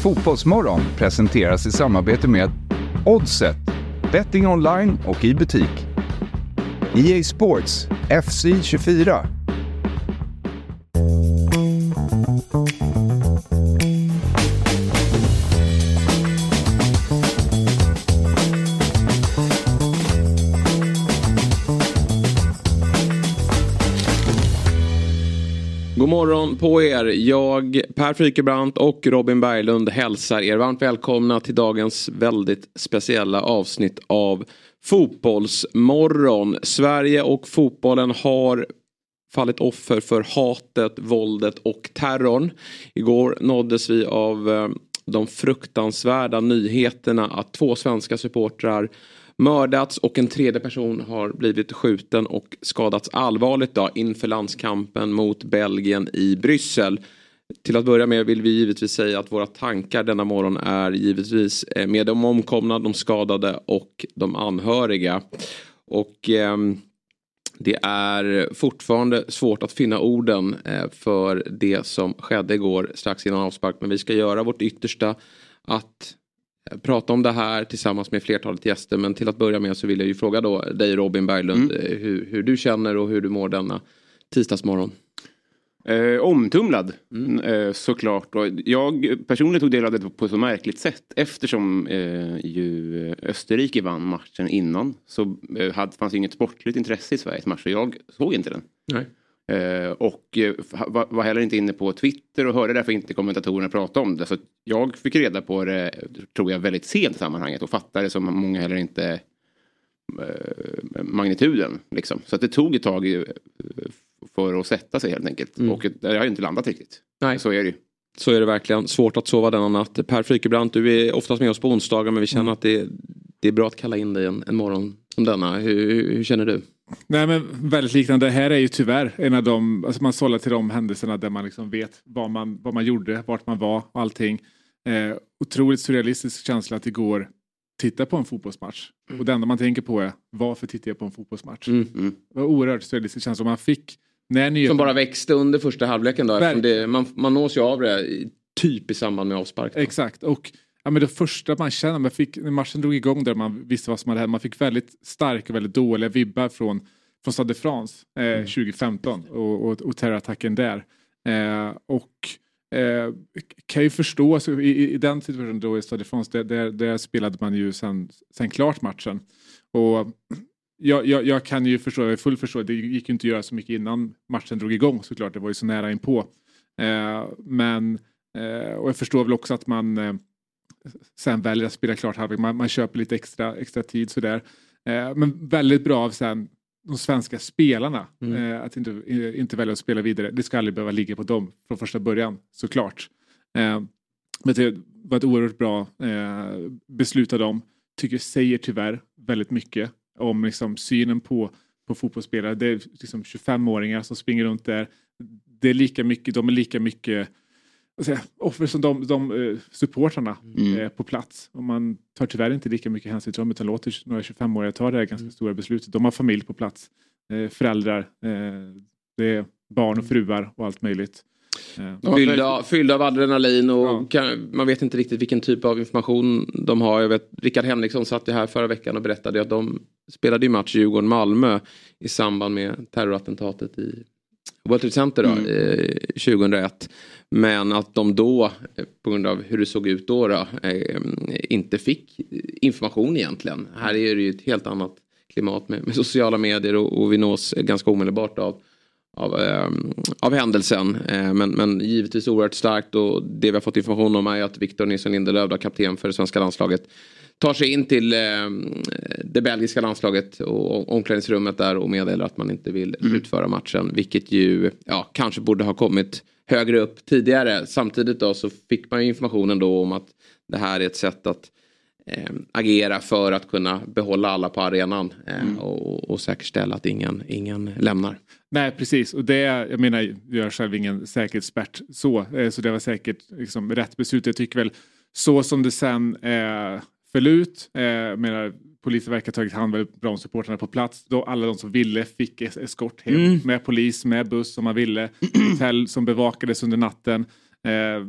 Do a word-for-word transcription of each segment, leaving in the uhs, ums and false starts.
Fotbollsmorgon presenteras i samarbete med Oddset, betting online och i butik. E A Sports, F C tjugofyra. God morgon på er. Jag, Per Frykebrant och Robin Berglund hälsar er varmt välkomna till dagens väldigt speciella avsnitt av Fotbollsmorgon. Sverige och fotbollen har fallit offer för hatet, våldet och terrorn. Igår nåddes vi av de fruktansvärda nyheterna att två svenska supportrar mördats och en tredje person har blivit skjuten och skadats allvarligt då inför landskampen mot Belgien i Bryssel. Till att börja med vill vi givetvis säga att våra tankar denna morgon är givetvis med de omkomna, de skadade och de anhöriga. Och eh, det är fortfarande svårt att finna orden eh, för det som skedde igår strax innan avspark. Men vi ska göra vårt yttersta att prata om det här tillsammans med flertalet gäster. Men till att börja med så vill jag ju fråga då dig Robin Berglund mm. hur, hur du känner och hur du mår denna tisdagsmorgon. Eh, omtumlad mm. eh, såklart. Och jag personligen tog del av det på så märkligt sätt. Eftersom eh, ju Österrike vann matchen innan så eh, hade, fanns inget sportligt intresse i Sveriges match. Så jag såg inte den. Nej. Uh, och uh, var, var heller inte inne på Twitter och hörde därför inte kommentatorerna prata om det. Så jag fick reda på det, tror jag, väldigt sent i sammanhanget och fattade som många heller inte uh, magnituden. Liksom. Så att det tog ett tag uh, för att sätta sig helt enkelt. Mm. Och det har ju inte landat riktigt. Nej. Så är det ju. Så är det verkligen. Svårt att sova denna natt. Per Frykebrant, du är oftast med oss på onsdagar men vi känner mm. att det, det är bra att kalla in dig en, en morgon som denna. Hur, hur känner du? Nej, men väldigt liknande. Det här är ju tyvärr en av de, alltså man sållar till de händelserna där man liksom vet vad man, vad man gjorde, vart man var och allting. Eh, otroligt surrealistisk känsla att igår titta på en fotbollsmatch. Mm. Och det enda man tänker på är, varför tittar jag på en fotbollsmatch? Mm. Mm. Det var oerhört surrealistisk känsla. Man fick, när nyheten... Som bara växte under första halvleken då. Eftersom det, man, man nås ju av det typ i samband med avspark. Då. Exakt, och ja, men det första man känner, man fick, när matchen drog igång där man visste vad som hade hänt, man fick väldigt starka, väldigt dåliga vibbar från, från Stade de France eh, mm. tjugo femton och, och, och terrorattacken där. Eh, och eh, kan ju förstå, så i, i den situationen då i Stade de France, där, där, där spelade man ju sen, sen klart matchen. Och jag, jag, jag kan ju förstå, jag är full förstå, det gick ju inte att göra så mycket innan matchen drog igång såklart, det var ju så nära inpå. Eh, men, eh, och jag förstår väl också att man... Eh, sen väljer att spela klart halvlek. Man, man köper lite extra, extra tid sådär. Eh, men väldigt bra av sen de svenska spelarna mm. eh, att inte, inte välja att spela vidare. Det ska aldrig behöva ligga på dem från första början, såklart. Eh, men det var ett oerhört bra eh, beslut av dem. Tycker säger tyvärr väldigt mycket om liksom, synen på, på fotbollsspelare. Det är liksom tjugofemåringar som springer runt där. Det är lika mycket, de är lika mycket Säga, offer som de, de uh, supportrarna mm. eh, på plats. Och man tar tyvärr inte lika mycket hänsyn till dem utan låter några tjugofemåriga ta det här ganska stora beslutet. De har familj på plats, eh, föräldrar, eh, det är barn och fruar och allt möjligt. Eh. Fyllda, fyllda av adrenalin och ja. kan, man vet inte riktigt vilken typ av information de har. Jag vet, Rickard Henriksson satt ju här förra veckan och berättade att de spelade ju match i Djurgården-Malmö i samband med terrorattentatet i World Trade Center då, mm. eh, tjugohundraett. Men att de då, på grund av hur det såg ut då, då eh, inte fick information egentligen. Här är det ju ett helt annat klimat med, med sociala medier och, och vi nås ganska omedelbart av, av, eh, av händelsen. Eh, men, men givetvis oerhört starkt och det vi har fått information om är att Victor Nilsson Lindelöf, kapten för det svenska landslaget, tar sig in till eh, det belgiska landslaget och omklädningsrummet där och meddelar att man inte vill mm. utföra matchen. Vilket ju ja, kanske borde ha kommit högre upp tidigare. Samtidigt då så fick man ju informationen då om att det här är ett sätt att eh, agera för att kunna behålla alla på arenan eh, mm. och, och säkerställa att ingen, ingen lämnar. Nej, precis. Och det, jag menar, jag är själv ingen säkerhetsexpert så. Eh, så det var säkert liksom, rätt beslut. Jag tycker väl så som det sen eh, föll ut. Eh, menar, polisen verkar ha tagit hand om bromssupportrarna på plats. Då alla de som ville fick eskort hem. Mm. Med polis, med buss som man ville. Hotell som bevakades under natten. Eh,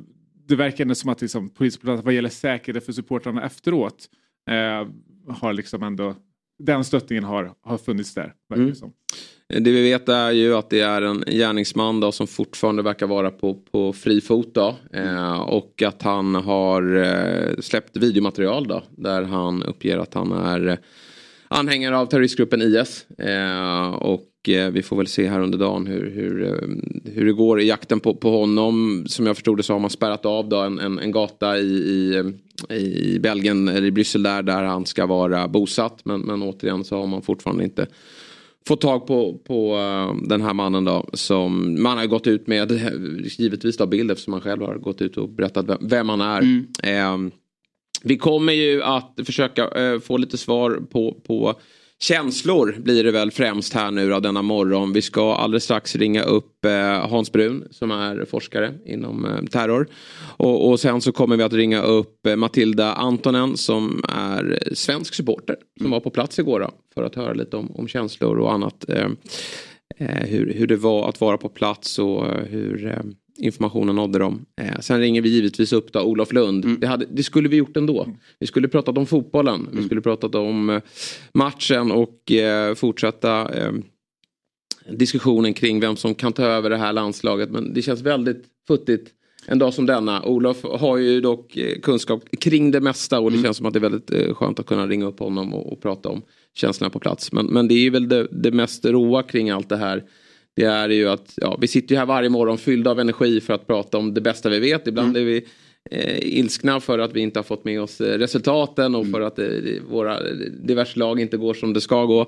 det verkar ändå som att liksom, polisen vad gäller säkerhet för supportrarna efteråt eh, har liksom ändå den stöttningen har, har funnits där. Mm. Som. Det vi vet är ju att det är en gärningsman då, som fortfarande verkar vara på, på fri fot då, eh, och att han har eh, släppt videomaterial då, där han uppger att han är eh, anhängare av terroristgruppen I S eh, och eh, vi får väl se här under dagen hur, hur, eh, hur det går i jakten på, på honom. Som jag förstod det så har man spärrat av då en, en, en gata i, i, i Belgien eller i Bryssel där, där han ska vara bosatt, men, men återigen så har man fortfarande inte fått tag på, på uh, den här mannen då, som man har gått ut med givetvis då bild eftersom man själv har gått ut och berättat vem, vem han är. Mm. Eh, vi kommer ju att försöka eh, få lite svar på, på känslor blir det väl främst här nu då, denna morgon. Vi ska alldeles strax ringa upp eh, Hans Brun som är forskare inom eh, terror. Och, och sen så kommer vi att ringa upp eh, Matilda Antonen som är svensk supporter som mm. var på plats igår då, för att höra lite om, om känslor och annat. Eh, eh, hur, hur det var att vara på plats och eh, hur eh, informationen nådde dem. Eh, sen ringer vi givetvis upp då Olof Lund. Mm. Det, hade, det skulle vi gjort ändå. Mm. Vi skulle pratat om fotbollen. Mm. Vi skulle pratat om eh, matchen och eh, fortsätta eh, diskussionen kring vem som kan ta över det här landslaget. Men det känns väldigt futtigt en dag som denna. Olof har ju dock eh, kunskap kring det mesta och det mm. känns som att det är väldigt eh, skönt att kunna ringa upp honom och, och prata om känslorna på plats. Men, men det är väl det, det mest roa kring allt det här. Det är ju att ja, vi sitter ju här varje morgon fyllda av energi för att prata om det bästa vi vet. Ibland mm. är vi eh, ilskna för att vi inte har fått med oss resultaten och mm. för att eh, våra diverse lag inte går som det ska gå.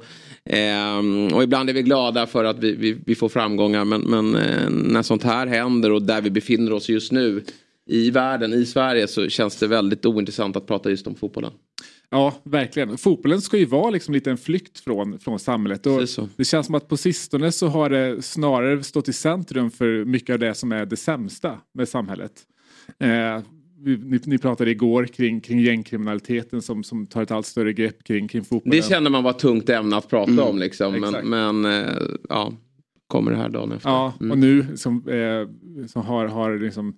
Eh, och ibland är vi glada för att vi, vi, vi får framgångar. Men, men eh, när sånt här händer och där vi befinner oss just nu i världen, i Sverige, så känns det väldigt ointressant att prata just om fotbollen. Ja, verkligen. Fotbollen ska ju vara liksom lite en flykt från, från samhället. Och det känns som att på sistone så har det snarare stått i centrum för mycket av det som är det sämsta med samhället. Eh, vi, ni, ni pratade igår kring, kring gängkriminaliteten som, som tar ett allt större grepp kring, kring fotbollen. Det känner man var ett tungt ämne att prata mm, om. Liksom. Men, men eh, ja, kommer det här dagen efter. Ja, mm. och nu som, eh, som har, har liksom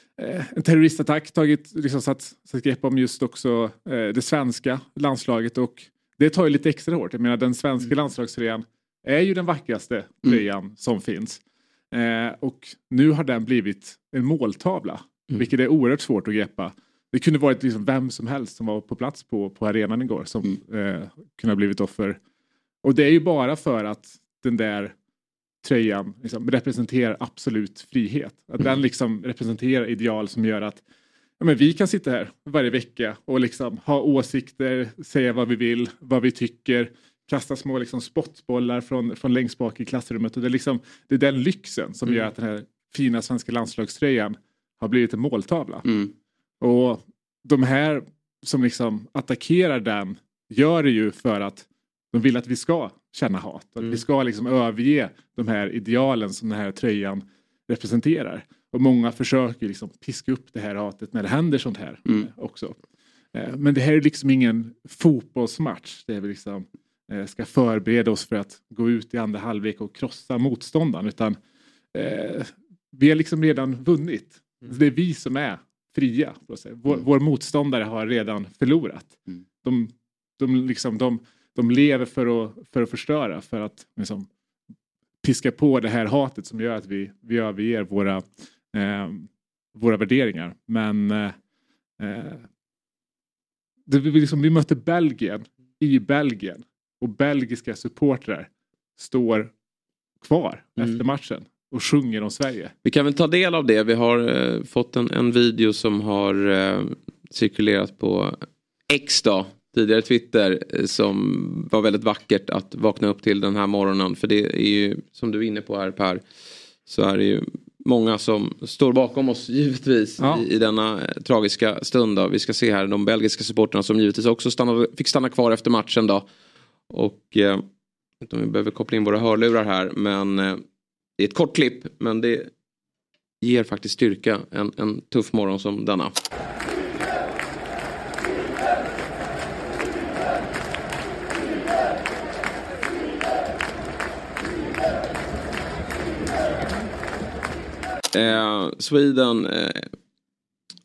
en terroristattack tagit liksom satt, satt grepp om just också eh, det svenska landslaget och det tar ju lite extra hårt. Jag menar den svenska mm. landslagströjan är ju den vackraste tröjan mm. som finns. Eh, och nu har den blivit en måltavla. Mm. Vilket är oerhört svårt att greppa. Det kunde varit liksom vem som helst som var på plats på, på arenan igår som mm. eh, kunde ha blivit offer. Och det är ju bara för att den där tröjan liksom representerar absolut frihet. Att mm. den liksom representerar ideal som gör att ja, men vi kan sitta här varje vecka och liksom ha åsikter, säga vad vi vill, vad vi tycker, kasta små liksom spottbollar från, från längst bak i klassrummet. Och det, är liksom, det är den lyxen som mm. gör att den här fina svenska landslagströjan har blivit en måltavla. Mm. Och de här som liksom attackerar den gör det ju för att de vill att vi ska känna hat. Att mm. vi ska liksom överge de här idealen som den här tröjan representerar. Och många försöker liksom piska upp det här hatet när det händer sånt här mm. också. Men det här är liksom ingen fotbollsmatch. Det är vi liksom ska förbereda oss för att gå ut i andra halvlek och krossa motståndaren. Utan eh, vi har liksom redan vunnit. Mm. Det är vi som är fria. Vår, mm. vår motståndare har redan förlorat. Mm. De, de, liksom, de, de lever för att, för att förstöra. För att liksom, piska på det här hatet som gör att vi, vi överger våra, eh, våra värderingar. Men eh, det, vi, liksom, vi mötte Belgien i Belgien. Och belgiska supportrar står kvar mm. efter matchen och sjunger om Sverige. Vi kan väl ta del av det. Vi har eh, fått en, en video som har eh, cirkulerat på X då, tidigare Twitter, eh, som var väldigt vackert att vakna upp till den här morgonen. För det är ju, som du är inne på här Per, så är det ju många som står bakom oss givetvis ja. i, i denna eh, tragiska stund då. Vi ska se här de belgiska supporterna som givetvis också stannade, fick stanna kvar efter matchen då. Och eh, inte om vi behöver koppla in våra hörlurar här, men eh, det är ett kort klipp, men det ger faktiskt styrka en, en tuff morgon som denna. Eh, Sweden eh,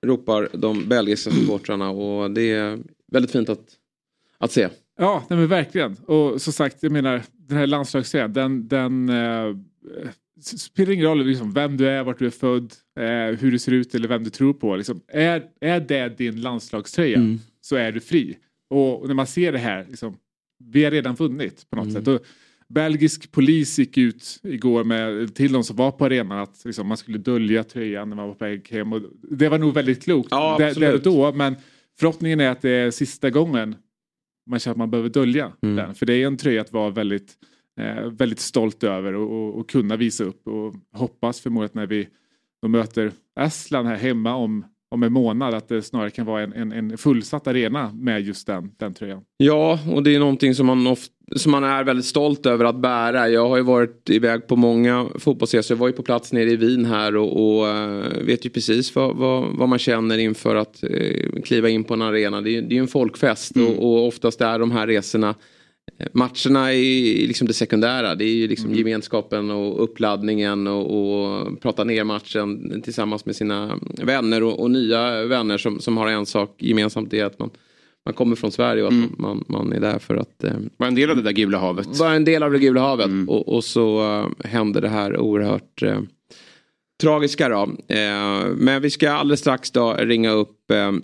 ropar de belgiska supportrarna och det är väldigt fint att, att se. Ja, nej men verkligen. Och som sagt, jag menar, den här landslagsserien, den, den eh, spelar ingen roll liksom, vem du är, vart du är född, eh, hur du ser ut eller vem du tror på. Liksom. Är, är det din landslagströja mm. så är du fri. Och, och när man ser det här, liksom, vi har redan vunnit på något mm. sätt. Och belgisk polis gick ut igår med, till de som var på arenan att liksom, man skulle dölja tröjan när man var på väg hem. Och det var nog väldigt klokt ja, det, det då, men förhoppningen är att det är sista gången man känner att man behöver dölja mm. den. För det är en tröja att vara väldigt, eh, väldigt stolt över och, och, och kunna visa upp. Och hoppas förmodligen när vi möter Estland här hemma om, om en månad att det snarare kan vara en, en, en fullsatt arena med just den, den tröjan. Ja, och det är någonting som man, ofta, som man är väldigt stolt över att bära. Jag har ju varit iväg på många fotbollsresor. Jag var ju på plats nere i Wien här och, och uh, vet ju precis vad, vad, vad man känner inför att uh, kliva in på en arena. Det är ju en folkfest mm. och, och oftast är de här resorna matcherna är liksom det sekundära. Det är ju liksom mm. gemenskapen och uppladdningen och, och prata ner matchen tillsammans med sina vänner och, och nya vänner som, som har en sak gemensamt, det är att man, man kommer från Sverige och att mm. man, man är där för att eh, vara en del av det där gula havet. Vara en del av det gula havet mm. och, och så uh, händer det här oerhört uh, tragiska då. Uh, men vi ska alldeles strax då ringa upp uh,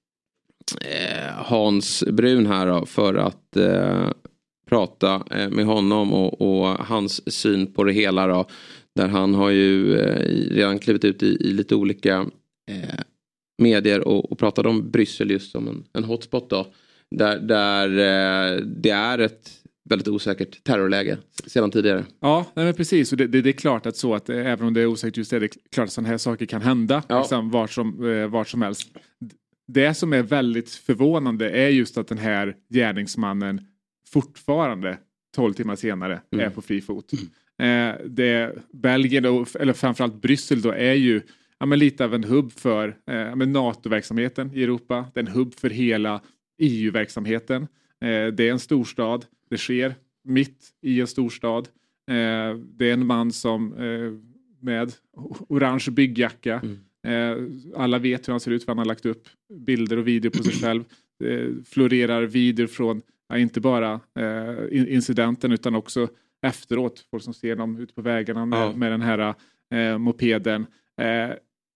Hans Brun här då, för att uh, prata med honom och, och hans syn på det hela då. Där han har ju eh, redan klivit ut i, i lite olika eh, medier och, och pratat om Bryssel just som en, en hotspot då. Där, där eh, det är ett väldigt osäkert terrorläge sedan tidigare. Ja, nej men precis. Och det, det, det är klart att så att eh, även om det är osäkert just det, det är klart att sådana här saker kan hända ja. liksom, vart, som, eh, vart som helst. Det som är väldigt förvånande är just att den här gärningsmannen fortfarande tolv timmar senare mm. är på fri fot. Mm. Eh, det, Belgien, då, eller framförallt Bryssel då, är ju ja, men lite av en hubb för eh, men NATO-verksamheten i Europa. Det är en hubb för hela E U-verksamheten. Eh, det är en storstad. Det sker mitt i en storstad. Eh, det är en man som eh, med orange byggjacka. Mm. Eh, alla vet hur han ser ut för han har lagt upp bilder och videor på sig själv. Eh, florerar videor från ja, inte bara eh, incidenten utan också efteråt. Folk som ser dem ute på vägarna med, ja. med den här eh, mopeden. Eh,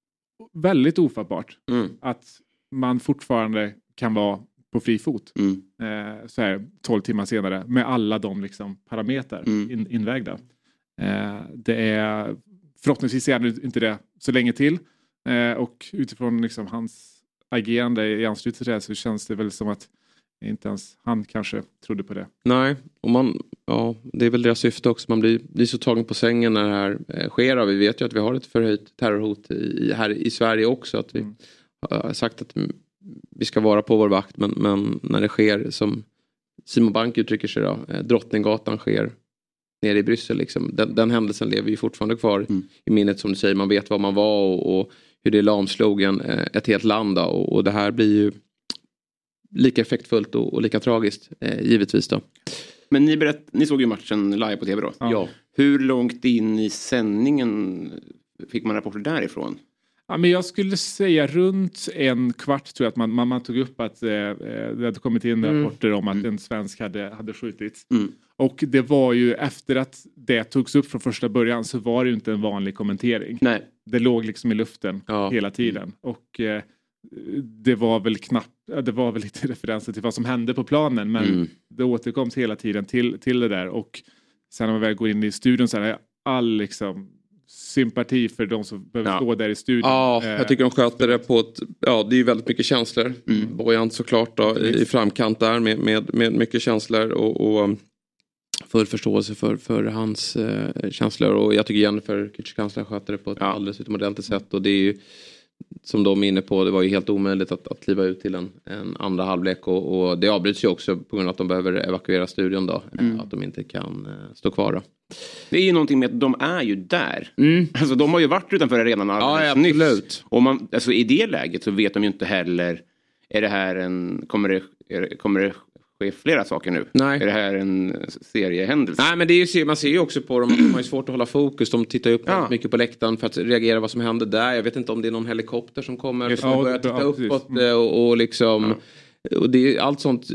väldigt ofattbart mm. att man fortfarande kan vara på fri fot mm. eh, så här tolv timmar senare med alla de liksom parametrar mm. in, invägda. Eh, det är förhoppningsvis är det inte det så länge till eh, och utifrån liksom hans agerande i anslutning till det så känns det väl som att inte ens han kanske trodde på det. Nej, och man, ja, det är väl deras syfte också. Man blir, blir så tagen på sängen när det här eh, sker. Vi vet ju att vi har ett förhöjt terrorhot i, här i Sverige också. Att vi mm. har sagt att vi ska vara på vår vakt. Men, men när det sker, som Simon Bank uttrycker sig då, eh, Drottninggatan sker nere i Bryssel. Liksom. Den, den händelsen lever ju fortfarande kvar mm. i minnet som du säger. Man vet var man var och, och hur det lamslog en, ett helt land. Då. Och, och det här blir ju lika effektfullt och, och lika tragiskt, eh, givetvis då. Men ni, berätt, ni såg ju matchen live på tv då. Ja. Hur långt in i sändningen fick man rapporter därifrån? Ja, men jag skulle säga runt en kvart tror jag att man, man, man tog upp att eh, det hade kommit in mm. rapporter om att mm. en svensk hade, hade skjutits. Mm. Och det var ju efter att det togs upp från första början så var det ju inte en vanlig kommentering. Nej. Det låg liksom i luften ja. hela tiden. Mm. Och eh, det var väl knappt, det var väl lite referenser till vad som hände på planen, men mm. det återkoms hela tiden till, till det där. Och sen när man väl går in i studion så är det all liksom sympati för de som behöver ja. stå där i studion. Ja, jag tycker de sköter det på ett, ja det är ju väldigt mycket känslor. Mm. Bojan såklart då, i, i framkant där med, med, med mycket känslor och, och full förståelse för, för hans eh, känslor. Och jag tycker Jennifer Kücükaslan sköter det på ett ja. alldeles utomordentligt sätt. Och det är ju, som de är inne på, det var ju helt omöjligt att, att kliva ut till en, en andra halvlek. Och, och det avbryts ju också på grund av att de behöver evakuera studion då. Mm. Att de inte kan eh, stå kvar då. Det är ju någonting med att de är ju där. Mm. Alltså de har ju varit utanför arenan alldeles ja, nyss. Och man, alltså i det läget så vet de ju inte heller, är det här en, kommer det, är, kommer det ske flera saker nu? Nej. Är det här en seriehändelse? Nej, men det är ju, man ser ju också på dem att de har svårt att hålla fokus. De tittar upp ja. mycket på läktaren för att reagera vad som händer där. Jag vet inte om det är någon helikopter som kommer Just, för att ja, börja titta ja, uppåt mm. och, och liksom... Ja. Och det, allt sånt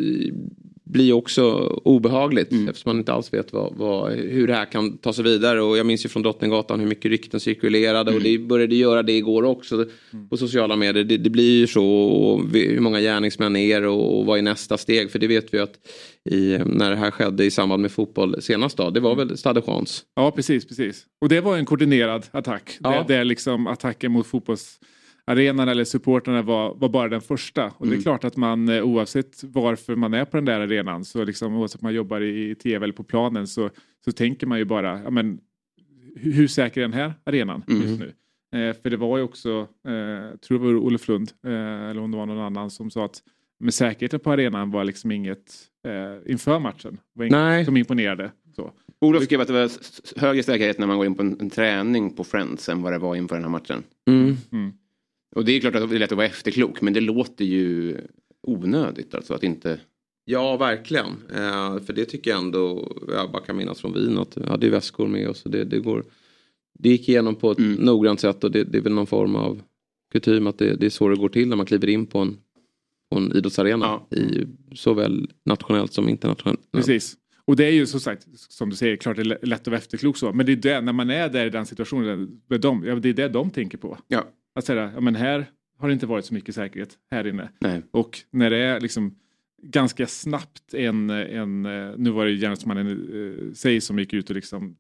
blir också obehagligt mm. eftersom man inte alls vet vad, vad, hur det här kan ta sig vidare. Och jag minns ju från Drottninggatan hur mycket rykten cirkulerade mm. och det började göra det igår också mm. på sociala medier. Det, det blir ju så, och hur många gärningsmän är och, och vad är nästa steg? För det vet vi att i, när det här skedde i samband med fotboll senast då, det var väl Stade Chans. Ja, precis, precis. Och det var en koordinerad attack. Ja. Det, det är liksom attacken mot fotbolls... arenan eller supporterna var, var bara den första. Och mm. det är klart att man oavsett varför man är på den där arenan, så liksom, oavsett om man jobbar i tv eller på planen, så, så tänker man ju bara, ja, men, hur, hur säker är den här arenan mm. just nu? Eh, för det var ju också, eh, tror det var Olof Lund, eh, eller om det var någon annan som sa att med säkerheten på arenan var liksom inget eh, inför matchen. Var inget Nej. som imponerade. Så. Olof skrev att det var högre säkerhet när man går in på en, en träning på Friends än vad det var inför den här matchen. Mm. Mm. Och det är klart att det är lätt att vara efterklok, men det låter ju onödigt alltså att inte... Ja, verkligen. Eh, för det tycker jag ändå, jag bara kan minnas från Wien att vi hade ju väskor med oss och det, det går... Det gick igenom på ett mm. noggrant sätt och det, det är väl någon form av kutym att det, det är så det går till när man kliver in på en, på en idrottsarena ja. i såväl nationellt som internationellt. Precis. Och det är ju så sagt, som du säger, klart det är lätt att vara efterklok så. Men det är det, när man är där i den situationen, med dem, ja, det är det de tänker på. Ja. Att säga, ja men här har det inte varit så mycket säkerhet här inne. Nej. Och när det är liksom ganska snabbt en, en nu var det ju gärningsmannen eh, sig som gick ut och liksom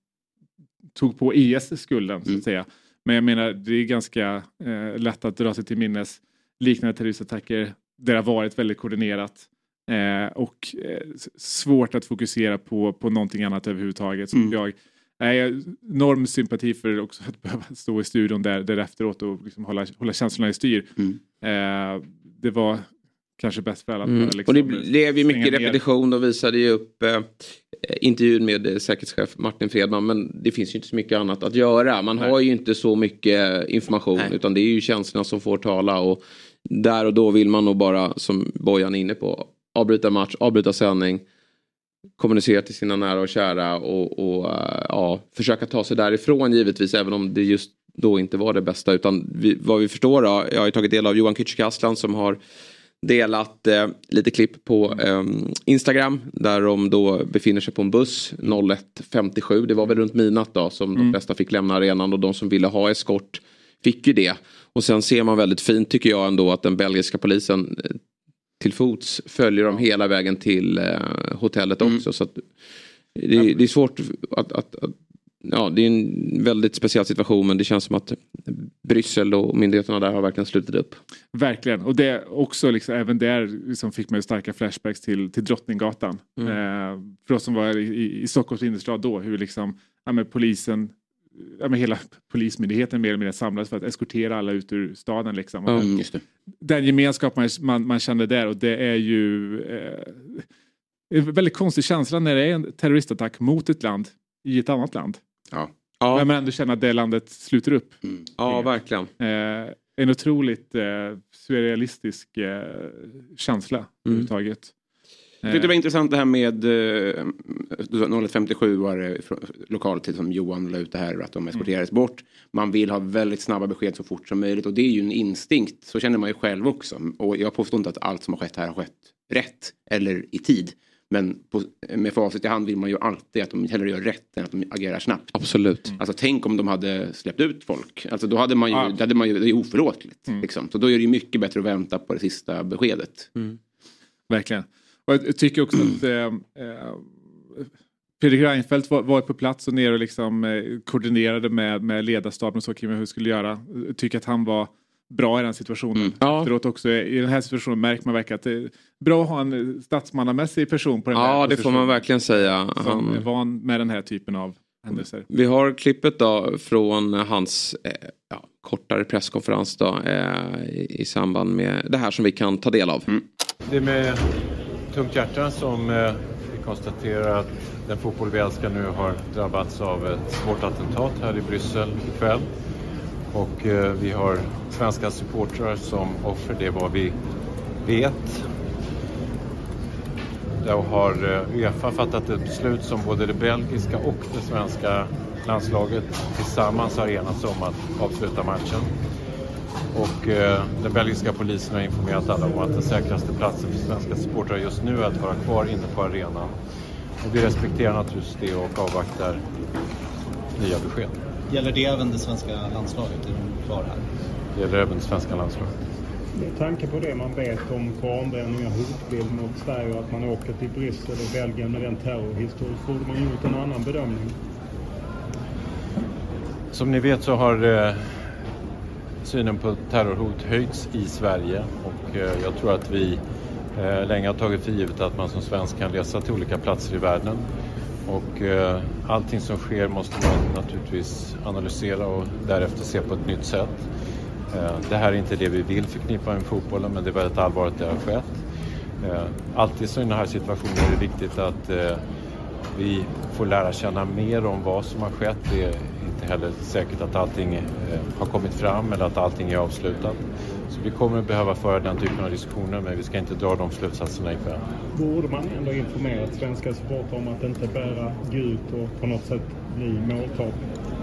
tog på I S skulden så att säga. Men jag menar, det är ganska eh, lätt att dra sig till minnes liknande terroristattacker där det har varit väldigt koordinerat eh, och eh, svårt att fokusera på, på någonting annat överhuvudtaget. Som mm. jag Jag har enorm sympati för också att behöva stå i studion där, där efteråt och liksom hålla, hålla känslorna i styr. Mm. Eh, det var kanske bäst för alla. Mm. Liksom, och det blev ju mycket repetition och visade ju upp eh, intervjun med säkerhetschef Martin Fredman, men det finns ju inte så mycket annat att göra. Man Nej. har ju inte så mycket information Nej. utan det är ju känslorna som får tala och där och då vill man nog bara, som Bojan är inne på, avbryta match, avbryta sändning, kommunicera till sina nära och kära och, och uh, ja, försöka ta sig därifrån givetvis, även om det just då inte var det bästa, utan vi, vad vi förstår då, jag har ju tagit del av Johan Kücükaslan som har delat eh, lite klipp på eh, Instagram där de då befinner sig på en buss noll ett femtiosju, det var väl runt midnatt då som mm. de flesta fick lämna arenan och de som ville ha eskort fick ju det, och sen ser man väldigt fint tycker jag ändå att den belgiska polisen eh, till fots följer dem hela vägen till eh, hotellet också. Mm. Så att det, det är svårt att, att, att... Ja, det är en väldigt speciell situation, men det känns som att Bryssel och myndigheterna där har verkligen slutit upp. Verkligen, och det också liksom, även där liksom fick man starka flashbacks till, till Drottninggatan. Mm. Eh, för oss som var i, i Stockholms innerstad då, hur liksom, ja, med polisen, ja, med hela polismyndigheten mer eller mindre samlades för att eskortera alla ut ur staden liksom. Mm, just det. Den gemenskap man, man, man kände där, och det är ju eh, en väldigt konstig känsla när det är en terroristattack mot ett land i ett annat land. Ja. Ja. Men man ändå känner att det landet sluter upp. Mm. Ja, verkligen. Eh, en otroligt eh, surrealistisk eh, känsla mm. överhuvudtaget. Jag tyckte det var intressant det här med eh, noll ett femtiosju var det lokaltid som Johan la ut det här, att de eskorterades mm. bort. Man vill ha väldigt snabba besked så fort som möjligt, och det är ju en instinkt, så känner man ju själv också. Och jag påstår inte att allt som har skett här har skett rätt eller i tid. Men på, med facit i hand vill man ju alltid att de hellre gör rätt än att de agerar snabbt. Absolut. Mm. Alltså tänk om de hade släppt ut folk. Alltså då hade man ju, ah. hade man ju det är oförlåtligt. Mm. Liksom. Så då är det ju mycket bättre att vänta på det sista beskedet. Mm. Verkligen. Och jag tycker också att eh, eh, Fredrik Reinfeldt var, var på plats och ner och liksom eh, koordinerade med, med ledarstaben och så kring hur skulle göra. Jag tycker att han var bra i den situationen. Mm. Ja. Efteråt också, i den här situationen märker man verkligen att det är bra att ha en statsmannamässig person på den ja, här Ja, det får man verkligen säga. Som han är van med den här typen av händelser. Vi har klippet då från hans eh, ja, kortare presskonferens då, eh, i, i samband med det här som vi kan ta del av. Mm. Det är med tungt hjärta som eh, vi konstaterar att den fotboll vi älskar nu har drabbats av ett svårt attentat här i Bryssel ikväll. Och eh, vi har svenska supportrar som offer, det är vad vi vet. Då har UEFA fattat ett beslut som både det belgiska och det svenska landslaget tillsammans har enats om att avsluta matchen. Och eh, den belgiska polisen har informerat alla om att den säkraste platsen för svenska supportrar just nu är att vara kvar inne på arenan. Och vi respekterar naturligtvis det och avvaktar nya besked. Gäller det även det svenska landslaget? Är de kvar här? Det gäller även det svenska landslaget. Med tanke på det man vet om koranbränning och hotbild mot Sverige och att man åker till Bryssel och Belgien med den terrorhistorien, borde man gjort en annan bedömning? Som ni vet så har eh, synen på terrorhot höjts i Sverige och eh, jag tror att vi eh, länge har tagit för givet att man som svensk kan resa till olika platser i världen. Och eh, allting som sker måste man naturligtvis analysera och därefter se på ett nytt sätt. Eh, det här är inte det vi vill förknippa med fotbollen, men det är väldigt allvarligt det har skett. Eh, alltid så i den här situationen är det viktigt att eh, vi får lära känna mer om vad som har skett. Det är inte heller säkert att allting eh, har kommit fram eller att allting är avslutat. Så vi kommer att behöva föra den typen av diskussioner, men vi ska inte dra de slutsatserna ikväll. Borde man ändå informera svenska supportrar om att inte bära gult och på något sätt bli måltavla?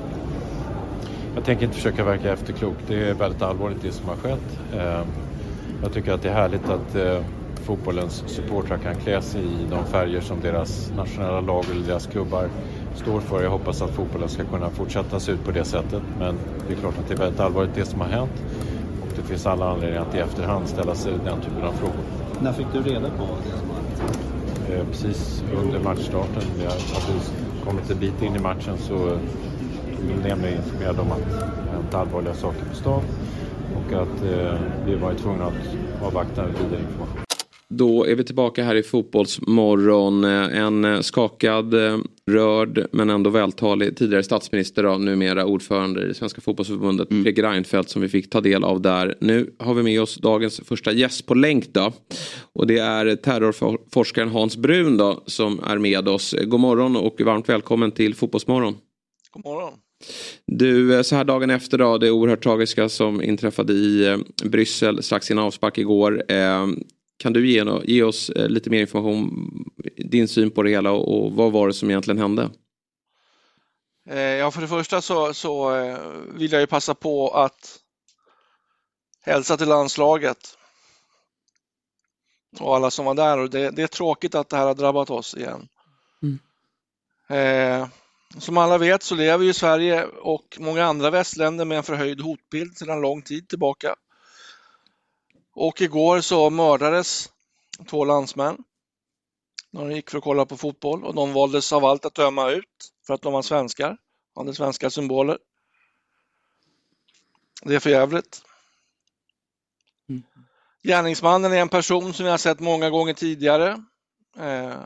Jag tänker inte försöka verka efterklok. Det är väldigt allvarligt det som har skett. Jag tycker att det är härligt att fotbollens supportrar kan klä sig i de färger som deras nationella lag eller deras klubbar står för. Jag hoppas att fotbollen ska kunna fortsätta se ut på det sättet. Men det är klart att det är väldigt allvarligt det som har hänt. Och det finns alla anledningar att i efterhand ställa sig den typen av frågor. När fick du reda på det som har hänt? Precis under matchstarten. Vi hade kommit en bit in i matchen så blev vi informerade om att det hänt allvarliga saker på stan. Och att eh, vi var tvungna att avvakta vidare information. Då är vi tillbaka här i Fotbollsmorgon. En skakad, rörd men ändå vältalig tidigare statsminister då, numera ordförande i det Svenska fotbollsförbundet, mm. Fredrik Reinfeldt, som vi fick ta del av där. Nu har vi med oss dagens första gäst på länk då. Och det är terrorforskaren Hans Brun då, som är med oss. God morgon och varmt välkommen till Fotbollsmorgon. God morgon. Du, så här dagen efter då, det oerhört tragiska som inträffade i Bryssel strax innan avspark igår. Eh, Kan du ge, ge oss lite mer information, din syn på det hela och, och vad var det som egentligen hände? Eh, ja, för det första så, så eh, vill jag ju passa på att hälsa till landslaget och alla som var där. Och det, det är tråkigt att det här har drabbat oss igen. Mm. Eh, som alla vet så lever ju Sverige och många andra västländer med en förhöjd hotbild sedan lång tid tillbaka. Och igår så mördades två landsmän. De gick för att kolla på fotboll och de valdes av allt att döma ut för att de var svenskar. Hade svenska symboler. Det är för jävligt. Mm. Gärningsmannen är en person som jag har sett många gånger tidigare. Eh,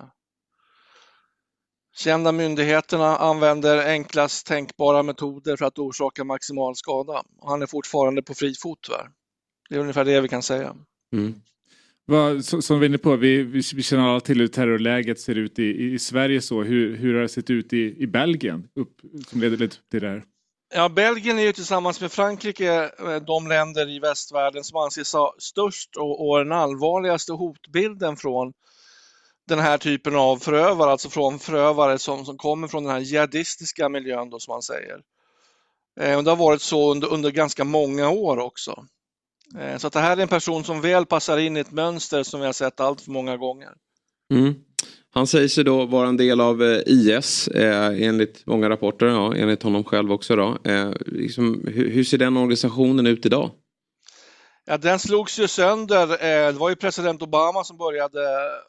kända myndigheterna använder enklast tänkbara metoder för att orsaka maximal skada. Och han är fortfarande på fri fot tyvärr. Det är ungefär det vi kan säga. Mm. Vad, så, som vi är inne på, vi, vi, vi känner alla till hur terrorläget ser ut i, i, i Sverige. Så. Hur, hur har det sett ut i, i Belgien upp, som leder lite till det här? Ja, Belgien är ju tillsammans med Frankrike de länder i västvärlden som anses ha störst och, och den allvarligaste hotbilden från den här typen av förövare. Alltså från förövare som, som kommer från den här jihadistiska miljön då, som man säger. Eh, och det har varit så under, under ganska många år också. Så att det här är en person som väl passar in i ett mönster som vi har sett allt för många gånger. Mm. Han säger sig då vara en del av I S eh, enligt många rapporter, ja, enligt honom själv också då. Eh, liksom, hur, hur ser den organisationen ut idag? Ja, den slogs ju sönder. Eh, det var ju president Obama som började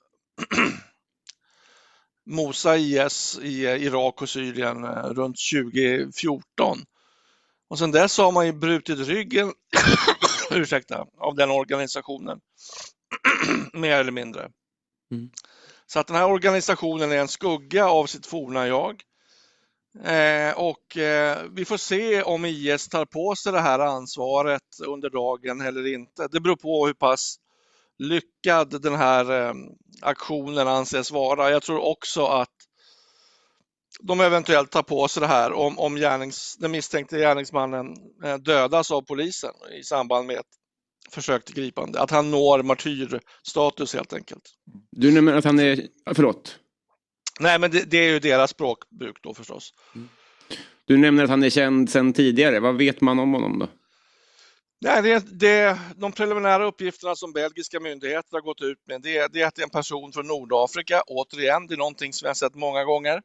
mosa I S i Irak och Syrien eh, runt tjugo fjorton. Och sen dess har man ju brutit ryggen ursäkta, av den organisationen. Mer eller mindre. Mm. Så att den här organisationen är en skugga av sitt forna jag. Eh, och eh, vi får se om I S tar på sig det här ansvaret under dagen eller inte. Det beror på hur pass lyckad den här eh, aktionen anses vara. Jag tror också att de eventuellt tar på sig det här om, om gärnings, den misstänkte gärningsmannen dödas av polisen i samband med ett försök till gripande. Att han når martyrstatus helt enkelt. Du nämner att han är... Förlåt. Nej, men det, det är ju deras språkbruk då förstås. Mm. Du nämner att han är känd sedan tidigare. Vad vet man om honom då? Nej, det, det, de preliminära uppgifterna som belgiska myndigheter har gått ut med, det, det är att det är en person från Nordafrika. Återigen, det är någonting som jag har sett många gånger.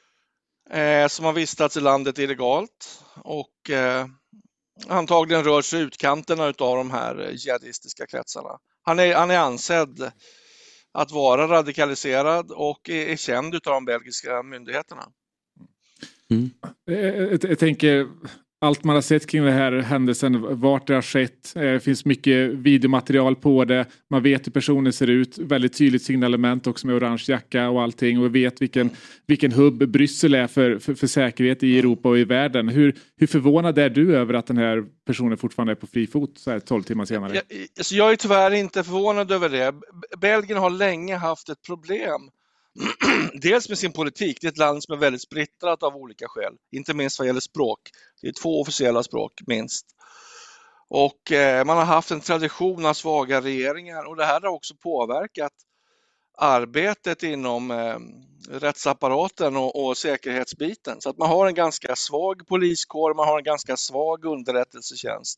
Eh, som har vistats i landet illegalt. Och eh, antagligen rör sig utkanterna av de här jihadistiska kretsarna. Han är, han är ansedd att vara radikaliserad och är, är känd av de belgiska myndigheterna. Mm. Jag, jag tänker, allt man har sett kring den här händelsen, vart det har skett, det finns mycket videomaterial på det, man vet hur personen ser ut, väldigt tydligt signalement också med orange jacka och allting, och vi vet vilken, vilken hubb Bryssel är för, för, för säkerhet i Europa och i världen. Hur, hur förvånad är du över att den här personen fortfarande är på fri fot så här tolv timmar senare? Jag, alltså jag är tyvärr inte förvånad över det. Belgien har länge haft ett problem. Dels med sin politik. Det är ett land som är väldigt splittrat av olika skäl. Inte minst vad gäller språk. Det är två officiella språk minst. Och eh, man har haft en tradition av svaga regeringar. Och det här har också påverkat arbetet inom eh, rättsapparaten och, och säkerhetsbiten. Så att man har en ganska svag poliskår. Man har en ganska svag underrättelsetjänst.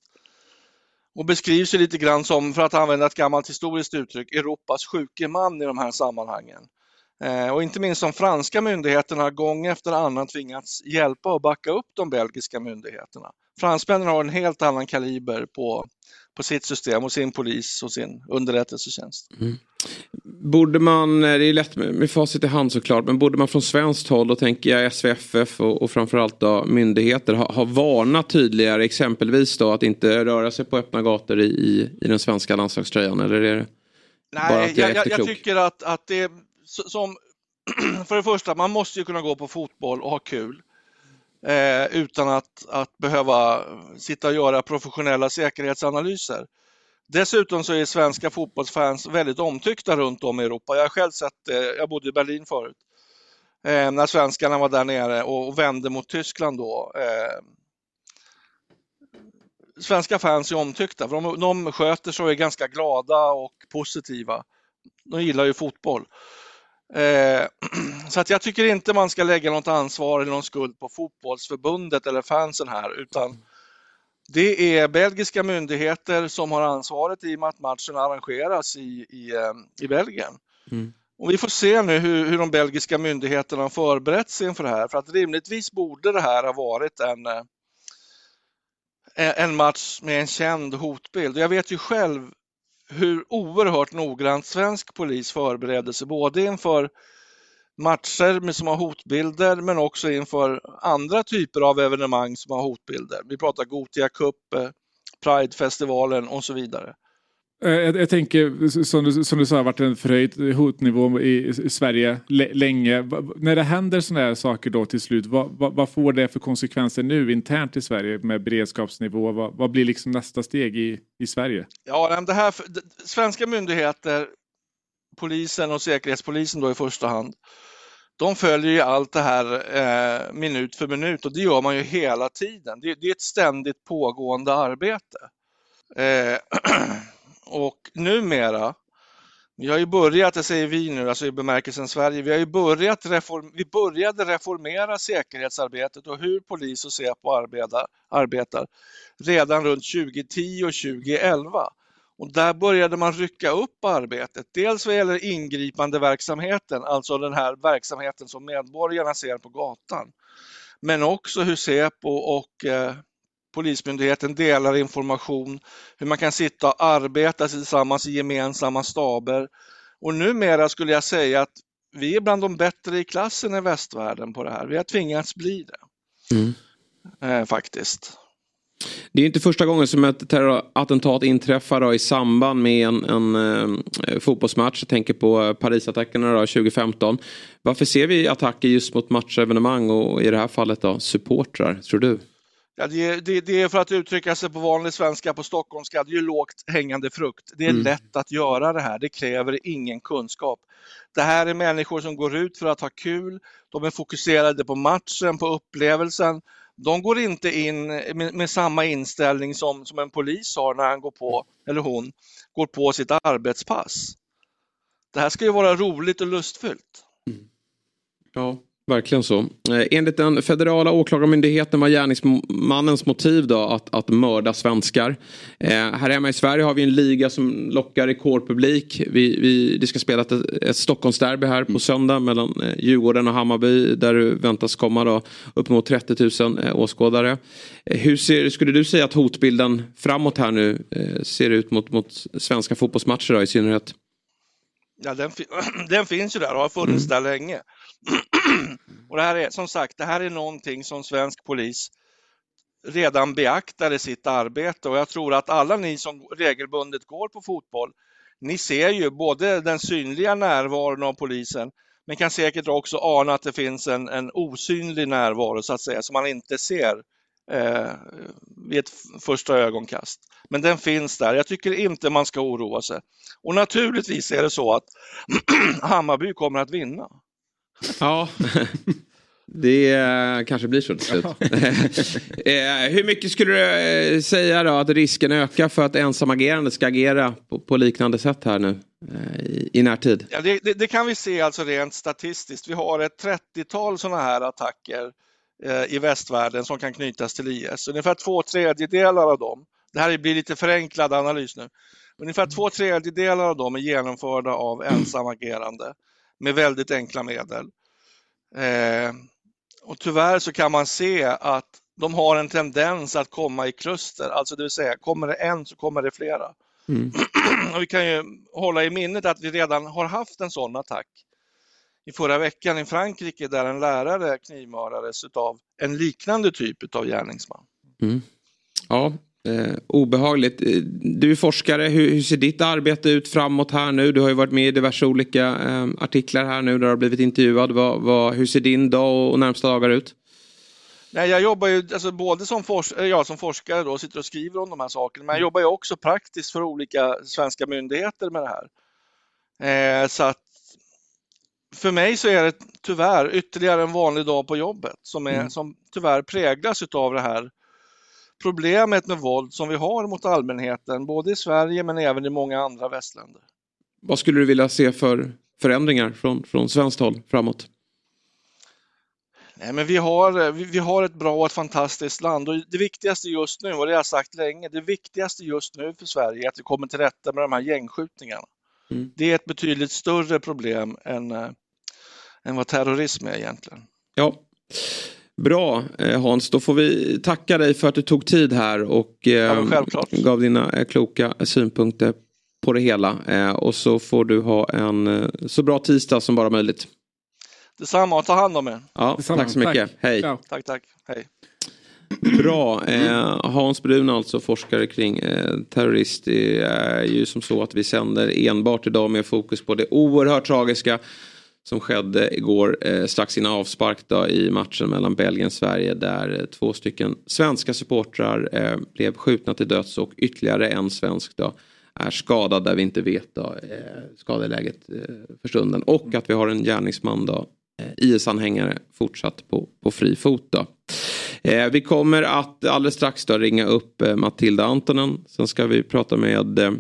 Och beskrivs ju lite grann som, för att använda ett gammalt historiskt uttryck, Europas sjuke man i de här sammanhangen. Och inte minst som franska myndigheterna har gång efter annan tvingats hjälpa och backa upp de belgiska myndigheterna. Fransmännen har en helt annan kaliber på, på sitt system och sin polis och sin underrättelsetjänst. Mm. Borde man, det är lätt med, med facit i hand såklart, men borde man från svenskt håll, och tänker jag S V F F och, och framförallt då myndigheter, ha, ha varnat tydligare, exempelvis då att inte röra sig på öppna gator i, i, i den svenska landslagströjan, eller är det Nej, bara att det är jag, jag, efterklok? jag tycker att, att det som, för det första, man måste ju kunna gå på fotboll och ha kul eh, utan att, att behöva sitta och göra professionella säkerhetsanalyser. Dessutom så är svenska fotbollsfans väldigt omtyckta runt om i Europa. Jag har själv sett, eh, jag bodde i Berlin förut, eh, när svenskarna var där nere och, och vände mot Tyskland då. Eh, svenska fans är omtyckta, för de, de sköter sig och är ganska glada och positiva. De gillar ju fotboll. Eh, så att jag tycker inte man ska lägga något ansvar eller någon skuld på fotbollsförbundet eller fansen här, utan det är belgiska myndigheter som har ansvaret i och med att matchen arrangeras i, i, i Belgien. Mm. Och vi får se nu hur, hur de belgiska myndigheterna har förberett sig inför det här, för att rimligtvis borde det här ha varit en, en match med en känd hotbild. Jag vet ju själv hur oerhört noggrant svensk polis förberedde sig både inför matcher som har hotbilder men också inför andra typer av evenemang som har hotbilder. Vi pratar Gothia Cup, Pride-festivalen och så vidare. Jag, jag tänker, som du, som du sa, har varit en förhöjd hotnivå i, i Sverige l- länge. Va, när det händer sådana här saker då till slut, vad, vad, vad får det för konsekvenser nu internt i Sverige med beredskapsnivå? Vad, vad blir liksom nästa steg i, i Sverige? Ja, det här, svenska myndigheter, polisen och säkerhetspolisen då i första hand, de följer ju allt det här eh, minut för minut, och det gör man ju hela tiden. Det, det är ett ständigt pågående arbete. Eh, och numera, vi har ju börjat, det säger vi nu, alltså i bemärkelsen Sverige, vi har ju börjat reform, vi började reformera säkerhetsarbetet och hur polis och Säpo arbetar, arbetar redan runt tjugo tio och tjugo elva. Och där började man rycka upp arbetet. Dels vad gäller ingripande verksamheten, alltså den här verksamheten som medborgarna ser på gatan. Men också hur Säpo och eh, Polismyndigheten delar information, hur man kan sitta och arbeta tillsammans i gemensamma staber. Och numera skulle jag säga att vi är bland de bättre i klassen i västvärlden på det här. Vi har tvingats bli det. Mm. Eh, faktiskt. Det är inte första gången som ett terrorattentat inträffar då, i samband med en, en eh, fotbollsmatch. Jag tänker på Parisattackerna då, tjugo femton. Varför ser vi attacker just mot matchevenemang och i det här fallet då supportrar, tror du? Ja, det, det, det är för att uttrycka sig på vanlig svenska på stockholmska. Det är ju lågt hängande frukt. Det är mm. lätt att göra det här. Det kräver ingen kunskap. Det här är människor som går ut för att ha kul. De är fokuserade på matchen, på upplevelsen. de går inte in med, med samma inställning som, som en polis har när han går på, eller hon, går på sitt arbetspass. Det här ska ju vara roligt och lustfyllt. Mm. Ja, verkligen så. Eh, enligt den federala åklagarmyndigheten var gärningsmannens motiv då att, att mörda svenskar. Eh, här hemma i Sverige har vi en liga som lockar rekordpublik. Vi, vi, det ska spelas ett, ett Stockholmsderby här på söndag mellan eh, Djurgården och Hammarby där det väntas komma då upp mot trettio tusen eh, åskådare. Eh, hur ser, skulle du säga att hotbilden framåt här nu eh, ser ut mot, mot svenska fotbollsmatcher då, i synnerhet? Ja, den, den finns ju där och har funnits mm. där länge. Och det här är, som sagt, det här är någonting som svensk polis redan beaktar i sitt arbete. Och jag tror att alla ni som regelbundet går på fotboll, ni ser ju både den synliga närvaron av polisen, men kan säkert också ana att det finns en, en osynlig närvaro så att säga, som man inte ser eh, vid ett första ögonkast. Men den finns där. Jag tycker inte man ska oroa sig. Och naturligtvis är det så att Hammarby kommer att vinna. Ja, det kanske blir så till slut. Hur mycket skulle du säga då att risken ökar för att ensamagerande ska agera på, på liknande sätt här nu i, i närtid? Ja, det, det, det kan vi se alltså rent statistiskt. Vi har ett trettiotal sådana här attacker eh, i västvärlden som kan knytas till I S. Ungefär två tredjedelar av dem, det här blir lite förenklad analys nu, ungefär två tredjedelar av dem är genomförda av ensamagerande med väldigt enkla medel. Eh, och tyvärr så kan man se att de har en tendens att komma i kluster. Alltså det vill säga, kommer det en så kommer det flera. Mm. Och vi kan ju hålla i minnet att vi redan har haft en sån attack i förra veckan i Frankrike där en lärare knivmördades av en liknande typ av gärningsman. Mm. Ja. Eh, obehagligt. Du är forskare, hur, hur ser ditt arbete ut framåt här nu? Du har ju varit med i diverse olika eh, artiklar här nu där du har blivit intervjuad. Vad, vad, hur ser din dag och närmsta dagar ut? Nej, jag jobbar ju alltså, både som, forsk- jag som forskare då, sitter och skriver om de här sakerna, men jag jobbar ju också praktiskt för olika svenska myndigheter med det här. Eh, så att för mig så är det tyvärr ytterligare en vanlig dag på jobbet som, är, mm. som tyvärr präglas av det här problemet med våld som vi har mot allmänheten, både i Sverige men även i många andra västländer. Vad skulle du vilja se för förändringar från, från svenskt håll framåt? Nej, men vi har, vi, vi har ett bra och ett fantastiskt land och det viktigaste just nu, och det har jag sagt länge, det viktigaste just nu för Sverige är att vi kommer till rätta med de här gängskjutningarna. Mm. Det är ett betydligt större problem än, äh, än vad terrorism är egentligen. Ja. Bra Hans, då får vi tacka dig för att du tog tid här och eh, gav dina eh, kloka synpunkter på det hela. Eh, och så får du ha en eh, så bra tisdag som bara möjligt. Detsamma, ta hand om er. Ja, tack så mycket. Tack. Hej. Ciao. Tack, tack. Hej. Bra. Eh, Hans Brun alltså, forskare kring eh, terrorist. Det är ju som så att vi sänder enbart idag med fokus på det oerhört tragiska som skedde igår eh, strax innan avspark då, i matchen mellan Belgien och Sverige där eh, två stycken svenska supportrar eh, blev skjutna till döds och ytterligare en svensk då är skadad där vi inte vet då, eh, skadeläget eh, för stunden. Och att vi har en gärningsman då, eh, I S-anhängare fortsatt på, på fri fot då. Eh, vi kommer att alldeles strax då ringa upp eh, Matilda Antonen. Sen ska vi prata med eh,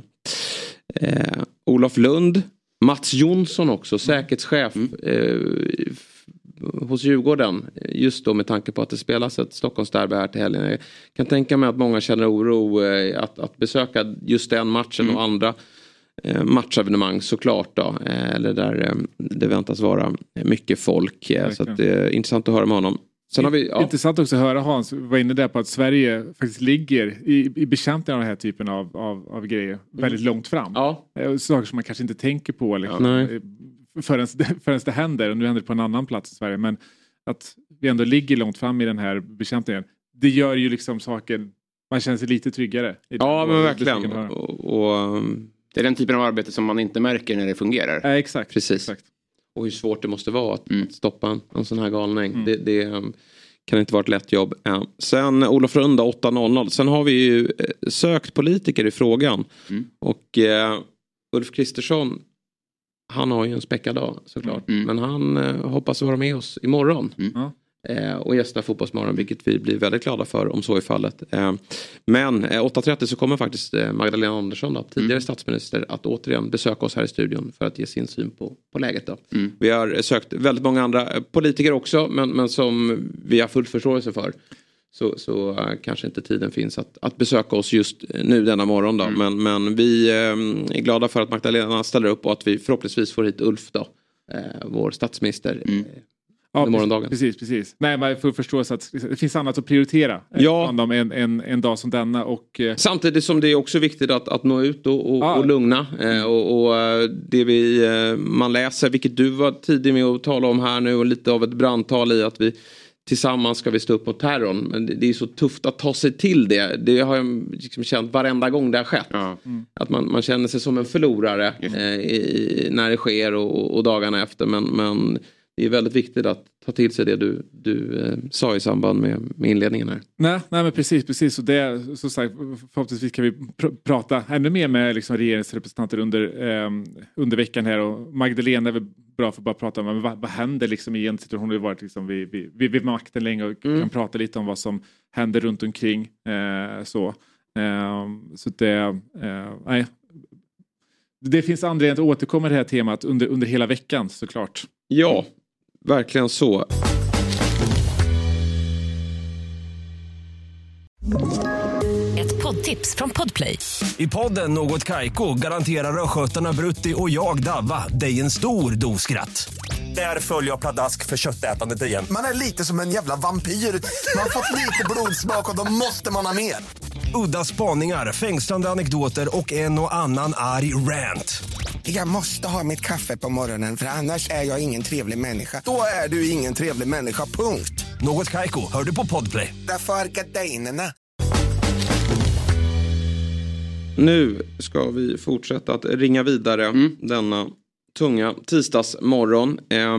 eh, Olof Lund. Mats Jonsson också, säkerhetschef mm. eh, hos Djurgården. Just då med tanke på att det spelas ett Stockholmsderby här till helgen. Jag kan tänka mig att många känner oro eh, att, att besöka just den matchen mm. och andra eh, matchevenemang såklart då. Eh, eller där eh, det väntas vara mycket folk. Eh, så att det är intressant att höra med honom. Sen har vi, ja. Intressant också att höra Hans var inne där på att Sverige faktiskt ligger i, i bekämpningen av den här typen av, av, av grejer mm. väldigt långt fram. Ja. Saker som man kanske inte tänker på liksom, ja, förrän, förrän det händer. Och nu händer det på en annan plats i Sverige. Men att vi ändå ligger långt fram i den här bekämpningen. Det gör ju liksom saken, man känner sig lite tryggare. Ja, men verkligen. Och, och, det är den typen av arbete som man inte märker när det fungerar. Ja, exakt. Precis. Exakt. Och hur svårt det måste vara att, mm. att stoppa en, en sån här galning. Mm. Det, det um, kan inte vara ett lätt jobb än. Sen Olof Runda åtta noll noll. Sen har vi ju eh, sökt politiker i frågan. Mm. Och eh, Ulf Kristersson, han har ju en späckad dag såklart. Mm. Men han eh, hoppas vara med oss imorgon. Mm. Eh, och gästa Fotbollsmorgon, vilket vi blir väldigt glada för om så är fallet. Eh, men eh, åtta trettio så kommer faktiskt eh, Magdalena Andersson, då, tidigare mm. statsminister, att återigen besöka oss här i studion för att ge sin syn på, på läget. Då. Mm. Vi har sökt väldigt många andra politiker också, men, men som vi har full förståelse för. Så, så uh, kanske inte tiden finns att, att besöka oss just nu denna morgon. Då. Mm. Men, men vi um, är glada för att Magdalena ställer upp och att vi förhoppningsvis får hit Ulf då, uh, vår statsminister. Mm. Ja, morgondagen. Precis, precis. Nej, man får förstå så att det finns annat att prioritera ja. en, en, en, en dag som denna. Och, eh... Samtidigt som det är också viktigt att, att nå ut och, och, ja. och lugna. Eh, och, och det vi, eh, man läser, vilket du var tidig med att tala om här nu och lite av ett brandtal i att vi tillsammans ska vi stå upp mot terrorn. Men det, det är så tufft att ta sig till det. Det har jag liksom känt varenda gång det har skett. Ja. Mm. Att man, man känner sig som en förlorare eh, i, när det sker och, och dagarna efter. Men... men det är väldigt viktigt att ta till sig det du, du eh, sa i samband med, med inledningen här. Nej, nej men precis, precis. Och det, så sagt, förhoppningsvis kan vi pr- prata ännu mer med liksom, regeringsrepresentanter under, eh, under veckan här. Och Magdalena är väl bra för att bara prata om vad, vad händer liksom, i en situation. Hon har varit liksom, vid, vid, vid, vid makten länge och mm. kan prata lite om vad som händer runt omkring. Eh, så eh, så det, eh, nej. Det finns anledning att återkomma till det här temat under, under hela veckan såklart. Ja, verkligen så. Ett poddtips från Podplay. I podden Något Kaiko garanterar röskötarna Brutti och jag Davva dig en stor doskratt. Där följer jag pladask för köttätandet igen. Man är lite som en jävla vampyr. Man har fått lite blodsmak och då måste man ha mer. Udda spaningar, fängslande anekdoter och en och annan arg rant. Jag måste ha mitt kaffe på morgonen för annars är jag ingen trevlig människa. Då är du ingen trevlig människa, punkt. Något Kaiko, hör du på Podplay. Därför är gardinerna. Nu ska vi fortsätta att ringa vidare mm. denna tunga tisdagsmorgon. Eh,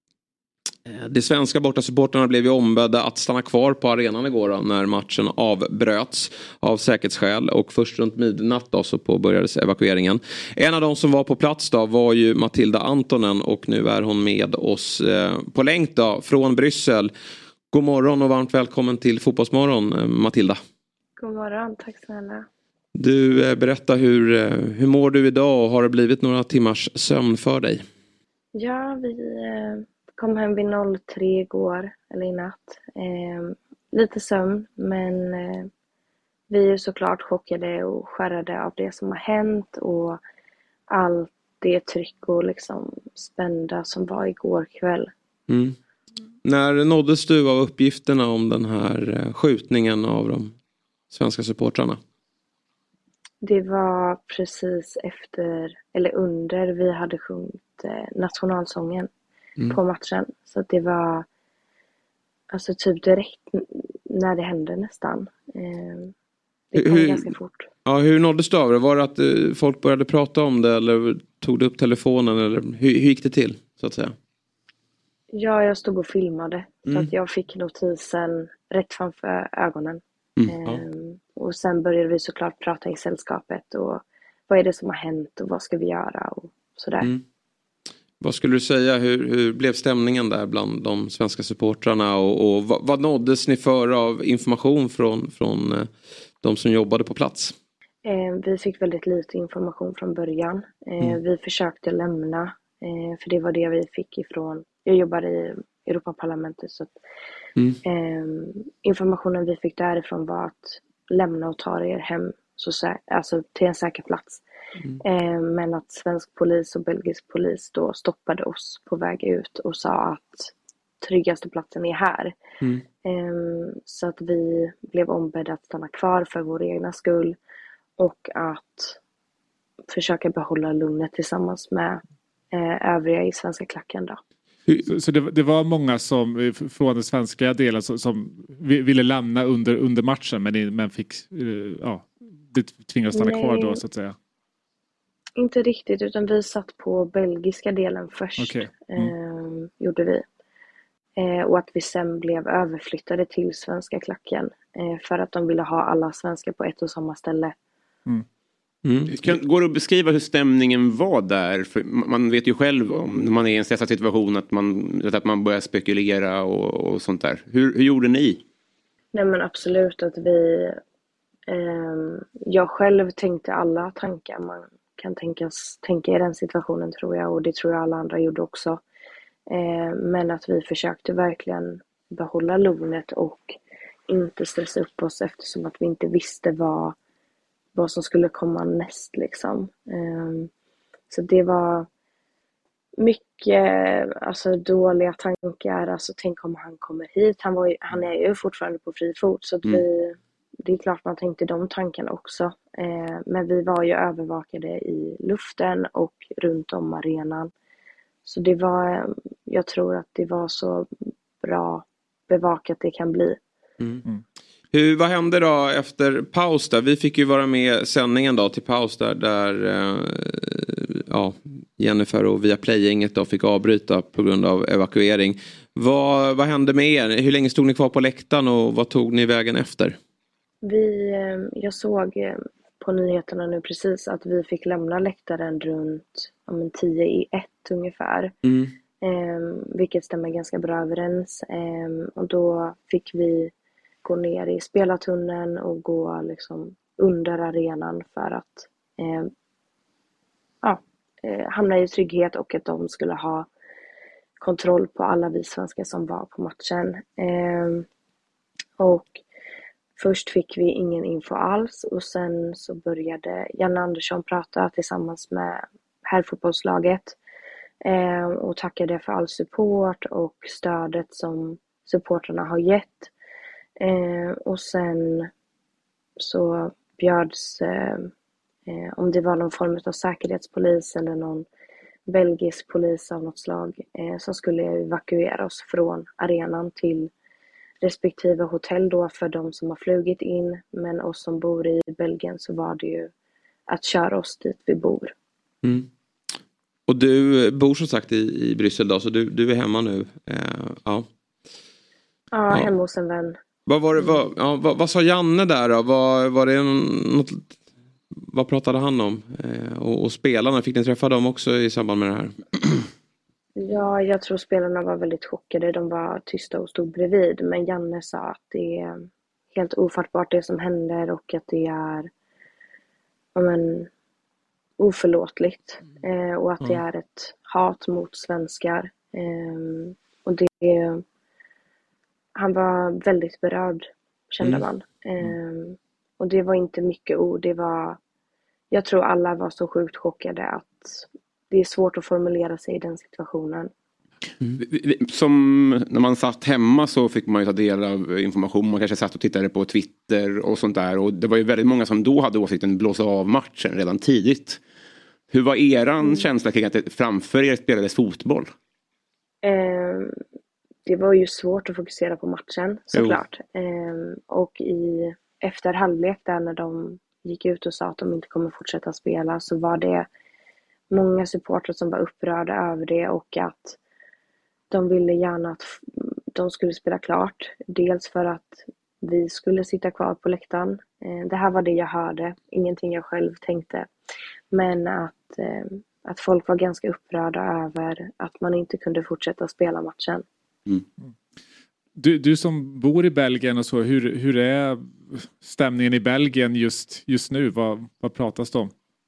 de svenska bortasupporterna blev ju ombedda att stanna kvar på arenan igår då, när matchen avbröts av säkerhetsskäl, och först runt midnatt då, så påbörjades evakueringen. En av de som var på plats då var ju Matilda Antonen, och nu är hon med oss eh, på länk då, från Bryssel. God morgon och varmt välkommen till Fotbollsmorgon, Matilda. God morgon, tack snälla. Du, eh, berätta hur, hur mår du idag och har det blivit några timmars sömn för dig? Ja, vi eh, kom hem vid noll tre igår, eller i natt. Eh, lite sömn, men eh, vi är såklart chockade och skärrade av det som har hänt och allt det tryck och liksom spända som var igår kväll. Mm. När nåddes du av uppgifterna om den här skjutningen av de svenska supportrarna? Det var precis efter, eller under, vi hade sjungit nationalsången mm. på matchen. Så det var alltså typ direkt när det hände nästan. Det kom hur, ganska fort. Ja, hur nåddes du av det? Var det att folk började prata om det eller tog du upp telefonen? Eller hur, hur gick det till så att säga? Ja, jag stod och filmade. Mm. Så att jag fick notisen rätt framför ögonen. Mm, ja. ehm, och sen började vi såklart prata i sällskapet och vad är det som har hänt och vad ska vi göra och sådär. Mm. Vad skulle du säga, hur, hur blev stämningen där bland de svenska supportrarna och, och vad, vad nåddes ni för av information från, från eh, de som jobbade på plats? Eh, vi fick väldigt lite information från början. Eh, mm. Vi försökte lämna, eh, för det var det vi fick ifrån, jag jobbade i Europaparlamentet så att Mm. Eh, informationen vi fick därifrån var att lämna och ta er hem så sä- alltså till en säker plats. Mm. Eh, men att svensk polis och belgisk polis då stoppade oss på väg ut och sa att tryggaste platsen är här. Mm. Eh, så att vi blev ombedda att stanna kvar för vår egna skull och att försöka behålla lugnet tillsammans med eh, övriga i svenska klacken då. Så, så det, det var många som från den svenska delen som, som ville lämna under, under matchen men, men fick ja, tvingades stanna Nej, kvar då så att säga? Inte riktigt, utan vi satt på belgiska delen först. Okay. Mm. Eh, gjorde vi. Eh, och att vi sen blev överflyttade till svenska klacken eh, för att de ville ha alla svenskar på ett och samma ställe. Mm. Mm. Kan, går det att beskriva hur stämningen var där? För man vet ju själv om när man är i en stressad situation att man, att man börjar spekulera och, och sånt där. Hur, hur gjorde ni? Nej men absolut att vi... Eh, jag själv tänkte alla tankar man kan tänkas, tänka i den situationen tror jag. Och det tror jag alla andra gjorde också. Eh, men att vi försökte verkligen behålla lugnet och inte stressa upp oss eftersom att vi inte visste vad, vad som skulle komma näst liksom. Um, så det var mycket alltså, dåliga tankar. Alltså tänk om han kommer hit. Han, var ju, han är ju fortfarande på fri fot så att mm. vi, det är klart man tänkte de tankarna också. Uh, men vi var ju övervakade i luften och runt om arenan. Så det var, jag tror att det var så bra bevakat det kan bli. Mm. Mm. Hur, vad hände då efter paus där? Vi fick ju vara med sändningen då till paus där, där eh, ja, Jennifer och Viaplay-gänget då fick avbryta på grund av evakuering. Vad, vad hände med er? Hur länge stod ni kvar på läktaren och vad tog ni vägen efter? Vi, jag såg på nyheterna nu precis att vi fick lämna läktaren runt om tio i ett ungefär. Mm. Eh, vilket stämmer ganska bra överens. Eh, och då fick vi gå ner i spelartunneln och gå liksom under arenan för att eh, ja, eh, hamna i trygghet och att de skulle ha kontroll på alla vi svenskar som var på matchen. Eh, och först fick vi ingen info alls och sen så började Janne Andersson prata tillsammans med herrfotbollslaget eh, och tackade för all support och stödet som supporterna har gett. Eh, och sen så bjöds eh, eh, om det var någon form av säkerhetspolis eller någon belgisk polis av något slag eh, som skulle evakuera oss från arenan till respektive hotell då för de som har flugit in, men oss som bor i Belgien så var det ju att köra oss dit vi bor. Mm. Och du bor som sagt i, i Bryssel då, så du, du är hemma nu? Eh, ja. Ja, hemma hos en vän. Vad, var det, vad, ja, vad, vad sa Janne där då? Vad, var det något, vad pratade han om? Eh, och, och spelarna, fick ni träffa dem också i samband med det här? Ja, jag tror spelarna var väldigt chockade. De var tysta och stod bredvid. Men Janne sa att det är helt ofattbart det som händer och att det är ja, men, oförlåtligt. Eh, och att mm. det är ett hat mot svenskar. Eh, och det han var väldigt berörd, kände mm. man. Eh, och det var inte mycket ord. Det var, jag tror alla var så sjukt chockade att det är svårt att formulera sig i den situationen. Mm. Som när man satt hemma så fick man ju ta del av information. Man kanske satt och tittade på Twitter och sånt där. Och det var ju väldigt många som då hade åsikten blåsa av matchen redan tidigt. Hur var eran mm. känsla kring att det framför er spelades fotboll? Eh, det var ju svårt att fokusera på matchen såklart. Eh, och i, efter halvlek där när de gick ut och sa att de inte kommer fortsätta spela så var det många supportrar som var upprörda över det och att de ville gärna att de skulle spela klart. Dels för att vi skulle sitta kvar på läktaren. Det här var det jag hörde, ingenting jag själv tänkte. Men att, att folk var ganska upprörda över att man inte kunde fortsätta spela matchen. Mm. Du, du som bor i Belgien och så, hur, hur är stämningen i Belgien just, just nu? Vad, vad pratas det om?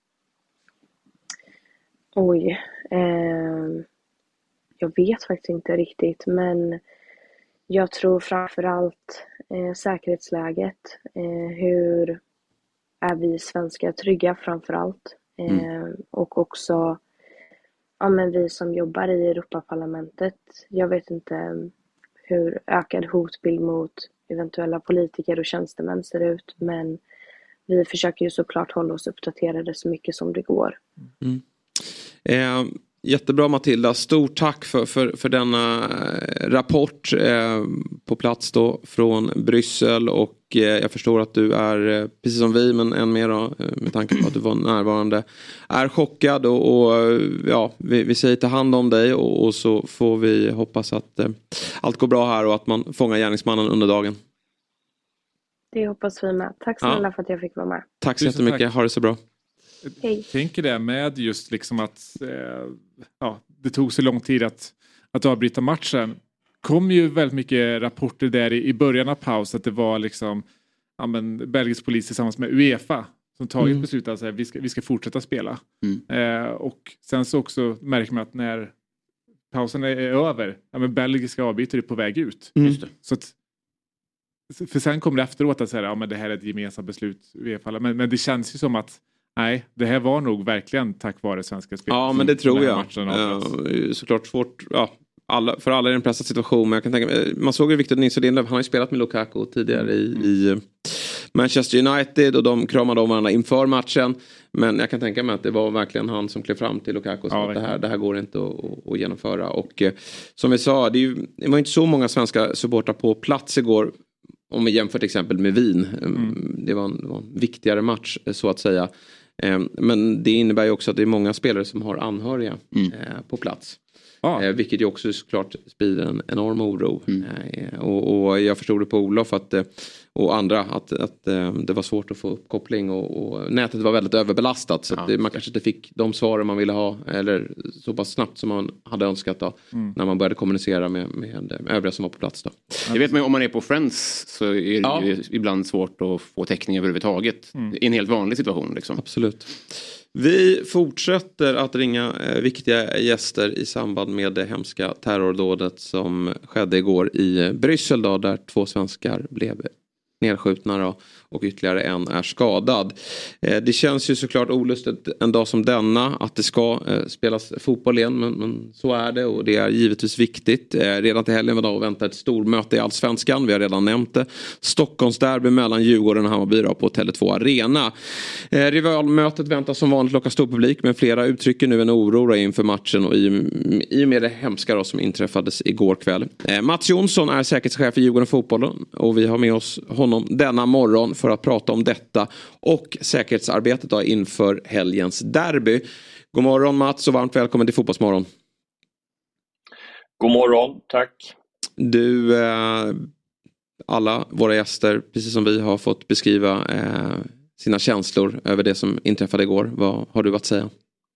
Oj, eh, jag vet faktiskt inte riktigt, men jag tror framförallt eh, säkerhetsläget. Eh, hur är vi svenskar trygga framförallt? Eh, mm. Och också ja, men vi som jobbar i Europaparlamentet. Jag vet inte hur ökad hotbild mot eventuella politiker och tjänstemän ser ut, men vi försöker ju såklart hålla oss uppdaterade så mycket som det går. Mm. Eh, jättebra Matilda, stort tack för, för, för denna rapport eh, på plats då från Bryssel och eh, jag förstår att du är eh, precis som vi men än mer då, med tanke på att du var närvarande är chockad och, och ja, vi, vi säger ta hand om dig och, och så får vi hoppas att eh, allt går bra här och att man fångar gärningsmannen under dagen. Det hoppas vi med. Tack snälla ja. för att jag fick vara med. Tack så jättemycket, ha det så bra. Hej. Jag tänker det med just liksom att eh, ja, det tog så lång tid att, att avbryta matchen. Kom ju väldigt mycket rapporter där i, i början av paus att det var liksom ja, men, belgisk polis tillsammans med UEFA som tagit mm. beslut att säga vi ska, vi ska fortsätta spela. Mm. Eh, och sen så också märker man att när pausen är över, ja, men belgiska avbytare är på väg ut. Mm. Just det. Så att, för sen kommer det efteråt att säga ja, men det här är ett gemensamt beslut. Men, men det känns ju som att nej, det här var nog verkligen tack vare svenska spel. Ja, men det tror jag. Uh, såklart svårt, ja, alla, för alla är det en pressad situation. Men jag kan tänka mig, man såg ju Victor Nilsson Lindelöf, han har ju spelat med Lukaku tidigare i, mm. i Manchester United och de kramade om varandra inför matchen. Men jag kan tänka mig att det var verkligen han som klev fram till Lukaku och sa ja, att det här, det här går inte att, att genomföra. Och eh, som vi sa, det, är ju, det var inte så många svenska supportrar på plats igår. Om vi jämför till exempel med Wien. Mm. Det, var en, det var en viktigare match så att säga. Eh, men det innebär ju också att det är många spelare som har anhöriga mm. eh, på plats. Ah. Eh, vilket ju också såklart sprider en enorm oro. Mm. Eh, och, och jag förstod det på Olof att, och andra att, att eh, det var svårt att få uppkoppling och, och nätet var väldigt överbelastat. Så ah. att det, man kanske inte fick de svaren man ville ha eller så pass snabbt som man hade önskat då, mm. när man började kommunicera med, med övriga som var på plats. Då. Jag vet, men om man är på Friends så är det ja. ju ibland svårt att få täckning överhuvudtaget. Mm. I en helt vanlig situation. Liksom. Absolut. Vi fortsätter att ringa eh, viktiga gäster i samband med det hemska terrordådet som skedde igår i Bryssel då, där två svenskar blev nedskjutna då, och ytterligare en är skadad. Eh, det känns ju såklart olustigt en dag som denna att det ska eh, spelas fotboll igen, men, men så är det och det är givetvis viktigt. Eh, redan till helgen var det väntar ett stormöte i Allsvenskan, vi har redan nämnt det. Stockholmsderby mellan Djurgården och Hammarby då, på Tele två Arena. Eh, rivalmötet väntas som vanligt locka stor publik, men flera uttrycker nu en oro inför matchen och i, i och med det hemska då, som inträffades igår kväll. Eh, Mats Jonsson är säkerhetschef i Djurgården Fotbollen och vi har med oss honom denna morgon för att prata om detta och säkerhetsarbetet då inför helgens derby. God morgon Mats och varmt välkommen till Fotbollsmorgon. God morgon, tack. Du, eh, alla våra gäster, precis som vi, har fått beskriva eh, sina känslor över det som inträffade igår. Vad har du att säga?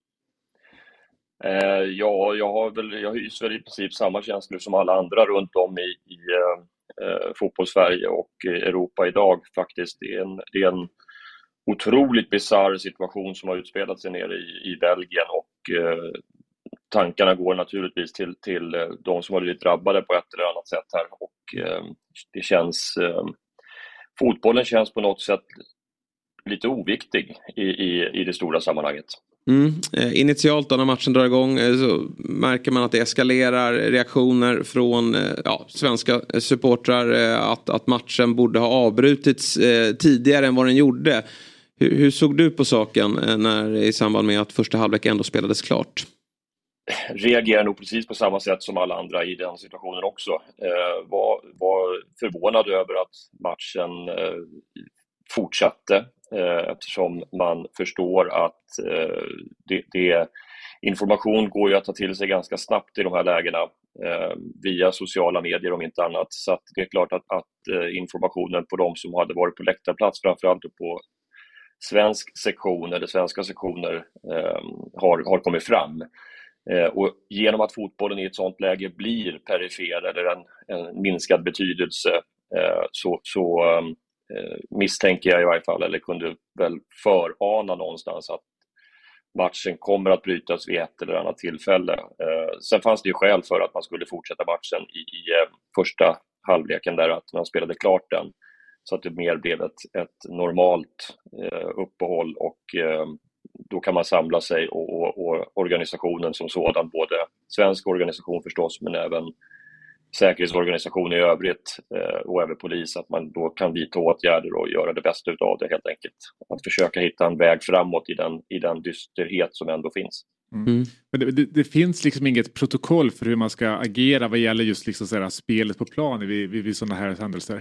Eh, ja, jag har väl, jag hyser väl i princip samma känslor som alla andra runt om i, i eh... Eh, fotbollssverige och Europa idag faktiskt. Det är en, det är en otroligt bizarr situation som har utspelat sig nere i, i Belgien och eh, tankarna går naturligtvis till, till de som har blivit drabbade på ett eller annat sätt här och eh, det känns eh, fotbollen känns på något sätt lite oviktig i, i, i det stora sammanhanget. Mm. Eh, initialt då när matchen drar igång eh, så märker man att det eskalerar reaktioner från eh, ja, svenska supportrar eh, att, att matchen borde ha avbrutits eh, tidigare än vad den gjorde. Hur, hur såg du på saken eh, när, i samband med att första halvlek ändå spelades klart? Reagerar nog precis på samma sätt som alla andra i den situationen också. Eh, var, var förvånad över att matchen eh, fortsatte. Eftersom man förstår att eh, det, det, information går ju att ta till sig ganska snabbt i de här lägena eh, via sociala medier om inte annat. Så att det är klart att, att eh, informationen på de som hade varit på läktarplats, framförallt på svensk sektion eller svenska sektioner eh, har, har kommit fram. Eh, och genom att fotbollen i ett sådant läge blir perifer eller en, en minskad betydelse eh, så, så eh, misstänker jag i varje fall, eller kunde väl förana någonstans att matchen kommer att brytas vid ett eller annat tillfälle. Eh, sen fanns det ju skäl för att man skulle fortsätta matchen i, i eh, första halvleken där, att man spelade klart den så att det mer blev ett, ett normalt eh, uppehåll och eh, då kan man samla sig och, och, och organisationen som sådan, både svensk organisation förstås men även säkerhetsorganisation i övrigt eh, och även polis, att man då kan vidta åtgärder och göra det bästa utav det helt enkelt. Att försöka hitta en väg framåt i den, i den dysterhet som ändå finns. Mm. Men det, det, det finns liksom inget protokoll för hur man ska agera vad gäller just liksom sådär spelet på plan vid, vid, vid sådana här händelser?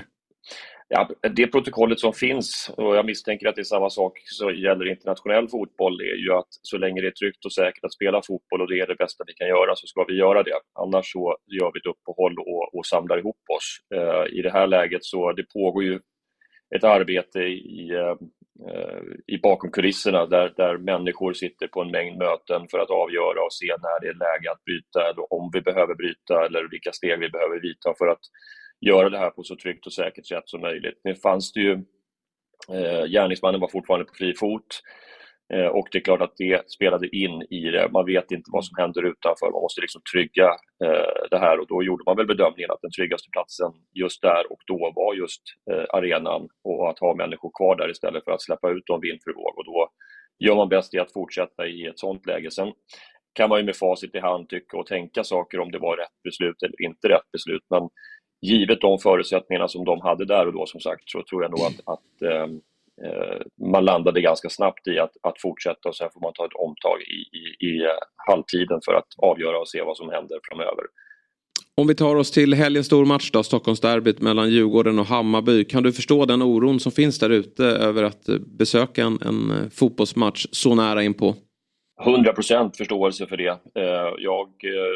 Ja, det protokollet som finns, och jag misstänker att det är samma sak så gäller internationell fotboll, det är ju att så länge det är tryggt och säkert att spela fotboll och det är det bästa vi kan göra, så ska vi göra det. Annars så gör vi ett uppehåll och, och samlar ihop oss. Uh, I det här läget så det pågår ju ett arbete i, uh, i bakom kulisserna där, där människor sitter på en mängd möten för att avgöra och se när det är läge att bryta eller om vi behöver bryta eller vilka steg vi behöver vidta för att göra det här på så tryggt och säkert sätt som möjligt. Nu fanns det ju, eh, gärningsmannen var fortfarande på fri fot eh, och det är klart att det spelade in i det. Man vet inte vad som händer utanför, man måste liksom trygga eh, det här och då gjorde man väl bedömningen att den tryggaste platsen just där och då var just eh, arenan och att ha människor kvar där istället för att släppa ut dem vind för våg och då gör man bäst i att fortsätta i ett sånt läge. Sen kan man ju med facit i hand tycka och tänka saker om det var rätt beslut eller inte rätt beslut, men givet de förutsättningarna som de hade där och då som sagt så tror jag nog att, att eh, man landade ganska snabbt i att, att fortsätta och sen får man ta ett omtag i, i, i halvtiden för att avgöra och se vad som händer framöver. Om vi tar oss till helgens stormatch då, Stockholmsderbyt mellan Djurgården och Hammarby. Kan du förstå den oron som finns där ute över att besöka en, en fotbollsmatch så nära in på? hundra procent förståelse för det. Jag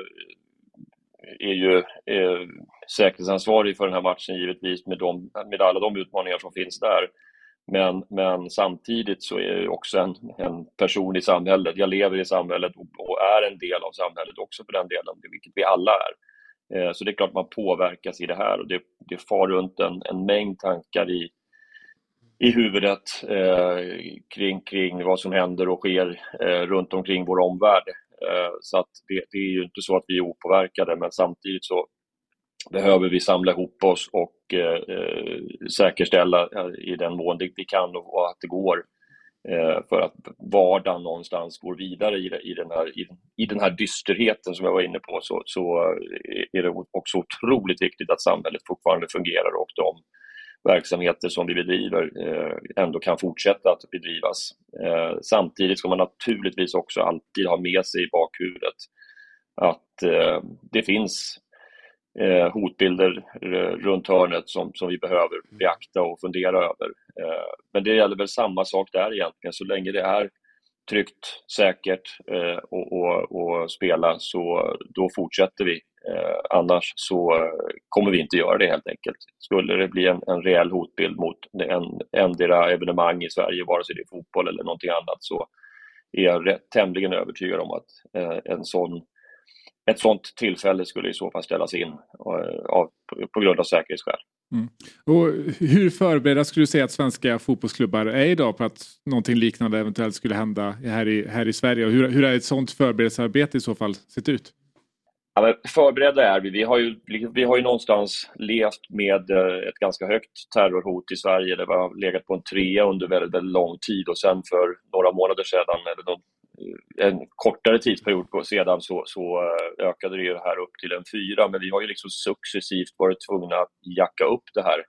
är ju säkerhetsansvarig för den här matchen givetvis med, de, med alla de utmaningar som finns där. Men, men samtidigt så är jag också en, en person i samhället. Jag lever i samhället och, och är en del av samhället också för den delen, vilket vi alla är. Eh, så det är klart man påverkas i det här och det, det far runt en, en mängd tankar i, i huvudet eh, kring, kring vad som händer och sker eh, runt omkring vår omvärld. Eh, så att det, det är ju inte så att vi är opåverkade, men samtidigt så behöver vi samla ihop oss och eh, säkerställa i den mån det vi kan och, och att det går eh, för att vardagen någonstans går vidare i, i, den här, i, i den här dysterheten som jag var inne på så, så är det också otroligt viktigt att samhället fortfarande fungerar och de verksamheter som vi bedriver eh, ändå kan fortsätta att bedrivas. Eh, samtidigt ska man naturligtvis också alltid ha med sig i bakhuvudet att eh, det finns Eh, hotbilder eh, runt hörnet som, som vi behöver beakta och fundera över. Eh, men det gäller väl samma sak där egentligen. Så länge det är tryggt, säkert eh, och, och, och spela så då fortsätter vi. Eh, annars så eh, kommer vi inte göra det helt enkelt. Skulle det bli en, en reell hotbild mot en ändra evenemang i Sverige, vare sig det är fotboll eller någonting annat, så är jag rätt, tämligen övertygad om att eh, en sån Ett sånt tillfälle skulle i så fall ställas in av, på grund av säkerhetsskäl. Mm. Och hur förberedda skulle du säga att svenska fotbollsklubbar är idag på att någonting liknande eventuellt skulle hända här i, här i Sverige? Och hur, hur är ett sånt förberedelsearbete i så fall sett ut? Ja, men förberedda är vi. Vi har, ju, vi har ju någonstans levt med ett ganska högt terrorhot i Sverige. Det var legat på en trea under väldigt, väldigt lång tid och sen för några månader sedan eller någon en kortare tidsperiod på sedan så, så ökade det ju här upp till en fyra, men vi har ju liksom successivt varit tvungna att jacka upp det här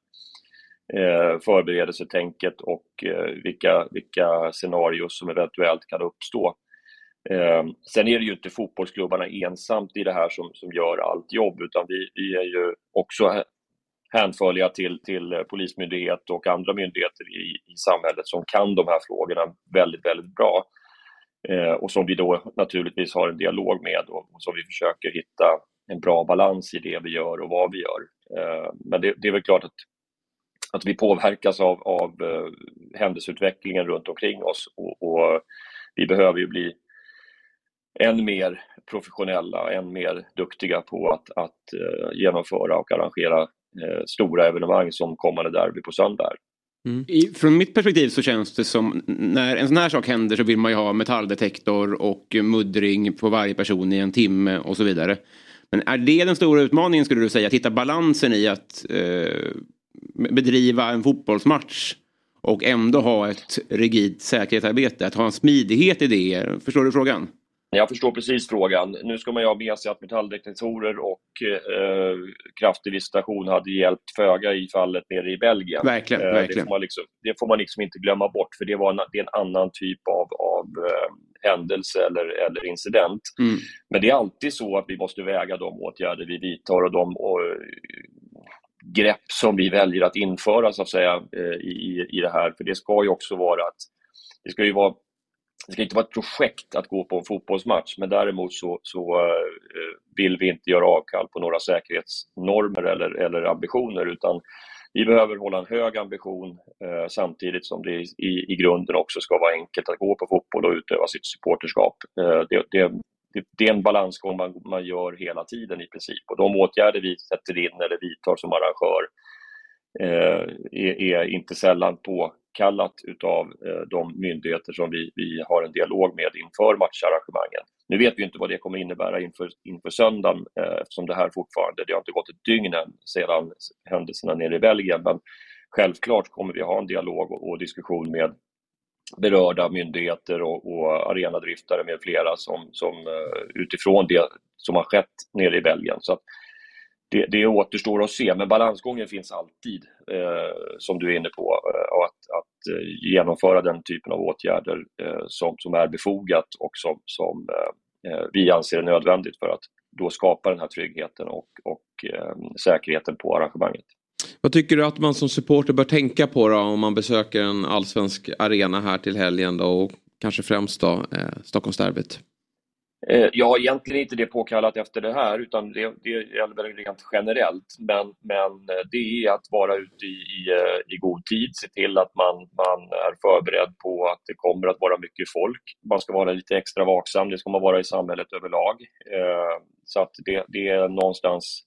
eh, förberedelsetänket och eh, vilka, vilka scenarier som eventuellt kan uppstå. Eh, sen är det ju inte fotbollsklubbarna ensamt i det här som, som gör allt jobb, utan vi, vi är ju också hänförliga till, till polismyndighet och andra myndigheter i, i samhället som kan de här frågorna väldigt, väldigt bra. Eh, och som vi då naturligtvis har en dialog med och, och som vi försöker hitta en bra balans i det vi gör och vad vi gör. Eh, men det, det är väl klart att, att vi påverkas av, av eh, händelseutvecklingen runt omkring oss och, och vi behöver ju bli än mer professionella, än mer duktiga på att, att eh, genomföra och arrangera eh, stora evenemang som kommande derby på söndag. Mm. I, från mitt perspektiv så känns det som när en sån här sak händer så vill man ju ha metalldetektor och muddring på varje person i en timme och så vidare. Men är det den stora utmaningen skulle du säga, att hitta balansen i att eh, bedriva en fotbollsmatch och ändå ha ett rigidt säkerhetsarbete, att ha en smidighet i det? Förstår du frågan? Jag förstår precis frågan. Nu ska man ju ha med sig att metalldetektorer och eh, kraftig visitation hade hjälpt föga i fallet nere i Belgien. Verkligen, eh, verkligen. Det, får man liksom, det får man liksom inte glömma bort, för det, var en, det är en annan typ av, av eh, händelse eller, eller incident. Mm. Men det är alltid så att vi måste väga de åtgärder vi vidtar och de och, grepp som vi väljer att införa så att säga, eh, i, i det här. För det ska ju också vara att det ska ju vara Det ska inte vara ett projekt att gå på en fotbollsmatch, men däremot så, så uh, vill vi inte göra avkall på några säkerhetsnormer eller, eller ambitioner, utan vi behöver hålla en hög ambition eh, samtidigt som det i, i grunden också ska vara enkelt att gå på fotboll och utöva sitt supporterskap. Eh, det, det, det, det är en balansgång man, man gör hela tiden i princip. Och de åtgärder vi sätter in eller vidtar som arrangör eh, är, är inte sällan påkallat utav eh, de myndigheter som vi, vi har en dialog med inför matcharrangemangen. Nu vet vi inte vad det kommer innebära inför, inför söndagen eh, eftersom det här fortfarande, det har inte gått ett dygn än sedan händelserna nere i Belgien, men självklart kommer vi ha en dialog och, och diskussion med berörda myndigheter och, och arenadriftare med flera som, som uh, utifrån det som har skett nere i Belgien. Så att det, det återstår att se, men balansgången finns alltid uh, som du är inne på, uh, att, att uh, genomföra den typen av åtgärder uh, som, som är befogat och som, som uh, vi anser är nödvändigt för att då skapa den här tryggheten och, och uh, säkerheten på arrangemanget. Vad tycker du att man som supporter bör tänka på då om man besöker en allsvensk arena här till helgen då, och kanske främst då eh, Stockholmsderbyt? Eh, ja, egentligen inte det påkallat efter det här utan det, det gäller väl rent generellt. Men, men det är att vara ute i, i, i god tid, se till att man, man är förberedd på att det kommer att vara mycket folk. Man ska vara lite extra vaksam, det ska man vara i samhället överlag. Eh, så att det, det är någonstans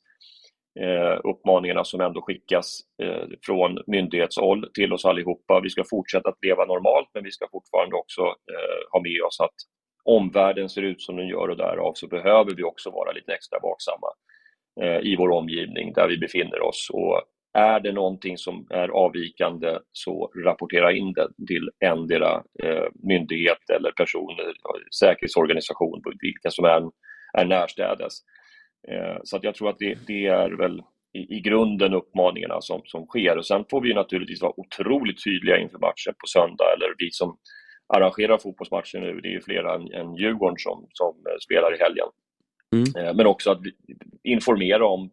Eh, uppmaningarna som ändå skickas eh, från myndighetshåll till oss allihopa. Vi ska fortsätta att leva normalt, men vi ska fortfarande också eh, ha med oss att omvärlden ser ut som den gör och därav så behöver vi också vara lite extra vaksamma eh, i vår omgivning där vi befinner oss. Och är det någonting som är avvikande så rapportera in det till endera eh, myndighet eller personer, säkerhetsorganisation, vilka som är, är närstädes. Så att jag tror att det, det är väl i, i grunden uppmaningarna som, som sker. Och sen får vi naturligtvis vara otroligt tydliga inför matchen på söndag. Eller vi som arrangerar fotbollsmatchen nu, det är ju flera än, än Djurgården som, som spelar i helgen. Mm. Men också att informera om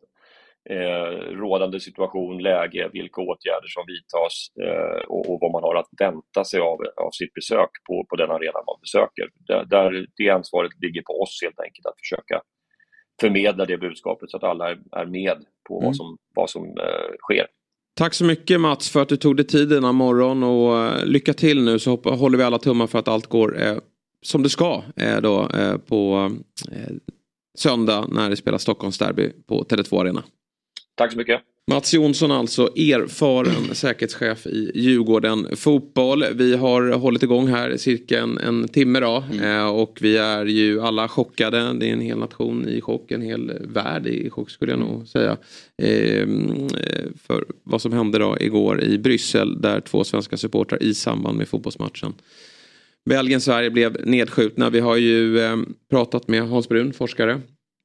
eh, rådande situation, läge, vilka åtgärder som vidtas eh, och, och vad man har att vänta sig av, av sitt besök på, på den arena man besöker. Där, där det ansvaret ligger på oss helt enkelt att försöka förmedla det budskapet så att alla är med på mm. vad som, vad som uh, sker. Tack så mycket Mats för att du tog dig tid denna morgon och uh, lycka till nu så hoppa, håller vi alla tummar för att allt går uh, som det ska uh, då, uh, på uh, söndag när det spelar Stockholmsderby på Tele två Arena. Tack så mycket. Mats Jonsson alltså, erfaren säkerhetschef i Djurgården Fotboll. Vi har hållit igång här cirka en, en timme då mm. eh, och vi är ju alla chockade. Det är en hel nation i chock, en hel värld i chock skulle jag nog säga. Eh, för vad som hände då igår i Bryssel där två svenska supportrar i samband med fotbollsmatchen Belgien-Sverige blev nedskjutna. Vi har ju eh, pratat med Hans Brun, forskare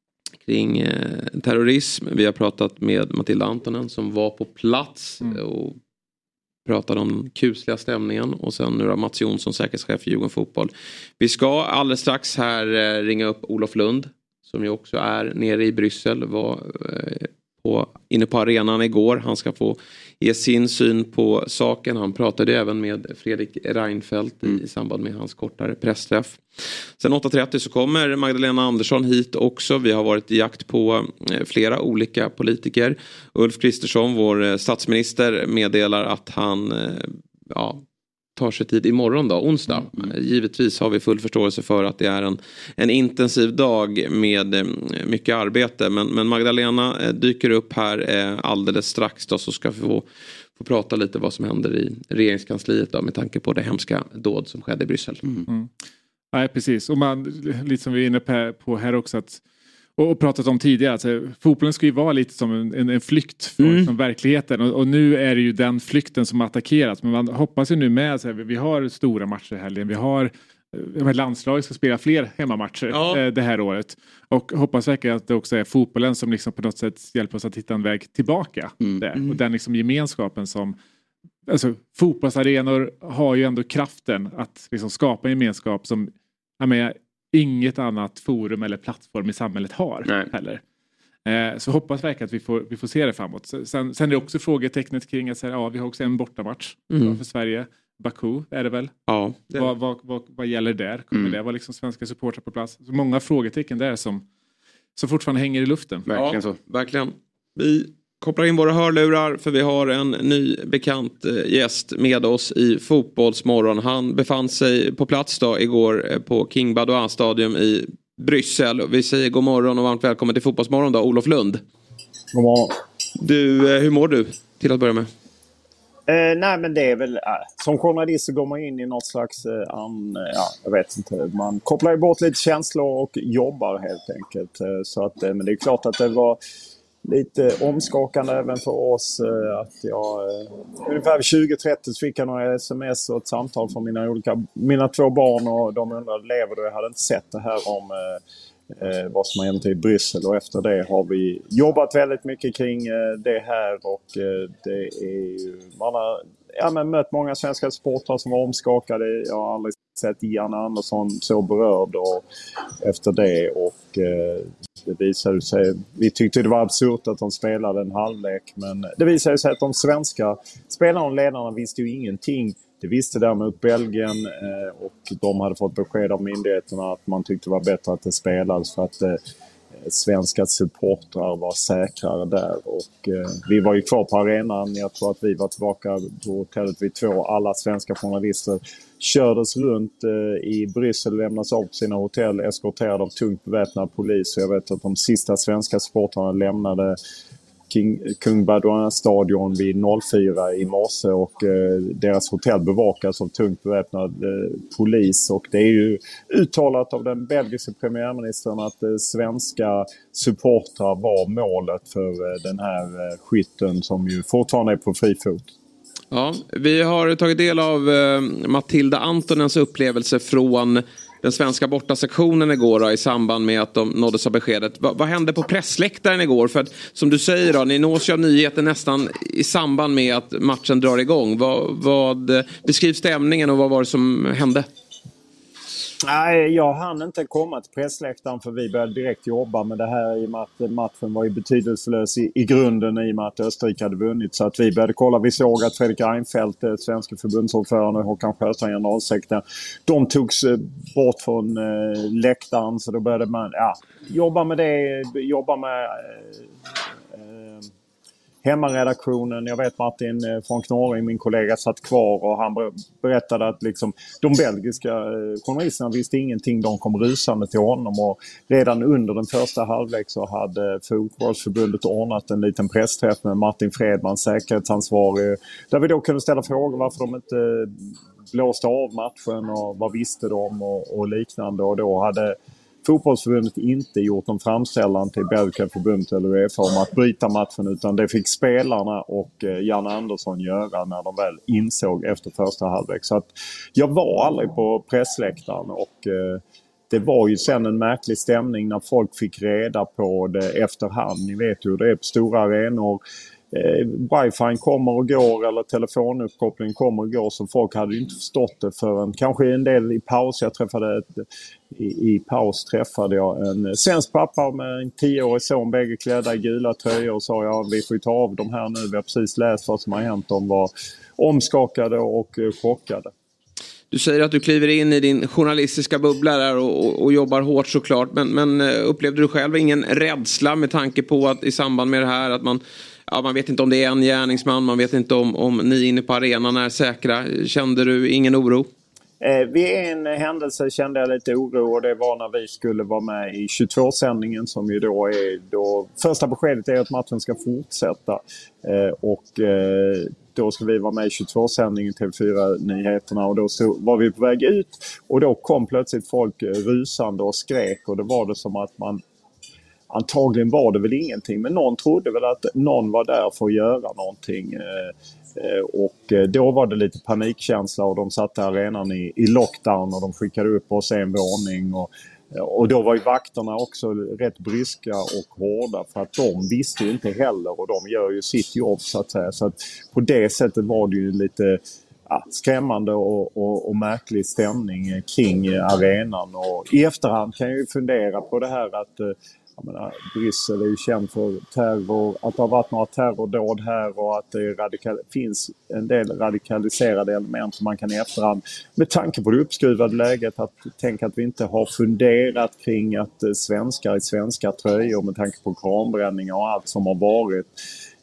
kring eh, terrorism. Vi har pratat med Matilda Antonen som var på plats mm. och pratade om den kusliga stämningen. Och sen nu har Mats Jonsson, säkerhetschef i Djurgården Fotboll. Vi ska alldeles strax här eh, ringa upp Olof Lund som ju också är nere i Bryssel. Var eh, på, inne på arenan igår. Han ska få ge sin syn på saken. Han pratade även med Fredrik Reinfeldt mm. i samband med hans kortare pressträff. Sen åtta trettio så kommer Magdalena Andersson hit också. Vi har varit i jakt på flera olika politiker. Ulf Kristersson, vår statsminister, meddelar att han ja, tar sig tid imorgon då, onsdag. Mm. Givetvis har vi full förståelse för att det är en, en intensiv dag med mycket arbete. Men, men Magdalena dyker upp här alldeles strax då, så ska vi få, få prata lite vad som händer i regeringskansliet då, med tanke på det hemska dåd som skedde i Bryssel. Mm. Mm. Nej, precis. Och man, lite som vi är inne på här också, att, och, och pratat om tidigare, alltså, fotbollen ska ju vara lite som en, en, en flykt från mm. liksom, verkligheten. Och, och nu är det ju den flykten som attackeras. Men man hoppas ju nu med, så här, vi har stora matcher i helgen. Vi har, landslaget ska spela fler hemmamatcher ja. eh, det här året. Och hoppas verkligen att det också är fotbollen som liksom på något sätt hjälper oss att hitta en väg tillbaka mm. där. Mm. Och den liksom gemenskapen som... Alltså, fotbollsarenor har ju ändå kraften att liksom skapa en gemenskap som jag menar, inget annat forum eller plattform i samhället har Nej. heller. Eh, så hoppas verkligen att vi får, vi får se det framåt. Sen, sen är det också frågetecknet kring att säga, ja, vi har också en bortamatch mm. för Sverige. Baku är det väl? Ja. Det. Vad, vad, vad, vad gäller där? Kommer mm. det vara liksom svenska supportrar på plats? Så många frågetecken där som, som fortfarande hänger i luften. Verkligen ja, så. Verkligen. Vi kopplar in våra hörlurar för vi har en ny bekant gäst med oss i Fotbollsmorgon. Han befann sig på plats då igår på King Baudouin Stadium i Bryssel. Vi säger god morgon och varmt välkommen till Fotbollsmorgon då, Olof Lund. God morgon. Du, hur mår du till att börja med? Eh, nej men det är väl, äh, som journalist så går man in i något slags, äh, an, ja jag vet inte, man kopplar ju bort lite känslor och jobbar helt enkelt. Eh, så att, eh, men det är klart att det var lite omskakande även för oss eh, att jag, eh, ungefär tjugo trettio så fick jag några sms och ett samtal från mina olika, mina två barn och de undrade lever du, jag hade inte sett det här om eh, Eh, vad som har hänt i Bryssel och efter det har vi jobbat väldigt mycket kring eh, det här och eh, det är ju, man har ja, men mött många svenska supportrar som var omskakade. Jag har aldrig sett Jan Andersson så berörd och efter det och eh, det visade sig, vi tyckte det var absurt att de spelade en halvlek men det visade sig att de svenska spelarna och ledarna visste ju ingenting. Det visste däremot Belgien eh, och de hade fått besked av myndigheterna att man tyckte det var bättre att det spelades för att eh, svenska supportrar var säkrare där. Och eh, vi var ju kvar på arenan, jag tror att vi var tillbaka på hotellet vid två. Alla svenska journalister kördes runt eh, i Bryssel, lämnas av på sina hotell, eskorterade av tungt beväpnad polis. Så jag vet att de sista svenska supportrarna lämnade King, King Baudouin stadion vid noll fyra i morse och eh, deras hotell bevakas av tungt beväpnad eh, polis och det är ju uttalat av den belgiska premiärministern att eh, svenska supportrar var målet för eh, den här eh, skytten som ju fortfarande är på fri fot. Ja, vi har tagit del av eh, Matilda Antonens upplevelse från den svenska bortasektionen igår då, i samband med att de nåddes av beskedet. Va, vad hände på pressläktaren igår? För att som du säger då, ni nås ju av nyheten nästan i samband med att matchen drar igång. Vad, vad beskriv stämningen och vad var det som hände? Nej, jag hann inte komma till pressläktaren för vi började direkt jobba med det här i och med att matchen var ju betydelselös i, i grunden i och med att Österrike hade vunnit. Så att vi började kolla, vi såg att Fredrik Reinfeldt, svenska förbundsordförande och Håkan Sjöstrand, generalsekreterare, de togs bort från eh, läktaren så då började man ja, jobba med det, jobba med eh, eh, hemmaredaktionen. Jag vet Martin från Knorring, min kollega, satt kvar och han berättade att liksom, de belgiska journalisterna visste ingenting. De kom rusande till honom och redan under den första halvlek så hade fotbollsförbundet ordnat en liten pressträff med Martin Fredman, säkerhetsansvarig, där vi då kunde ställa frågor varför de inte blåste av matchen och vad visste de och, och liknande och då hade fotbollsförbundet inte gjort någon framställan till Belgiska förbundet eller UEFA om att bryta matchen utan det fick spelarna och Jan Andersson göra när de väl insåg efter första halvlek. Så att jag var aldrig på pressläktaren och eh, det var ju sen en märklig stämning när folk fick reda på det efterhand. Ni vet ju det är på stora arenor. Eh, wifi kommer och går eller telefonuppkoppling kommer och går så folk hade ju inte förstått det förrän kanske en del i paus. Jag träffade ett, i, i paus träffade jag en svensk pappa med en tioårig son, bägge klädda i gula tröjor och sa ja vi får ju ta av de här nu, vi har precis läst vad som har hänt. De var omskakade och chockade. Du säger att du kliver in i din journalistiska bubbla där och, och, och jobbar hårt såklart men, men upplevde du själv ingen rädsla med tanke på att i samband med det här att man Ja, man vet inte om det är en gärningsman, man vet inte om, om ni inne på arenan är säkra. Kände du ingen oro? Eh, vid en händelse kände jag lite oro och det var när vi skulle vara med i tjugotvå-sändningen som ju då är då första beskedet är att matchen ska fortsätta eh, och eh, då ska vi vara med i tjugotvå-sändningen T V fyra-nyheterna och då så var vi på väg ut och då kom plötsligt folk rusande och skrek och det var det som att man antagligen var det väl ingenting men någon trodde väl att någon var där för att göra någonting och då var det lite panikkänsla och de satte arenan i, i lockdown och de skickade upp oss en våning och, och då var ju vakterna också rätt bryska och hårda för att de visste ju inte heller och de gör ju sitt jobb så att säga så att på det sättet var det ju lite ja, skrämmande och, och, och märklig stämning kring arenan och i efterhand kan jag ju fundera på det här att jag menar, Bryssel är ju känd för terror, att det har varit några terrordåd här och att det radikal- finns en del radikaliserade element som man kan i efterhand med tanke på det uppskruvade läget att tänka att vi inte har funderat kring att svenskar i svenska tröjor med tanke på kranbränningar och allt som har varit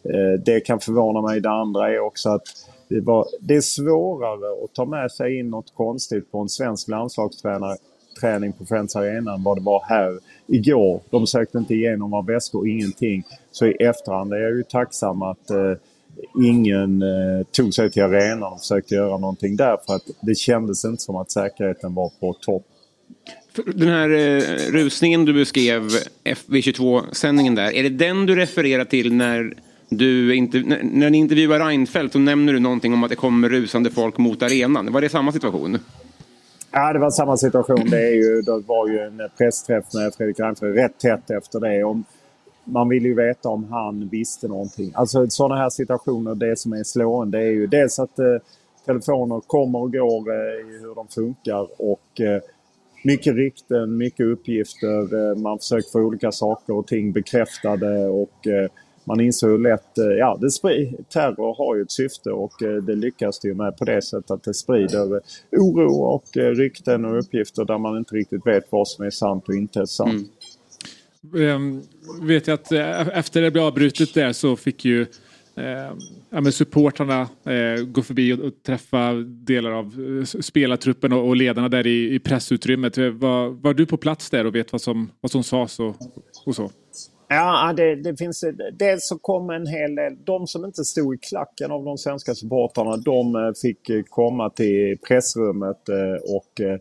eh, det kan förvåna mig. Det andra är också att det, var, det är svårare att ta med sig in något konstigt på en svensk landslagstränare träning på Friends Arena än vad det var här igår. De sökte inte igenom av väskor, ingenting. Så i efterhand är jag ju tacksam att eh, ingen eh, tog sig till arenan och försökte göra någonting där, för att det kändes inte som att säkerheten var på topp. Den här eh, rusningen du beskrev, F V tjugotvå-sändningen där, är det den du refererar till när du inte, när, när ni intervjuar Reinfeldt, så nämner du någonting om att det kommer rusande folk mot arenan? Var det samma situation? Ja, det var samma situation. Det, är ju, det var ju en pressträff med Fredrik Reinfeldt rätt tätt efter det. Om, man vill ju veta om han visste någonting. Alltså sådana här situationer, det som är slående är ju dels att eh, telefoner kommer och går eh, i hur de funkar, och eh, mycket rykten, mycket uppgifter. Eh, man försöker få olika saker och ting bekräftade, och eh, man inser hur lätt, eh, ja, det sprider, terror har ju ett syfte, och eh, det lyckas det ju med på det sättet att det sprider oro och eh, rykten och uppgifter där man inte riktigt vet vad som är sant och inte är sant. Mm. Um, vet jag att uh, efter det blev avbrutet där så fick ju uh, ja, men supportarna uh, gå förbi och, och träffa delar av uh, spelartruppen och, och ledarna där i, i pressutrymmet. Var, var du på plats där och vet vad som, vad som sades och, och så? Ja, det, det finns... Dels så kom en hel del... De som inte stod i klacken av de svenska supportarna, de fick komma till pressrummet och eh,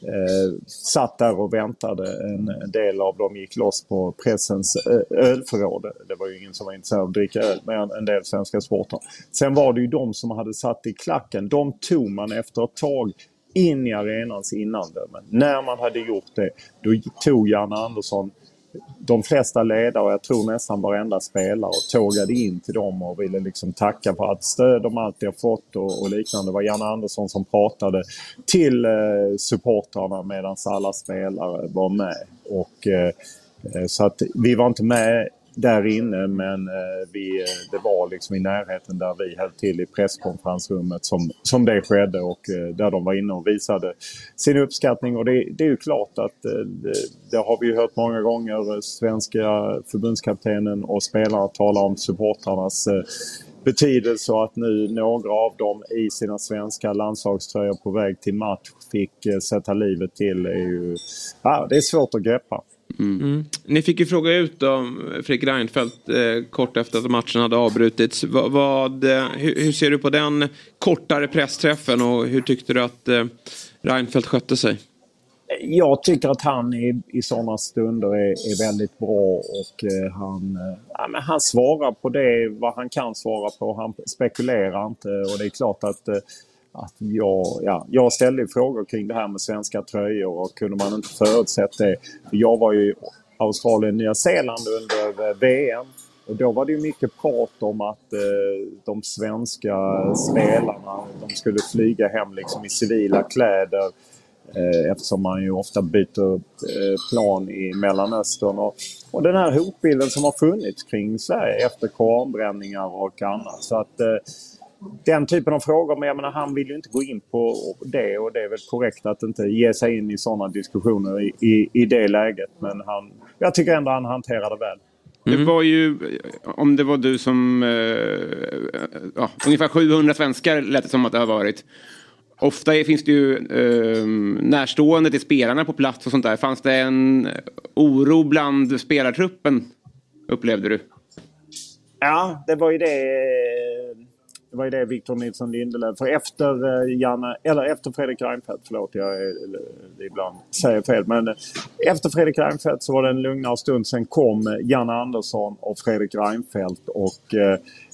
satt där och väntade. En del av dem gick loss på pressens ölförråd. Det var ju ingen som var intresserad av att dricka öl, men en del svenska supportrar. Sen var det ju de som hade satt i klacken. De tog man efter ett tag in i arenans innandömen. När man hade gjort det, då tog Janne Andersson de flesta ledare, och jag tror nästan varenda spelare, och tågade in till dem och ville liksom tacka för att stöd de alltid har fått och, och liknande. Det var Janne Andersson som pratade till eh, supportrarna medan alla spelare var med. Och, eh, så att vi var inte med där inne, men eh, vi, det var liksom i närheten där vi höll till i presskonferensrummet som, som det skedde, och eh, där de var inne och visade sin uppskattning. Och det, det är ju klart att eh, det, det har vi ju hört många gånger, svenska förbundskaptenen och spelarna tala om supportrarnas eh, betydelse, och att nu några av dem i sina svenska landslagströjor på väg till match fick eh, sätta livet till, är ju, ja, det är svårt att greppa. Mm. Mm. Ni fick ju fråga ut om Fredrik Reinfeldt eh, kort efter att matchen hade avbrutits. Va, vad, hur, hur ser du på den kortare pressträffen, och hur tyckte du att eh, Reinfeldt skötte sig? Jag tycker att han i, i sådana stunder är, är väldigt bra, och eh, han, eh, ja, men han svarar på det vad han kan svara på. Han spekulerar inte, och det är klart att eh, Att jag, ja, jag ställde frågor kring det här med svenska tröjor, och kunde man inte förutsett det. Jag var ju i Australien och Nya Zeeland under V M, och då var det ju mycket prat om att eh, de svenska spelarna, de skulle flyga hem liksom i civila kläder, eh, eftersom man ju ofta byter eh, plan i Mellanöstern. Och, och den här hotbilden som har funnits kring Sverige efter koranbränningar och annat. Så att eh, den typen av frågor, men jag menar, han vill ju inte gå in på det, och det är väl korrekt att inte ge sig in i sådana diskussioner i, i, i det läget, men han, jag tycker ändå han hanterade väl. Mm. Det var ju, om det var du som eh, ja, ungefär sjuhundra svenskar lät det som att det har varit. Ofta finns det ju eh, närstående till spelarna på plats och sånt där. Fanns det en oro bland spelartruppen, upplevde du? Ja, det var ju det Det var ju det Victor Nilsson Lindelöf. För efter eh, Janne, eller efter Fredrik Reinfeldt, förlåt jag eller, ibland säger fel, men efter Fredrik Reinfeldt så var det en lugnare stund. Sen kom Janne Andersson och Fredrik Reinfeldt och eh,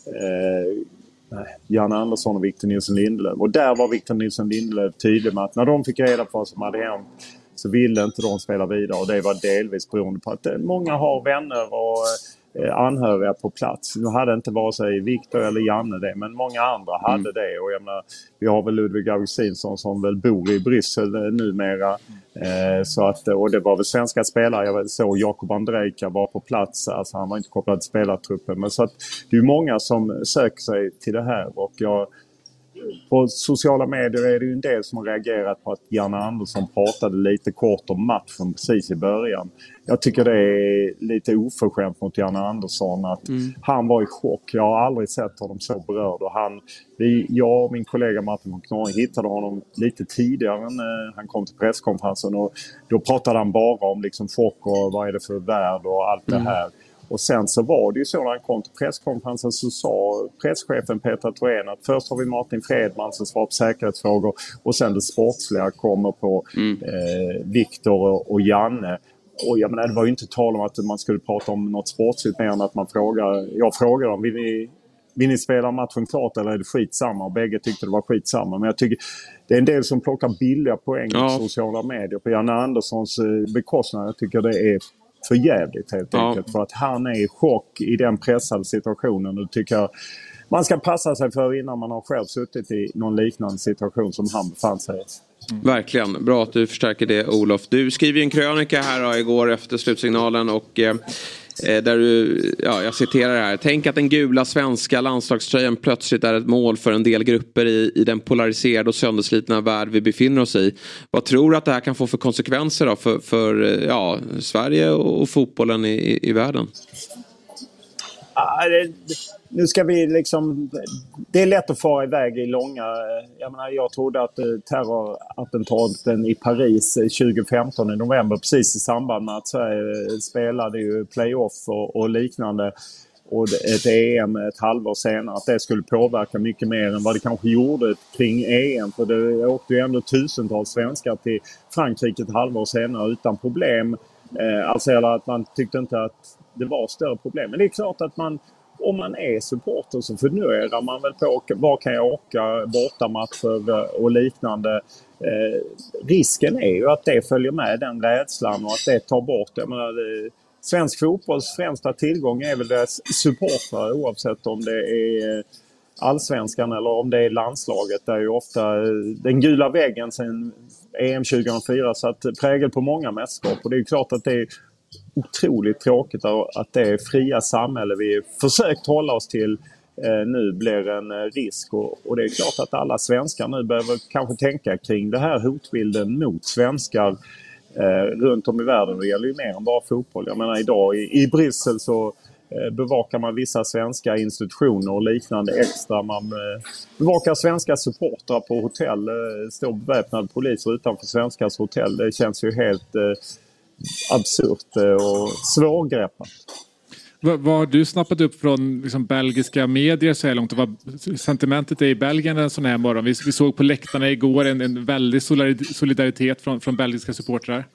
eh, Janne Andersson och Victor Nilsson Lindelöf. Och där var Victor Nilsson Lindelöf tydlig med att när de fick reda på vad som hade hänt, så ville inte de spela vidare. Och det var delvis beroende på att många har vänner och anhöriga på plats. Nu hade inte vare sig Victor eller Janne det, men många andra hade mm. det. Och jag menar, vi har väl Ludvig Augustinsson som väl bor i Bryssel numera. Eh, så att, och det var väl svenska spelare. Jag såg Jakob Andrejka var på plats. Alltså han var inte kopplad till spelartruppen. Men så att det är många som söker sig till det här. Och jag på sociala medier är det ju en del som har reagerat på att Janne Andersson pratade lite kort om matchen precis i början. Jag tycker det är lite oförskämt mot Janne Andersson att mm. han var i chock. Jag har aldrig sett honom så berörd. Och han, vi, jag och min kollega Martin von Knorring hittade honom lite tidigare än eh, han kom till presskonferensen. Och då pratade han bara om liksom chock och vad är det för värld och allt mm. det här. Och sen så var det ju så när han kom till presskonferensen så sa presschefen Peter Thorén att först har vi Martin Fredman som svarar på säkerhetsfrågor och sen det sportsliga kommer på mm. eh, Viktor och, och Janne. Och jag menar, det var ju inte tal om att man skulle prata om något sportsligt mer än att man frågar, jag frågar dem, vill ni, vill ni spela matchen klart eller är det skitsamma? Och bägge tyckte det var skitsamma. Men jag tycker det är en del som plockar billiga poäng ja. i sociala medier på Janne Anderssons bekostnad. Jag tycker det är för jävligt helt ja. enkelt. För att han är i chock i den pressade situationen. Och tycker jag man ska passa sig för innan man har själv suttit i någon liknande situation som han befann sig i. Mm. Verkligen, bra att du förstärker det, Olof. Du skriver en krönika här då, igår efter slutsignalen och eh, där du, ja, jag citerar här: tänk att den gula svenska landslagströjan plötsligt är ett mål för en del grupper i, i den polariserade och sönderslitna värld vi befinner oss i. Vad tror du att det här kan få för konsekvenser då för, för ja, Sverige och, och fotbollen i, i världen? Ah, det, nu ska vi liksom, det är lätt att fara iväg i långa, jag menar jag trodde att terrorattentaten i Paris tjugo femton i november precis i samband med att Sverige spelade ju playoff och, och liknande och ett E M ett halvår senare att det skulle påverka mycket mer än vad det kanske gjorde kring E M, för det åkte ju ändå tusentals svenskar till Frankrike ett halvår senare utan problem, eh, alltså att man tyckte inte att det var större problem. Men det är klart att man, om man är supporter så funderar man väl på var kan jag åka, bortamatcher och liknande. Eh, risken är ju att det följer med den rädslan och att det tar bort. Jag menar, det, svensk fotbolls främsta tillgång är väl dess supportrar oavsett om det är allsvenskan eller om det är landslaget. Där är ju ofta den gula väggen sen E M tjugohundrafyra så att prägel på många mästerskap. Och det är ju klart att det är otroligt tråkigt att det fria samhälle vi försökt hålla oss till eh, nu blir en eh, risk och, och det är klart att alla svenskar nu behöver kanske tänka kring det här hotbilden mot svenskar eh, runt om i världen. Det gäller ju mer än bara fotboll. Jag menar idag i, i Bryssel så eh, bevakar man vissa svenska institutioner och liknande extra. Man eh, bevakar svenska supportrar på hotell, eh, står beväpnad poliser utanför svenskars hotell. Det känns ju helt eh, absurt och svårgreppat. Vad, vad har du snappat upp från liksom, belgiska medier så här långt? Vad sentimentet är i Belgien en sån här morgon? Vi, vi såg på läktarna igår en, en väldig solidaritet från, från belgiska supportrar.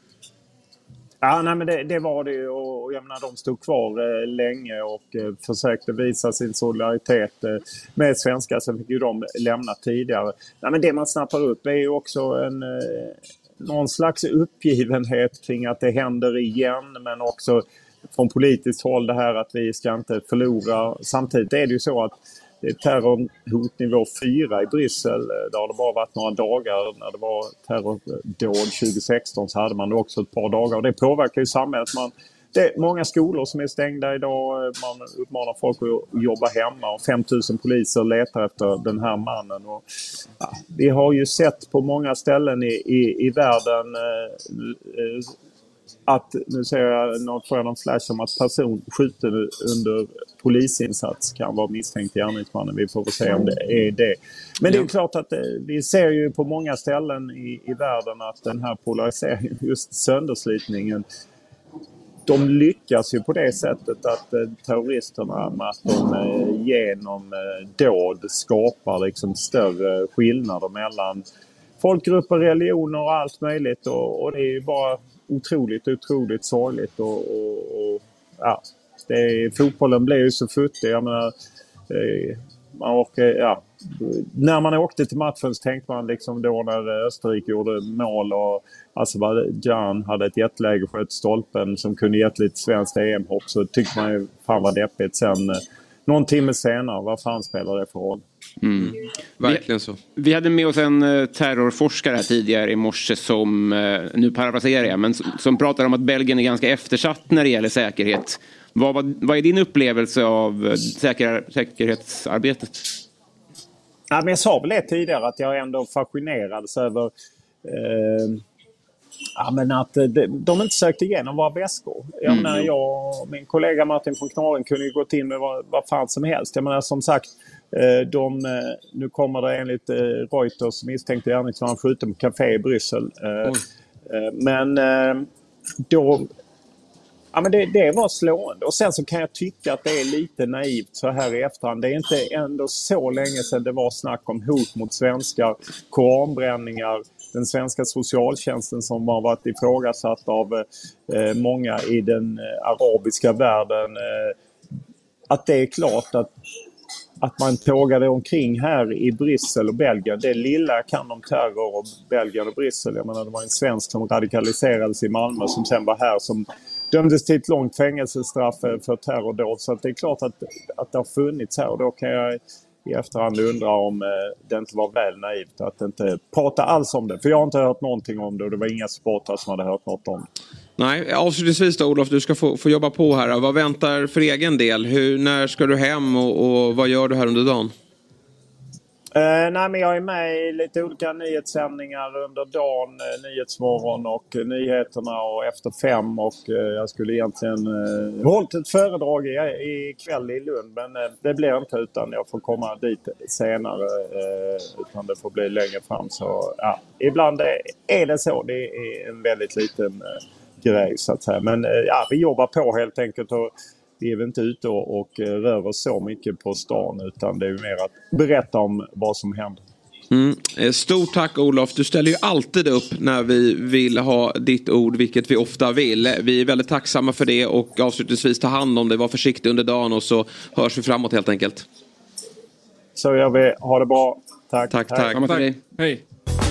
Ja, nej, men det, det var det ju och jag menar, de stod kvar eh, länge och eh, försökte visa sin solidaritet eh, med svenskar. Sen fick ju de lämna tidigare. Nej, men det man snappar upp är ju också en eh, någon slags uppgivenhet kring att det händer igen, men också från politiskt håll det här att vi ska inte förlora. Samtidigt är det ju så att det är terrorhotnivå fyra i Bryssel. Där har det bara varit några dagar. När det var terrordåd tjugo sexton så hade man det också ett par dagar och det påverkar ju samhället. Man, det är många skolor som är stängda idag. Man uppmanar folk att jobba hemma och fem tusen poliser letar efter den här mannen. Och, ja, vi har ju sett på många ställen i, i, i världen eh, att, nu ser jag något för någon flash om att person skjuten under polisinsats kan vara misstänkt gärningsmannen. Vi får väl se om det är det. Men det är klart att eh, vi ser ju på många ställen i, i världen att den här polariseringen, just sönderslitningen, de lyckas ju på det sättet att eh, terroristerna med att de eh, genom eh, dåd skapar liksom större skillnader mellan folkgrupper, religioner och allt möjligt. Och, och det är ju bara otroligt, otroligt sorgligt. Och, och, och ja, det är, fotbollen blir ju så futtig. Jag menar, eh, man åker, ja, när man åkte till matchen så tänkte man liksom då när Österrike gjorde mål och Azerbaijan hade ett jätteläge för ett stolpen som kunde gett lite svenskt E M-hopp, så tyckte man ju fan vad deppigt. Sen någon timme senare, vad fan spelar det för roll? Mm. Verkligen så. Vi, vi hade med oss en uh, terrorforskare här tidigare i morse som, uh, nu parafraserar jag, men som, som pratar om att Belgien är ganska eftersatt när det gäller säkerhet. Vad, vad, vad är din upplevelse av uh, säker, säkerhetsarbetet? Ja, men jag sa väl det tidigare att jag ändå fascinerades över eh, ja, men att de, de inte sökte igenom våra väskor. Jag mm. menar, jag och min kollega Martin från Knaren kunde ju gått in med vad, vad fan som helst. Jag menar, som sagt, de, nu kommer det enligt Reuters misstänkte gärningsman skjuten på café i Bryssel. Mm. Men då... Ja, men det, det var slående. Och sen så kan jag tycka att det är lite naivt så här i efterhand. Det är inte ändå så länge sedan det var snack om hot mot svenskar, koranbränningar, den svenska socialtjänsten som har varit ifrågasatt av eh, många i den eh, arabiska världen. Eh, att det är klart att, att man tågade omkring här i Bryssel och Belgien. Det lilla kan om terror och Belgien och Bryssel. Jag menar, det var en svensk som radikaliserades i Malmö som sen var här som dömdes till ett långt fängelsestraff för terrordåd. Så att det är klart att, att det har funnits här. Och då kan jag i efterhand undra om eh, det inte var väl naivt att inte prata alls om det. För jag har inte hört någonting om det och det var inga supportrar som hade hört något om det. Nej, avslutningsvis då Olof, du ska få, få jobba på här. Vad väntar för egen del? Hur, när ska du hem och, och vad gör du här under dagen? Uh, nej, men jag är med i lite olika nyhetssändningar under dagen, uh, Nyhetsmorgon och uh, nyheterna och efter fem och uh, jag skulle egentligen uh, hållit ett föredrag i, i kväll i Lund, men uh, det blir inte utan jag får komma dit senare uh, utan det får bli längre fram. Så ja, ibland är det så, det är en väldigt liten uh, grej så att säga, men uh, ja, vi jobbar på helt enkelt och vi är väl inte ute och, och rör oss så mycket på stan utan det är mer att berätta om vad som händer. Mm. Stort tack Olof, du ställer ju alltid upp när vi vill ha ditt ord, vilket vi ofta vill. Vi är väldigt tacksamma för det och avslutningsvis ta hand om det, var försiktig under dagen och så hörs vi framåt helt enkelt. Så gör vi, ha det bra. Tack. Tack, tack. Hej. Tack. Hej.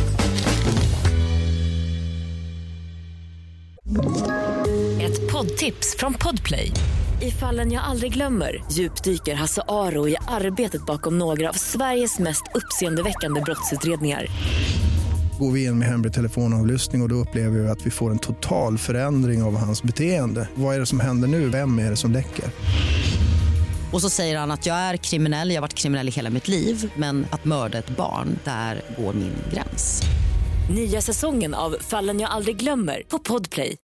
Ett poddtips från Podplay. I Fallen jag aldrig glömmer djupdyker Hasse Aro i arbetet bakom några av Sveriges mest uppseendeväckande brottsutredningar. Går vi in med hemlig telefonavlyssning och då upplever vi att vi får en total förändring av hans beteende. Vad är det som händer nu? Vem är det som läcker? Och så säger han att jag är kriminell, jag har varit kriminell i hela mitt liv. Men att mörda ett barn, där går min gräns. Nya säsongen av Fallen jag aldrig glömmer på Podplay.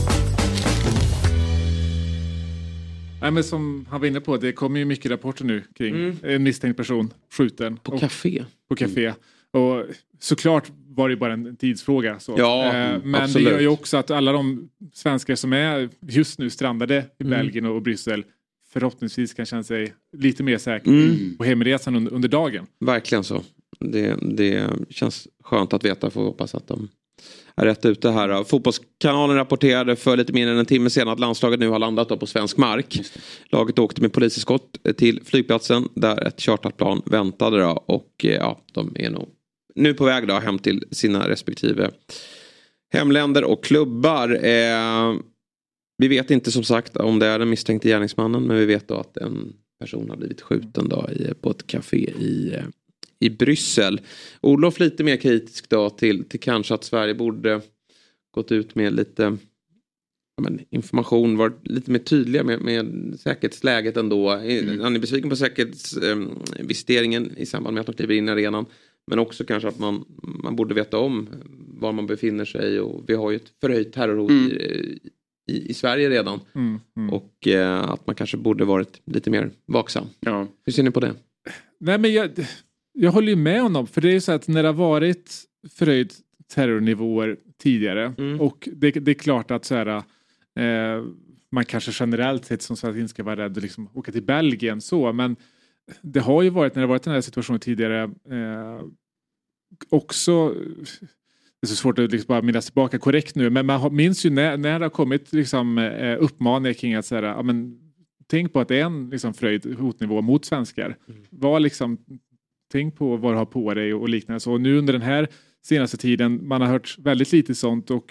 Nej, men som han var inne på, det kommer ju mycket rapporter nu kring mm. en misstänkt person skjuten. På café. På café. Mm. Och såklart var det bara en tidsfråga. Så. Ja, eh, men absolut. Det gör ju också att alla de svenskar som är just nu strandade i mm. Belgien och Bryssel förhoppningsvis kan känna sig lite mer säkra mm. på hemresan under, under dagen. Verkligen så. Det, det känns skönt att veta, för att hoppas att de är rätt ute här. Fotbollskanalen rapporterade för lite mer än en timme sedan att landslaget nu har landat på svensk mark. Laget åkte med poliseskott till flygplatsen där ett charterplan väntade då, och ja, de är nog nu på väg då hem till sina respektive hemländer och klubbar. Eh, vi vet inte som sagt om det är den misstänkte gärningsmannen, men vi vet då att en person har blivit skjuten då i, på ett café i i Bryssel. Olof lite mer kritisk då till, till kanske att Sverige borde gått ut med lite ja, men, information, varit lite mer tydliga med, med säkerhetsläget ändå. Mm. Han är besviken på säkerhetsvisiteringen eh, i samband med att de kliver in i arenan. Men också kanske att man, man borde veta om var man befinner sig, och vi har ju ett förhöjt terrorhot mm. i, i, i Sverige redan. Mm. Mm. Och eh, att man kanske borde varit lite mer vaksam. Ja. Hur ser ni på det? Nej, men jag... Jag håller ju med honom, för det är ju så att när det har varit förhöjt terrornivåer tidigare mm. och det, det är klart att så här, eh, man kanske generellt sett som sagt inte ska vara rädd att liksom åka till Belgien så, men det har ju varit, när det har varit den här situationen tidigare eh, också, det är så svårt att liksom bara minnas tillbaka korrekt nu, men man minns ju när, när det har kommit liksom, eh, uppmaningar kring att så här, ja, men, tänk på att det är en liksom, förhöjd hotnivå mot svenskar. Mm. Var liksom tänk på vad du har på dig och liknande. Så nu under den här senaste tiden, man har hört väldigt lite sånt, och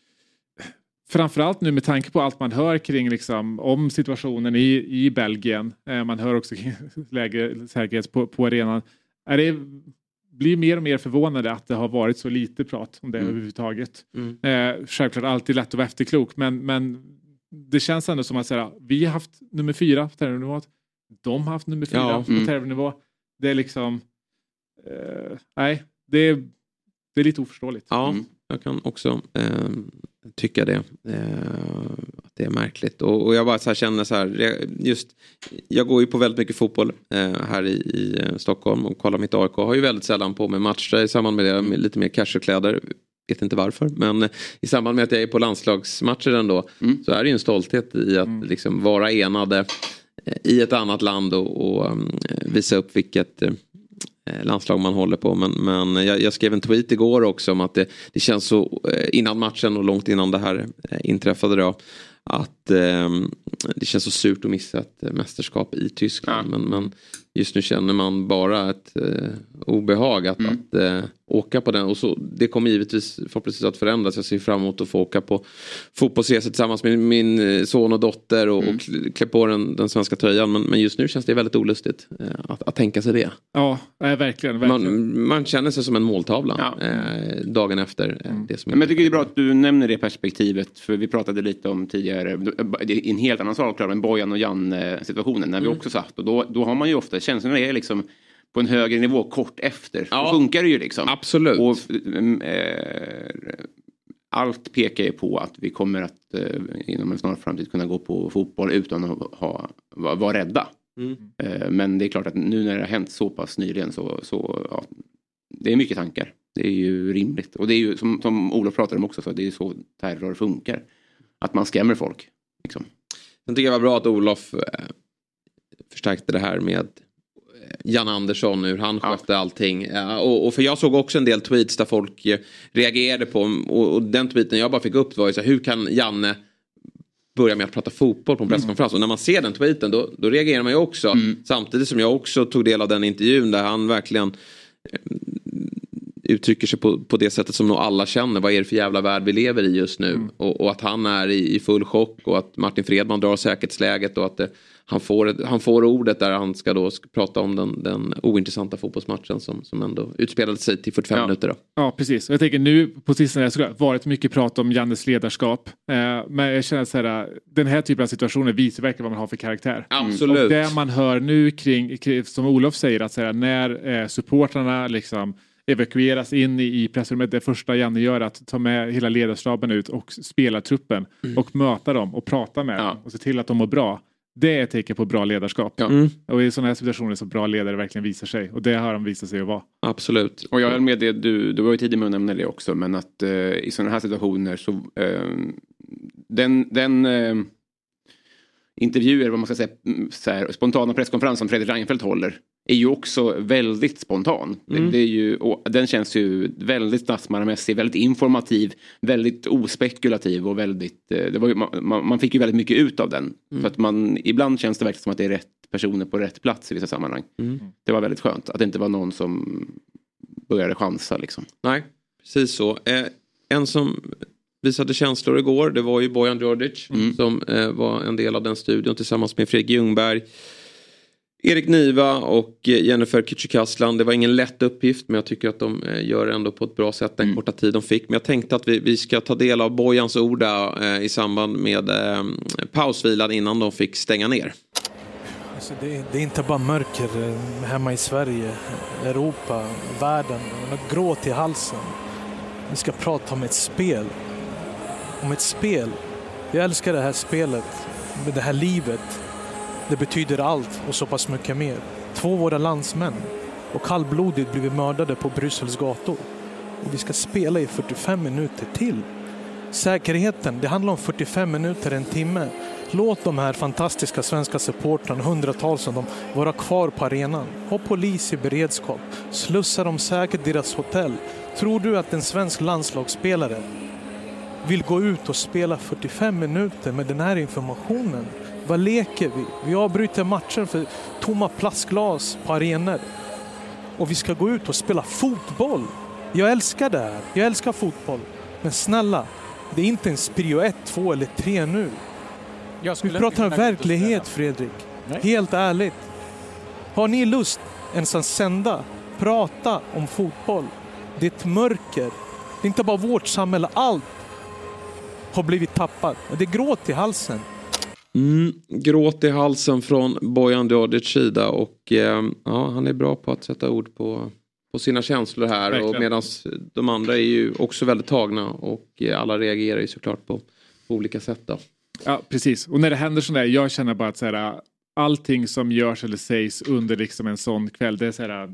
framförallt nu med tanke på allt man hör kring liksom, om situationen i, i Belgien. Eh, man hör också läge säkerhet på, på arenan. Är det blir mer och mer förvånade att det har varit så lite prat om det mm. överhuvudtaget. Mm. Eh, självklart alltid lätt att vara efterklok, men, men det känns ändå som att säga, vi har haft nummer fyra på terrornivå. De har haft nummer fyra ja. på mm. terrornivå. Det är liksom, Uh, nej, det är, det är lite oförståeligt. Ja, mm. jag kan också eh, tycka det. Eh, att det är märkligt. Och, och jag bara så här känner så här, just, jag går ju på väldigt mycket fotboll eh, här i, i Stockholm och kollar mitt A I K. Har ju väldigt sällan på mig matcher i samband med det, med lite mer casualkläder. Vet inte varför, men i samband med att jag är på landslagsmatcher ändå mm. så är det ju en stolthet i att mm. liksom vara enade i ett annat land och, och um, visa upp vilket uh, landslag man håller på. Men, men jag, jag skrev en tweet igår också om att det, det känns så uh, innan matchen och långt innan det här uh, inträffade då, att um, det känns så surt att missa ett uh, mästerskap i Tyskland. Ja. Men, men just nu känner man bara ett uh, obehag att, mm. att uh, åka på den. Och så, det kommer givetvis förhoppningsvis att förändras. Jag ser fram emot att få åka på fotbollsresor tillsammans med min son och dotter och, mm. och klä på den, den svenska tröjan. Men, men just nu känns det väldigt olustigt uh, att, att tänka sig det. Ja, äh, verkligen. verkligen. Man, man känner sig som en måltavla ja. uh, dagen efter. Uh, mm. det som men jag tycker det är bra att du nämner det perspektivet. För vi pratade lite om tidigare. Det är en helt annan sak, en Bojan och Jan situationen när mm. vi också satt. Och då, då har man ju ofta känslorna är liksom på en högre nivå kort efter. Ja. Så funkar det ju liksom. Absolut. Och äh, allt pekar ju på att vi kommer att äh, inom en snar framtid kunna gå på fotboll utan att ha, vara var rädda. Mm. Äh, men det är klart att nu när det har hänt så pass nyligen så, så ja, det är mycket tankar. Det är ju rimligt. Och det är ju som, som Olof pratade om också, så det är ju så terror funkar. Att man skrämmer folk. Liksom. Jag tycker det var bra att Olof eh, förstärkte det här med Jan Andersson, hur han skötte ja. allting. Ja, och, och för jag såg också en del tweets där folk eh, reagerade på. Och, och den tweeten jag bara fick upp var ju så här, hur kan Janne börja med att prata fotboll på en presskonferens? Mm. Och när man ser den tweeten då, då reagerar man ju också. Mm. Samtidigt som jag också tog del av den intervjun där han verkligen eh, uttrycker sig på, på det sättet som nog alla känner. Vad är det för jävla värld vi lever i just nu? Mm. Och, och att han är i, i full chock och att Martin Fredman drar säkerhetsläget och att det, han, får, han får ordet där han ska då ska prata om den, den ointressanta fotbollsmatchen som, som ändå utspelade sig till fyrtiofem ja. minuter. Då. Ja, precis. Och jag tänker nu på sistone har det varit mycket prat om Jannes ledarskap. Eh, men jag känner så här, den här typen av situationer visar verkligen vad man har för karaktär. Absolut. Och det man hör nu kring, kring som Olof säger, att så här, när eh, supportrarna liksom evakueras in i, i pressrummet. Det första Janne gör att ta med hela ledarstaben ut och spela truppen mm. och möta dem och prata med ja. dem och se till att de mår bra. Det är ett tecken på bra ledarskap. Ja. Mm. Och i sådana här situationer så bra ledare verkligen visar sig. Och det har de visat sig att vara. Absolut. Och jag är med det, du, du var ju tidig med att nämna det också. Men att uh, i sådana här situationer så uh, den, den uh, intervjuer, vad man ska säga, så här, spontana presskonferens som Fredrik Reinfeldt håller är ju också väldigt spontan. Mm. Det, det är ju, och den känns ju väldigt statsmannamässig, väldigt informativ, väldigt ospekulativ och väldigt, det var ju, man, man fick ju väldigt mycket ut av den. Mm. Så att man, ibland känns det verkligen som att det är rätt personer på rätt plats i vissa sammanhang. Mm. Det var väldigt skönt att det inte var någon som började chansa liksom. Nej, precis så. Eh, en som visade känslor igår, det var ju Bojan Djordjic mm. som eh, var en del av den studion tillsammans med Fredrik Ljungberg, Erik Niva och Jennifer Kücükaslan. Det var ingen lätt uppgift, men jag tycker att de gör ändå på ett bra sätt den mm. korta tid de fick. Men jag tänkte att vi, vi ska ta del av Bojans ord eh, i samband med eh, pausvilan innan de fick stänga ner. Alltså det, det är inte bara mörker hemma i Sverige, Europa, världen. Man har gråt i halsen. Vi ska prata om ett spel. Om ett spel. Jag älskar det här spelet, det här livet. Det betyder allt och så pass mycket mer. Två av våra landsmän och kallblodigt blivit mördade på Bryssels gator. Och vi ska spela i fyrtiofem minuter till. Säkerheten, det handlar om fyrtiofem minuter, en timme. Låt de här fantastiska svenska supportrarna, hundratals av dem, vara kvar på arenan. Ha polis i beredskap. Slussa dem säkert deras hotell. Tror du att en svensk landslagsspelare vill gå ut och spela fyrtiofem minuter med den här informationen? Vad leker vi? Vi avbryter matchen för tomma plastglas på arenor. Och vi ska gå ut och spela fotboll. Jag älskar det här. Jag älskar fotboll. Men snälla, det är inte en prio ett, två eller tre nu. Vi pratar om verklighet, Fredrik. Nej. Helt ärligt. Har ni lust ens att sända, prata om fotboll? Det är ett mörker. Det är inte bara vårt samhälle. Allt har blivit tappat. Det är gråt i halsen. Mm, gråt i halsen från Bojan Djordjic sida och eh, ja, han är bra på att sätta ord på, på sina känslor här. Verkligen. Och medan de andra är ju också väldigt tagna. Och alla reagerar ju såklart på, på olika sätt då. Ja, precis. Och när det händer sådär, jag känner bara att så här, allting som görs eller sägs under liksom en sån kväll, det är så här...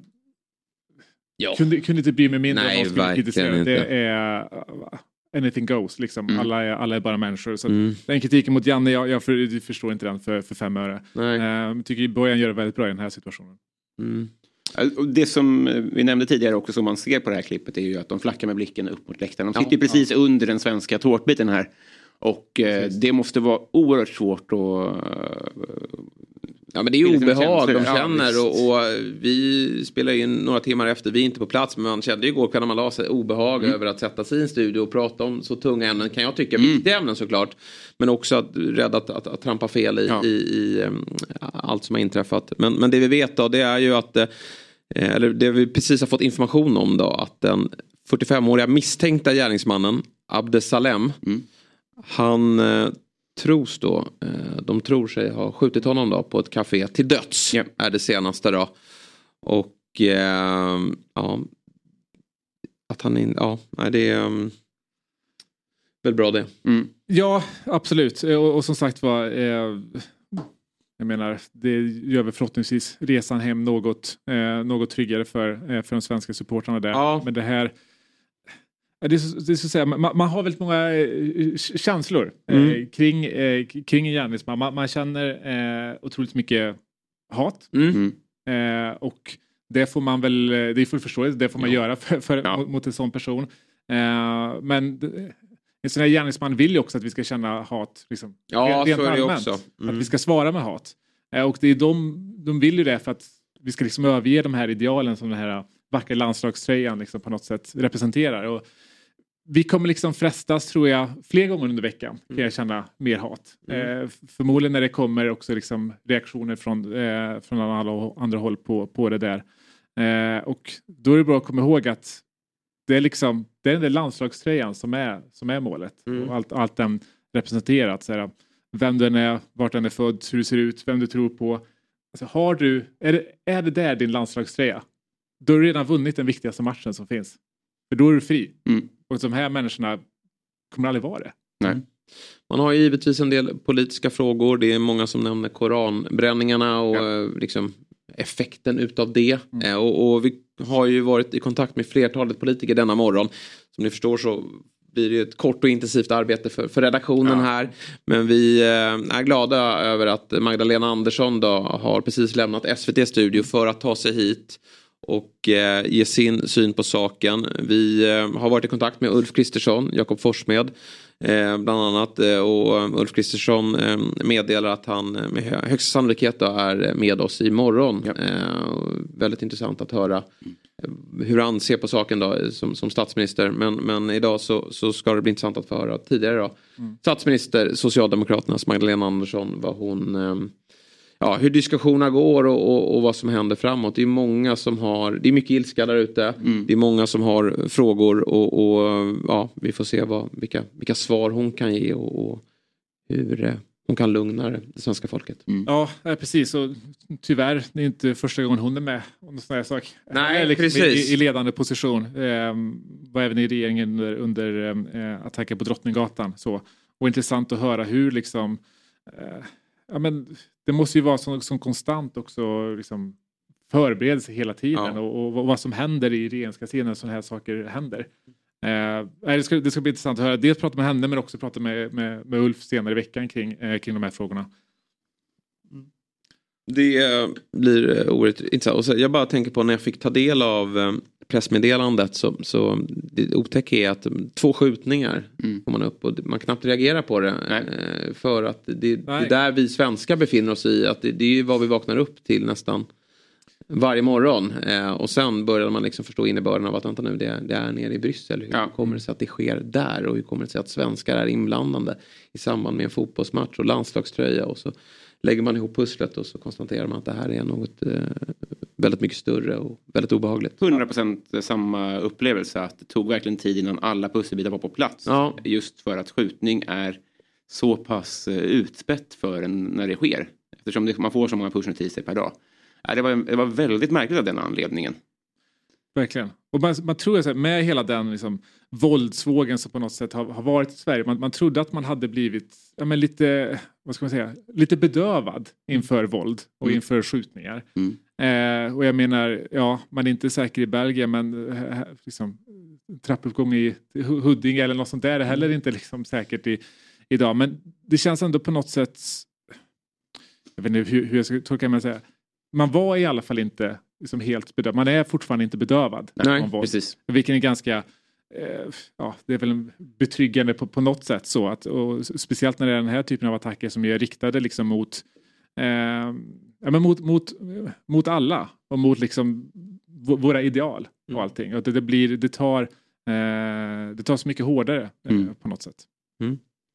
Ja. Kunde, kunde inte bry mig mindre Nej, om någon skulle kritisera. inte. Det är... Anything goes, liksom. Mm. Alla, är, alla är bara människor. Så Mm. den kritiken mot Janne, jag, jag, för, jag förstår inte den för, för fem öre. Nej. Jag tycker Bojan gör det väldigt bra i den här situationen. Mm. Det som vi nämnde tidigare också som man ser på det här klippet är ju att de flackar med blicken upp mot läktaren. De sitter Ja, ju precis ja. under den svenska tårtbiten här. Och eh, det måste vara oerhört svårt att... Ja, men det är ju obehag de Ja, känner och, och vi spelar in några timmar efter, vi är inte på plats, men man kände ju igår när man la sig obehag mm. över att sätta sig i en studio och prata om så tunga ämnen, kan jag tycka, mm. viktiga ämnen såklart, men också att rädda att, att, att trampa fel i, ja. i, i um, allt som har inträffat. Men, men det vi vet då, det är ju att eh, eller det vi precis har fått information om då, att den fyrtiofemåriga misstänkta gärningsmannen Abdesalem, mm. han eh, tros då, eh, de tror sig ha skjutit honom då på ett café till döds, yeah. är det senaste då. Och eh, ja, att han in, ja, det är um, väl bra det. Mm. Ja, absolut. Och, och som sagt var, eh, jag menar, det gör väl förhoppningsvis resan hem något, eh, något tryggare för, eh, för de svenska supportrarna där. Ja. Men det här, det är så, det är så att säga, man, man har väldigt många eh, känslor eh, mm. kring, eh, kring en gärningsman. Man, man känner eh, otroligt mycket hat. Mm. Eh, och det får man väl, det är fullt förståeligt, det får man ja. göra för, för, ja. mot, mot en sån person. Eh, men en sån här gärningsman vill ju också att vi ska känna hat. Liksom, ja, rent så är det allmänt, också. Mm. Att vi ska svara med hat. Eh, och det är de, de vill ju det för att vi ska liksom överge de här idealen som den här vackra landslagströjan liksom på något sätt representerar. Och vi kommer liksom frestas, tror jag, fler gånger under veckan kan jag känna mer hat. Mm. Eh, förmodligen när det kommer också liksom reaktioner från, eh, från alla andra håll på, på det där. Eh, och då är det bra att komma ihåg att det är liksom det är den där landslagströjan som är, som är målet. Mm. Och allt, allt den representerat. Så här, vem den är, vart den är född, hur du ser ut, vem du tror på. Alltså, har du, är det, är det där din landslagströja? Då har du redan vunnit den viktigaste matchen som finns. För då är du fri. Mm. Och de här människorna kommer aldrig vara det. Nej. Man har ju givetvis en del politiska frågor. Det är många som nämner koranbränningarna och ja. liksom effekten utav det. Mm. Och, och vi har ju varit i kontakt med flertalet politiker denna morgon. Som ni förstår så blir det ett kort och intensivt arbete för, för redaktionen ja. här. Men vi är glada över att Magdalena Andersson då har precis lämnat S V T-studio för att ta sig hit och eh, ge sin syn på saken. Vi eh, har varit i kontakt med Ulf Kristersson, Jakob Forssmed eh, bland annat. Eh, och Ulf Kristersson eh, meddelar att han med högsta sannolikhet då är med oss imorgon. Ja. Eh, väldigt intressant att höra hur han ser på saken då som, som statsminister. Men, men idag så, så ska det bli intressant att få höra tidigare då. Mm. Statsminister, Socialdemokraternas Magdalena Andersson, vad hon... Eh, Ja, hur diskussionerna går och, och, och vad som händer framåt. Det är många som har, det är mycket ilska där ute. Mm. Det är många som har frågor och, och ja, vi får se vad, vilka, vilka svar hon kan ge och, och hur eh, hon kan lugna det svenska folket. Mm. Ja, precis. Och tyvärr, det är inte första gången hon är med om någon sån här sak. Nej, liksom precis. I, I ledande position. Eh, var även i regeringen under, under eh, attacken på Drottninggatan. Så. Och intressant att höra hur liksom... Eh, ja, men det måste ju vara som, som konstant också liksom förberedelse hela tiden ja. och, och vad som händer i regeringskansliet när sådana här saker händer. Eh, det, ska, det ska bli intressant att höra. Dels prata med henne men också prata med, med, med Ulf senare i veckan kring, eh, kring de här frågorna. Det blir oerhört intressant. Och så, jag bara tänker på när jag fick ta del av eh, pressmeddelandet så, så det otäcka är att två skjutningar mm. kommer man upp och man knappt reagerar på det. Eh, för att det, det är där vi svenskar befinner oss i. Att det, det är ju vad vi vaknar upp till nästan varje morgon. Eh, och sen börjar man liksom förstå innebörden av att vänta nu, det, det är nere i Bryssel. Hur ja. kommer det sig att det sker där? Och hur kommer det sig att svenskar är inblandade i samband med en fotbollsmatch och landslagströja och så lägger man ihop pusslet och så konstaterar man att det här är något eh, väldigt mycket större och väldigt obehagligt. hundra procent samma upplevelse att det tog verkligen tid innan alla pusselbitar var på plats. Ja. Just för att skjutning är så pass eh, utspätt för en när det sker. Eftersom det, man får så många pushnotiser per dag. Ja, det, var, det var väldigt märkligt av den anledningen. verkligen. Och man, man tror att med hela den liksom, våldsvågen som på något sätt har, har varit i Sverige. Man, man trodde att man hade blivit ja, men lite, vad ska man säga, lite bedövad inför våld och mm. inför skjutningar. Mm. Eh, och jag menar, ja, man är inte säker i Belgien, men eh, liksom, trappuppgång i Huddinge eller något sånt där är heller inte liksom, säkert i, idag. Men det känns ändå på något sätt, jag vet inte hur, hur jag ska tolka man säga. Man var i alla fall inte liksom, helt bedövad. Man är fortfarande inte bedövad. Nej, precis. Vilken är ganska ja, det är väl betryggande på, på något sätt så att, och speciellt när det är den här typen av attacker som är riktade liksom mot eh, ja, men mot, mot, mot alla och mot liksom v- våra ideal och mm. allting och det, det blir det tar eh, det tar så mycket hårdare eh, mm. på något sätt. Mm.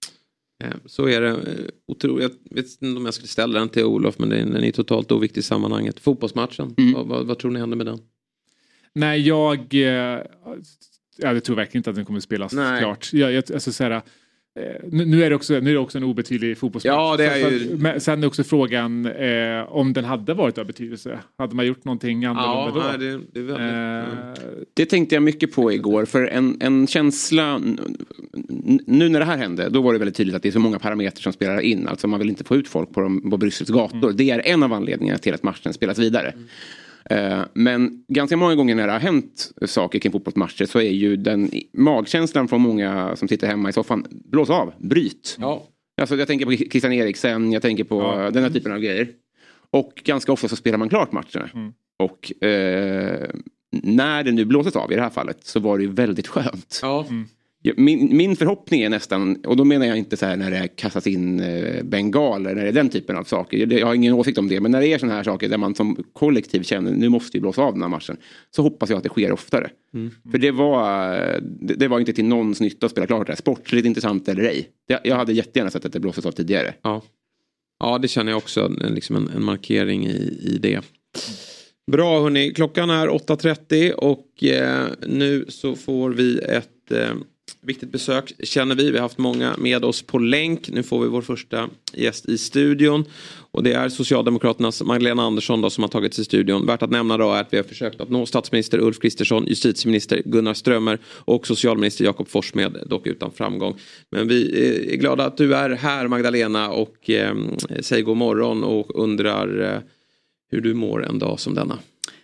Så är det otroligt. Jag vet inte om jag skulle ställa den till Olof, men den är totalt oviktig i sammanhanget. Fotbollsmatchen, mm. vad, vad, vad tror ni händer med den? Nej, jag eh, ja, jag tror verkligen inte att den kommer att spelas. Nej. Klart. Jag, jag, alltså, så här, nu är det också, nu är det också en obetydlig fotbollsmatch. Ja, det är ju... för, för, sen är också frågan eh, om den hade varit av betydelse. Hade man gjort någonting annorlunda ja, då? Nej, det, det, är väldigt, eh, det tänkte jag mycket på igår. För en, en känsla... Nu när det här hände, då var det väldigt tydligt att det är så många parametrar som spelar in. Alltså man vill inte få ut folk på, de, på Bryssels gator. Mm. Det är en av anledningarna till att matchen spelas vidare. Mm. Men ganska många gånger när det har hänt saker kring fotbollsmatcher så är ju den magkänslan från många som sitter hemma i soffan blås av, bryt. Ja. Alltså jag tänker på Christian Eriksen, jag tänker på ja. den här typen av grejer. Och ganska ofta så spelar man klart matcherna. Mm. Och eh, när det nu blåses av i det här fallet så var det ju väldigt skönt. Ja. Mm. Min, min förhoppning är nästan, och då menar jag inte så här när det kastas in eh, bengaler, när det är den typen av saker. Jag har ingen åsikt om det, men när det är såna här saker där man som kollektiv känner nu måste ju blåsa av den här matchen, så hoppas jag att det sker oftare. Mm. För det var, det, det var inte till någons nytta att spela klart det här. Sportligt intressant eller ej. Jag, jag hade jättegärna sett att det blåses av tidigare. Ja, ja det känner jag också, liksom en, en markering i, i det. Bra hörni, klockan är åtta trettio och eh, nu så får vi ett... Eh, viktigt besök känner vi. Vi har haft många med oss på länk. Nu får vi vår första gäst i studion. Och det är Socialdemokraternas Magdalena Andersson då, som har tagits i studion. Värt att nämna då är att vi har försökt att nå statsminister Ulf Kristersson, justitieminister Gunnar Strömmer och socialminister Jakob Forssmed, dock utan framgång. Men vi är glada att du är här, Magdalena, och eh, säger god morgon och undrar eh, hur du mår en dag som denna.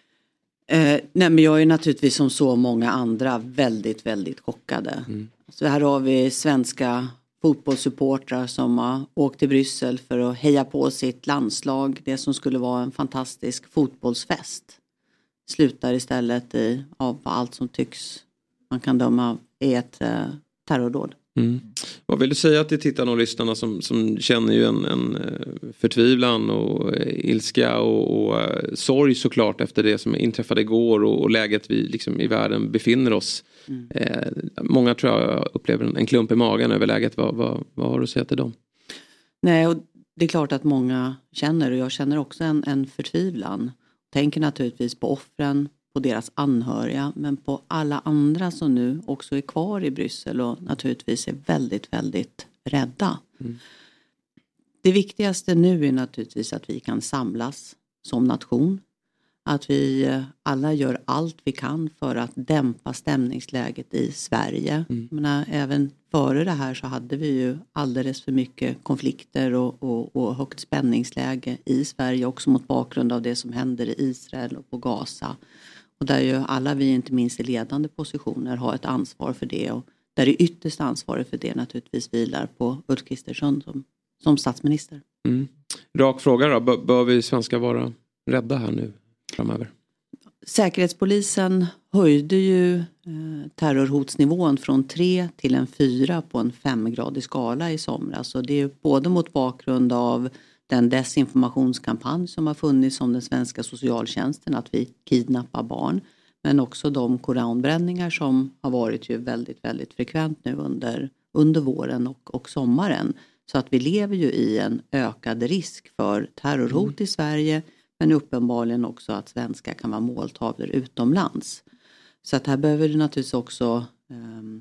Eh, nej men jag är naturligtvis som så många andra väldigt, väldigt chockade. Mm. Så här har vi svenska fotbollssupportrar som har åkt till Bryssel för att heja på sitt landslag. Det som skulle vara en fantastisk fotbollsfest slutar istället i av allt som tycks man kan döma är ett eh, terrordåd. Mm. Vad vill du säga till tittarna och lyssnarna som, som känner ju en, en förtvivlan och ilska och, och sorg såklart efter det som inträffade igår och, och läget vi liksom i världen befinner oss. Mm. Eh, många tror jag upplever en, en klump i magen över läget. Vad, vad, vad har du att säga till dem? Nej, och det är klart att många känner, och jag känner också en, en förtvivlan. Tänker naturligtvis på offren, på deras anhöriga, men på alla andra som nu också är kvar i Bryssel och naturligtvis är väldigt, väldigt rädda. Mm. Det viktigaste nu är naturligtvis att vi kan samlas som nation. Att vi alla gör allt vi kan för att dämpa stämningsläget i Sverige. Mm. Jag menar, även före det här så hade vi ju alldeles för mycket konflikter och, och, och högt spänningsläge i Sverige. Också mot bakgrund av det som händer i Israel och på Gaza. Och där ju alla vi, inte minst i ledande positioner, har ett ansvar för det. Och där det yttersta ansvaret för det naturligtvis vilar på Ulf Kristersson som, som statsminister. Mm. Rak fråga då, bör, bör vi svenskar vara rädda här nu framöver? Säkerhetspolisen höjde ju eh, terrorhotsnivån från tre till en fyra på en femgradig skala i somras. Och det är både mot bakgrund av den desinformationskampanj som har funnits om den svenska socialtjänsten, att vi kidnappar barn. Men också de koranbränningar som har varit ju väldigt, väldigt frekvent nu under, under våren och, och sommaren. Så att vi lever ju i en ökad risk för terrorhot mm. i Sverige. Men uppenbarligen också att svenskar kan vara måltavlor utomlands. Så att här behöver det naturligtvis också um,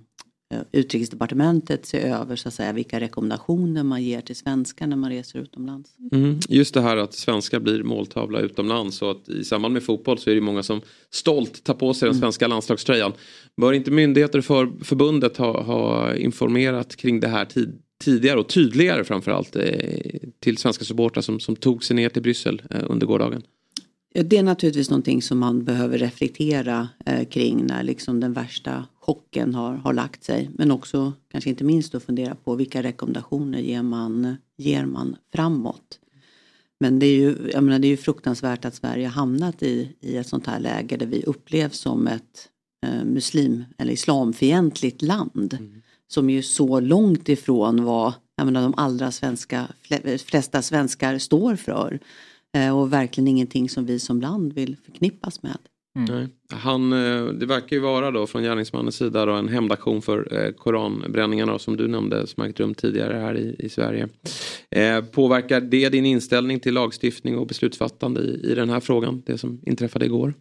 Utrikesdepartementet se över så att säga, vilka rekommendationer man ger till svenskar när man reser utomlands. Mm. Just det här att svenskar blir måltavla utomlands och att i samband med fotboll så är det många som stolt tar på sig den svenska mm. landslagströjan. Bör inte myndigheter för förbundet ha, ha informerat kring det här tid, tidigare och tydligare framförallt eh, till svenska supportrar som, som tog sig ner till Bryssel eh, under gårdagen? Det är naturligtvis någonting som man behöver reflektera eh, kring när liksom den värsta chocken har, har lagt sig. Men också kanske inte minst att fundera på vilka rekommendationer ger man, ger man framåt. Men det är ju, jag menar, det är ju fruktansvärt att Sverige har hamnat i, i ett sånt här läge där vi upplevs som ett eh, muslim- eller islamfientligt land. Mm. Som är ju så långt ifrån vad jag menar, de allra svenska, flesta svenskar står för. Och verkligen ingenting som vi som land vill förknippas med. Mm. Nej. Han, det verkar ju vara då från gärningsmannens sida då en hämndaktion för koranbränningarna som du nämnde som ägt rum tidigare här i, i Sverige. Eh, påverkar det din inställning till lagstiftning och beslutsfattande i, i den här frågan, det som inträffade igår?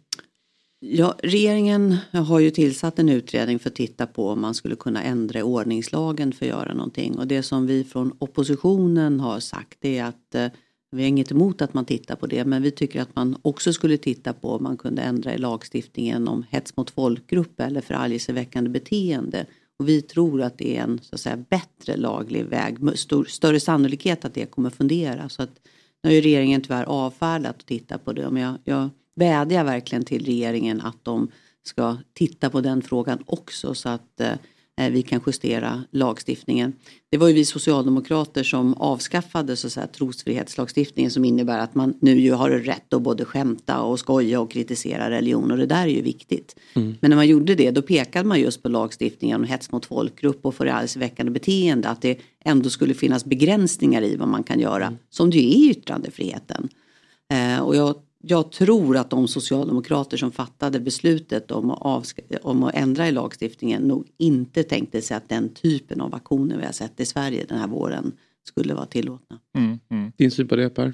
Ja, regeringen har ju tillsatt en utredning för att titta på om man skulle kunna ändra ordningslagen för att göra någonting. Och det som vi från oppositionen har sagt är att eh, vi har inget emot att man tittar på det, men vi tycker att man också skulle titta på om man kunde ändra i lagstiftningen om hets mot folkgrupp eller förargelseväckande beteende. Och vi tror att det är en så att säga, bättre laglig väg, stor, större sannolikhet att det kommer fungera. Så att nu har ju regeringen tyvärr avfärdat att titta på det, men jag, jag vädjar verkligen till regeringen att de ska titta på den frågan också så att eh, vi kan justera lagstiftningen. Det var ju vi socialdemokrater som avskaffade så att säga, trosfrihetslagstiftningen som innebär att man nu ju har rätt att både skämta och skoja och kritisera religion och det där är ju viktigt. Mm. Men när man gjorde det då pekade man just på lagstiftningen om hets mot folkgrupp och förargelseväckande beteende att det ändå skulle finnas begränsningar i vad man kan göra mm. som det ju är yttrandefriheten. Eh, och jag Jag tror att de socialdemokrater som fattade beslutet om att, avsk- om att ändra i lagstiftningen nog inte tänkte sig att den typen av aktioner vi har sett i Sverige den här våren skulle vara tillåtna. Mm, mm. Din syn på det, Per?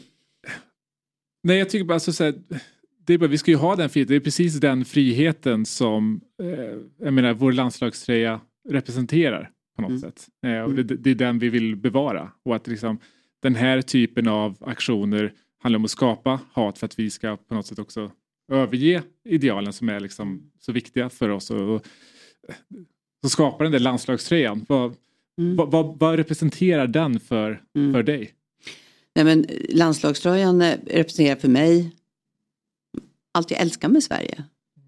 Nej, jag tycker bara så att det är bara, vi ska ju ha den friheten. Det är precis den friheten som eh, jag menar, vår landslagströja representerar på något mm. sätt. Eh, och det, det är den vi vill bevara. Och att liksom, den här typen av aktioner handlar om att skapa hat för att vi ska på något sätt också överge idealen som är liksom så viktiga för oss. Och, och, så skapar den där landslagströjan. Vad, mm. vad, vad, vad representerar den för, mm. för dig? Nej, men landslagströjan representerar för mig allt jag älskar med Sverige.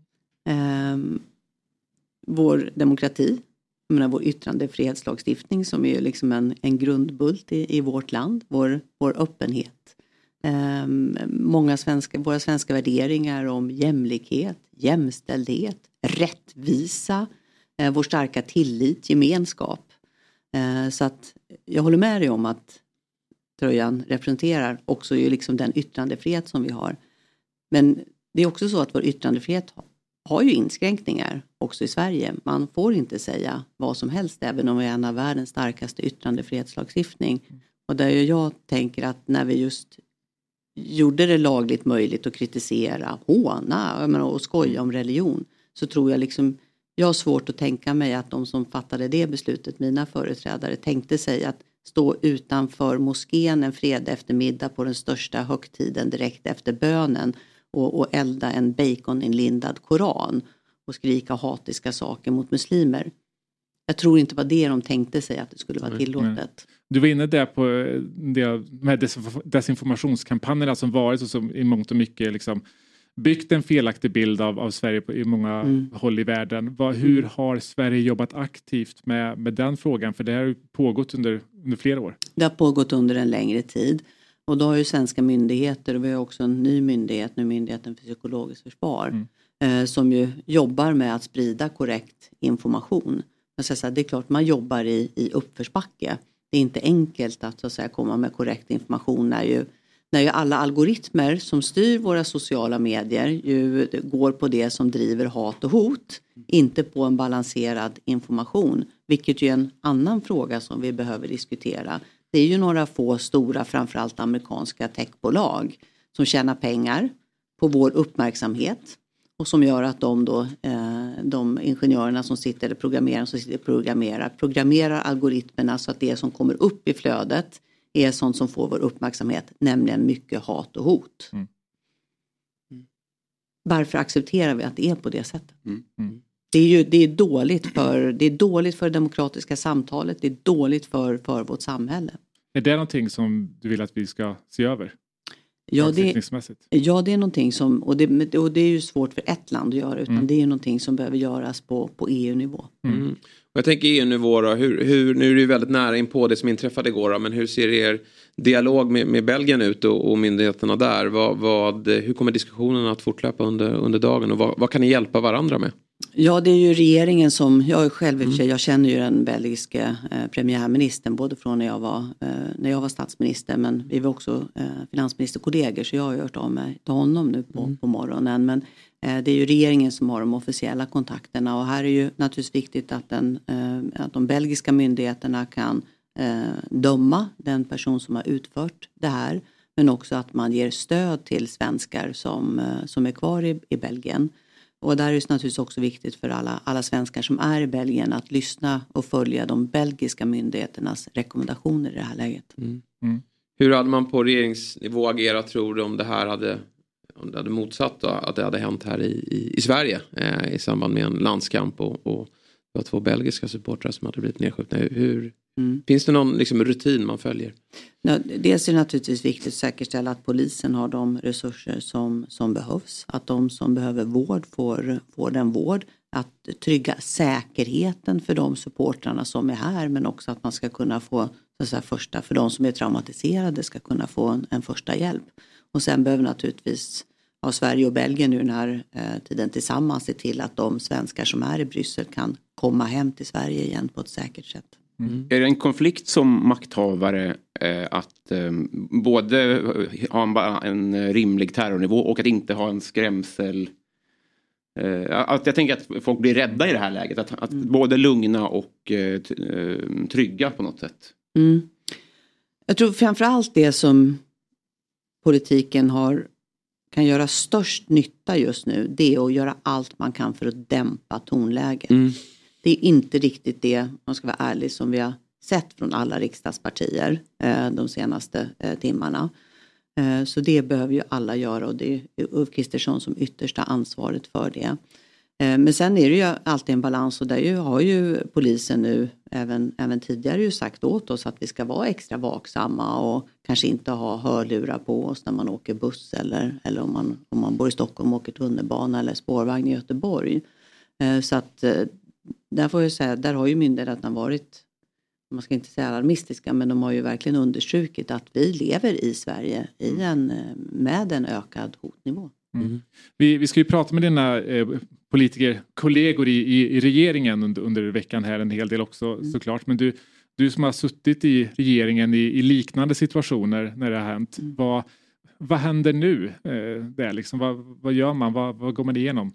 Um, vår demokrati. Jag menar, vår yttrandefrihetslagstiftning som är liksom en, en grundbult i, i vårt land. Vår, vår öppenhet. Um, många svenska, våra svenska värderingar om jämlikhet, jämställdhet, rättvisa, uh, vår starka tillit, gemenskap. Uh, så att jag håller med dig om att tröjan representerar också ju liksom den yttrandefrihet som vi har. Men det är också så att vår yttrandefrihet har, har ju inskränkningar också i Sverige. Man får inte säga vad som helst även om vi är en av världens starkaste yttrandefrihetslagstiftning. Och där jag tänker att när vi just gjorde det lagligt möjligt att kritisera, håna jag menar, och skoja om religion så tror jag liksom, jag har svårt att tänka mig att de som fattade det beslutet, mina företrädare, tänkte sig att stå utanför moskén en fredag eftermiddag på den största högtiden direkt efter bönen och, och elda en baconinlindad koran och skrika hatiska saker mot muslimer. Jag tror inte var det de tänkte sig att det skulle vara tillåtet. Nej. Du var inne där på det med desinformationskampanjerna som varit och som i mångt och mycket liksom byggt en felaktig bild av, av Sverige på, i många mm. håll i världen. Vad, hur har Sverige jobbat aktivt med, med den frågan? För det har ju pågått under, under flera år. Det har pågått under en längre tid. Och då har ju svenska myndigheter, och vi har också en ny myndighet, nu Myndigheten för psykologiskt försvar, mm. eh, som ju jobbar med att sprida korrekt information. Men så att säga, det är klart man jobbar i, i uppförsbacke. Det är inte enkelt att, så att säga, komma med korrekt information när ju, när ju alla algoritmer som styr våra sociala medier ju går på det som driver hat och hot, inte på en balanserad information. Vilket ju är en annan fråga som vi behöver diskutera. Det är ju några få stora, framförallt amerikanska techbolag som tjänar pengar på vår uppmärksamhet. Och som gör att de, då, eh, de ingenjörerna som sitter, eller programmerarna som sitter och programmerar, programmerar algoritmerna så att det som kommer upp i flödet är sånt som får vår uppmärksamhet, nämligen mycket hat och hot. Mm. Varför accepterar vi att det är på det sättet? Mm. Mm. Det är ju det är dåligt för det är dåligt för det demokratiska samtalet, det är dåligt för, för vårt samhälle. Är det någonting som du vill att vi ska se över? Ja, det, ja, det är någonting som, och det, och det är ju svårt för ett land att göra, utan mm. det är någonting som behöver göras på, på E U-nivå. Mm. Mm. Och jag tänker E U-nivå då, hur, hur, nu är det ju väldigt nära in på det som inträffade igår då, men hur ser er dialog med, med Belgien ut och, och myndigheterna där? Vad, vad, hur kommer diskussionen att fortlöpa under, under dagen och vad, vad kan ni hjälpa varandra med? Ja, det är ju regeringen som, jag är själv i och för sig, jag känner ju den belgiske eh, premiärministern både från när jag var, eh, när jag var statsminister, men vi var också eh, finansministerkollegor, så jag har hört av mig till honom nu på, mm. på morgonen. Men eh, det är ju regeringen som har de officiella kontakterna, och här är ju naturligtvis viktigt att, den, eh, att de belgiska myndigheterna kan eh, döma den person som har utfört det här, men också att man ger stöd till svenskar som, eh, som är kvar i, i Belgien. Och där är det naturligtvis också viktigt för alla, alla svenskar som är i Belgien att lyssna och följa de belgiska myndigheternas rekommendationer i det här läget. Mm. Mm. Hur hade man på regeringsnivå agerat, tror du, om det här hade, om det hade motsatt då, att det hade hänt här i, i, i Sverige eh, i samband med en landskamp och, och det var två belgiska supportrar som hade blivit nedskjutna? Hur, mm. Finns det någon liksom, rutin man följer? Ja, dels är det naturligtvis viktigt att säkerställa att polisen har de resurser som, som behövs. Att de som behöver vård får, får den vård. Att trygga säkerheten för de supportrarna som är här, men också att man ska kunna få så att säga, första, för de som är traumatiserade ska kunna få en, en första hjälp. Och sen behöver naturligtvis ja, Sverige och Belgien nu den här eh, tiden tillsammans se till att de svenskar som är i Bryssel kan komma hem till Sverige igen på ett säkert sätt. Mm. Är det en konflikt som makthavare eh, att eh, både ha en, en rimlig terrornivå och att inte ha en skrämsel? Eh, att jag tänker att folk blir rädda i det här läget. Att, att mm. både lugna och eh, trygga på något sätt. Mm. Jag tror framförallt det som politiken har, kan göra störst nytta just nu, det är att göra allt man kan för att dämpa tonläget. Mm. Det är inte riktigt det, man ska vara ärlig, som vi har sett från alla riksdagspartier eh, de senaste eh, timmarna. Eh, så det behöver ju alla göra, och det är Ulf Kristersson som yttersta ansvaret för det. Eh, men sen är det ju alltid en balans, och där ju, har ju polisen nu även, även tidigare ju sagt åt oss att vi ska vara extra vaksamma och kanske inte ha hörlurar på oss när man åker buss eller, eller om, man, om man bor i Stockholm och åker tunnelbana eller spårvagn i Göteborg. Eh, så att eh, där får jag säga, där har ju myndigheterna varit, man ska inte säga alarmistiska, men de har ju verkligen understrukit att vi lever i Sverige i en, med en ökad hotnivå. Mm. Vi, vi ska ju prata med dina eh, politiker, kollegor i, i, i regeringen under, under veckan här en hel del också mm. såklart. Men du, du som har suttit i regeringen i, i liknande situationer när det har hänt, mm. vad, vad händer nu? Eh, där liksom? vad, vad gör man? Vad, vad går man igenom?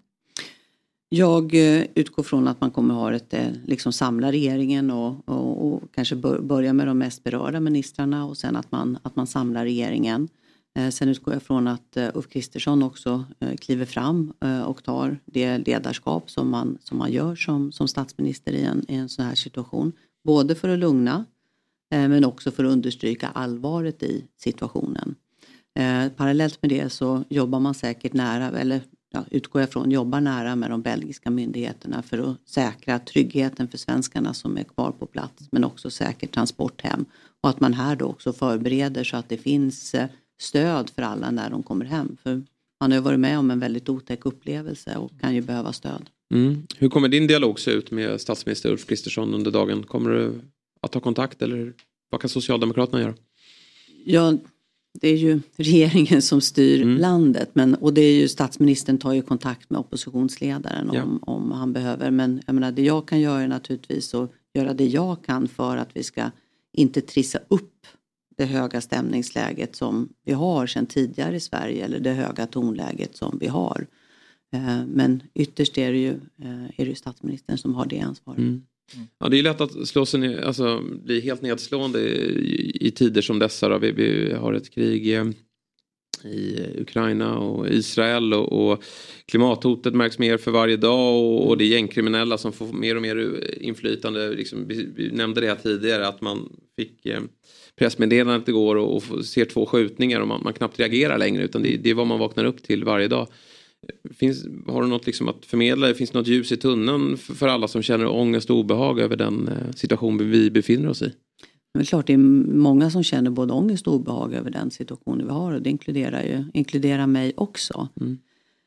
Jag utgår från att man kommer ha ett liksom samla regeringen och, och, och kanske börja med de mest berörda ministrarna, och sen att man, att man samlar regeringen. Eh, sen utgår jag från att uh, Ulf Kristersson också uh, kliver fram uh, och tar det ledarskap som man, som man gör som, som statsminister i en, i en sån här situation. Både för att lugna uh, men också för att understryka allvaret i situationen. Eh, parallellt med det så jobbar man säkert nära, eller ja, utgår jag från, jobbar nära med de belgiska myndigheterna för att säkra tryggheten för svenskarna som är kvar på plats, men också säkert transport hem. Och att man här då också förbereder så att det finns stöd för alla när de kommer hem. För man har ju varit med om en väldigt otäck upplevelse och kan ju behöva stöd. Mm. Hur kommer din dialog se ut med statsminister Ulf Kristersson under dagen? Kommer du att ta kontakt, eller vad kan Socialdemokraterna göra? Ja, det är ju regeringen som styr mm. landet, men, och det är ju statsministern tar ju kontakt med oppositionsledaren om, ja. om han behöver. Men jag menar, det jag kan göra är naturligtvis att göra det jag kan för att vi ska inte trissa upp det höga stämningsläget som vi har sedan tidigare i Sverige, eller det höga tonläget som vi har. Men ytterst är det ju, är det ju statsministern som har det ansvaret. Mm. Mm. Ja, det är lätt att slå sig ner, alltså bli helt nedslående i, i tider som dessa då. Vi, vi har ett krig i, i Ukraina och Israel och, och klimathotet märks mer för varje dag och, och det är gängkriminella som får mer och mer inflytande. Liksom, vi, vi nämnde det här tidigare att man fick eh, pressmeddelandet igår och, och ser två skjutningar och man, man knappt reagerar längre utan det, det är vad man vaknar upp till varje dag. Finns, har du något liksom att förmedla? Finns det något ljus i tunneln för, för alla som känner ångest och obehag över den eh, situation vi befinner oss i? Det är klart det är många som känner både ångest och obehag över den situationen vi har och det inkluderar ju inkluderar mig också. Mm.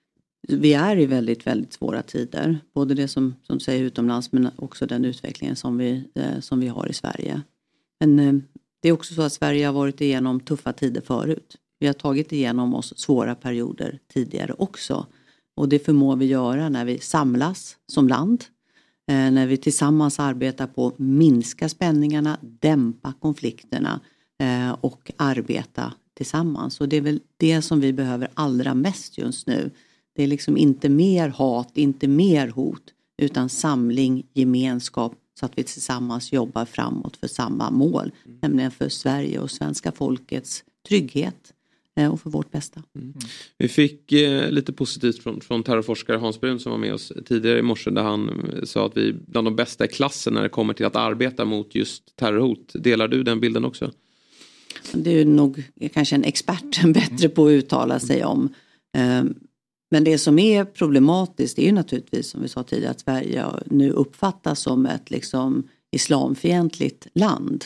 Vi är i väldigt, väldigt svåra tider. Både det som, som säger utomlands men också den utvecklingen som vi, eh, som vi har i Sverige. Men eh, det är också så att Sverige har varit igenom tuffa tider förut. Vi har tagit igenom oss svåra perioder tidigare också. Och det förmår vi göra när vi samlas som land. Eh, när vi tillsammans arbetar på att minska spänningarna, dämpa konflikterna eh, och arbeta tillsammans. Och det är väl det som vi behöver allra mest just nu. Det är liksom inte mer hat, inte mer hot utan samling, gemenskap så att vi tillsammans jobbar framåt för samma mål. Mm. Nämligen för Sverige och svenska folkets trygghet eh, och för vårt bästa. Mm. Vi fick eh, lite positivt från, från terrorforskare Hans Brun som var med oss tidigare i morse där han sa att vi är bland de bästa i klassen när det kommer till att arbeta mot just terrorhot. Delar du den bilden också? Det är nog kanske en expert bättre på att uttala sig om. Eh, Men det som är problematiskt är ju naturligtvis som vi sa tidigare att Sverige nu uppfattas som ett liksom islamfientligt land.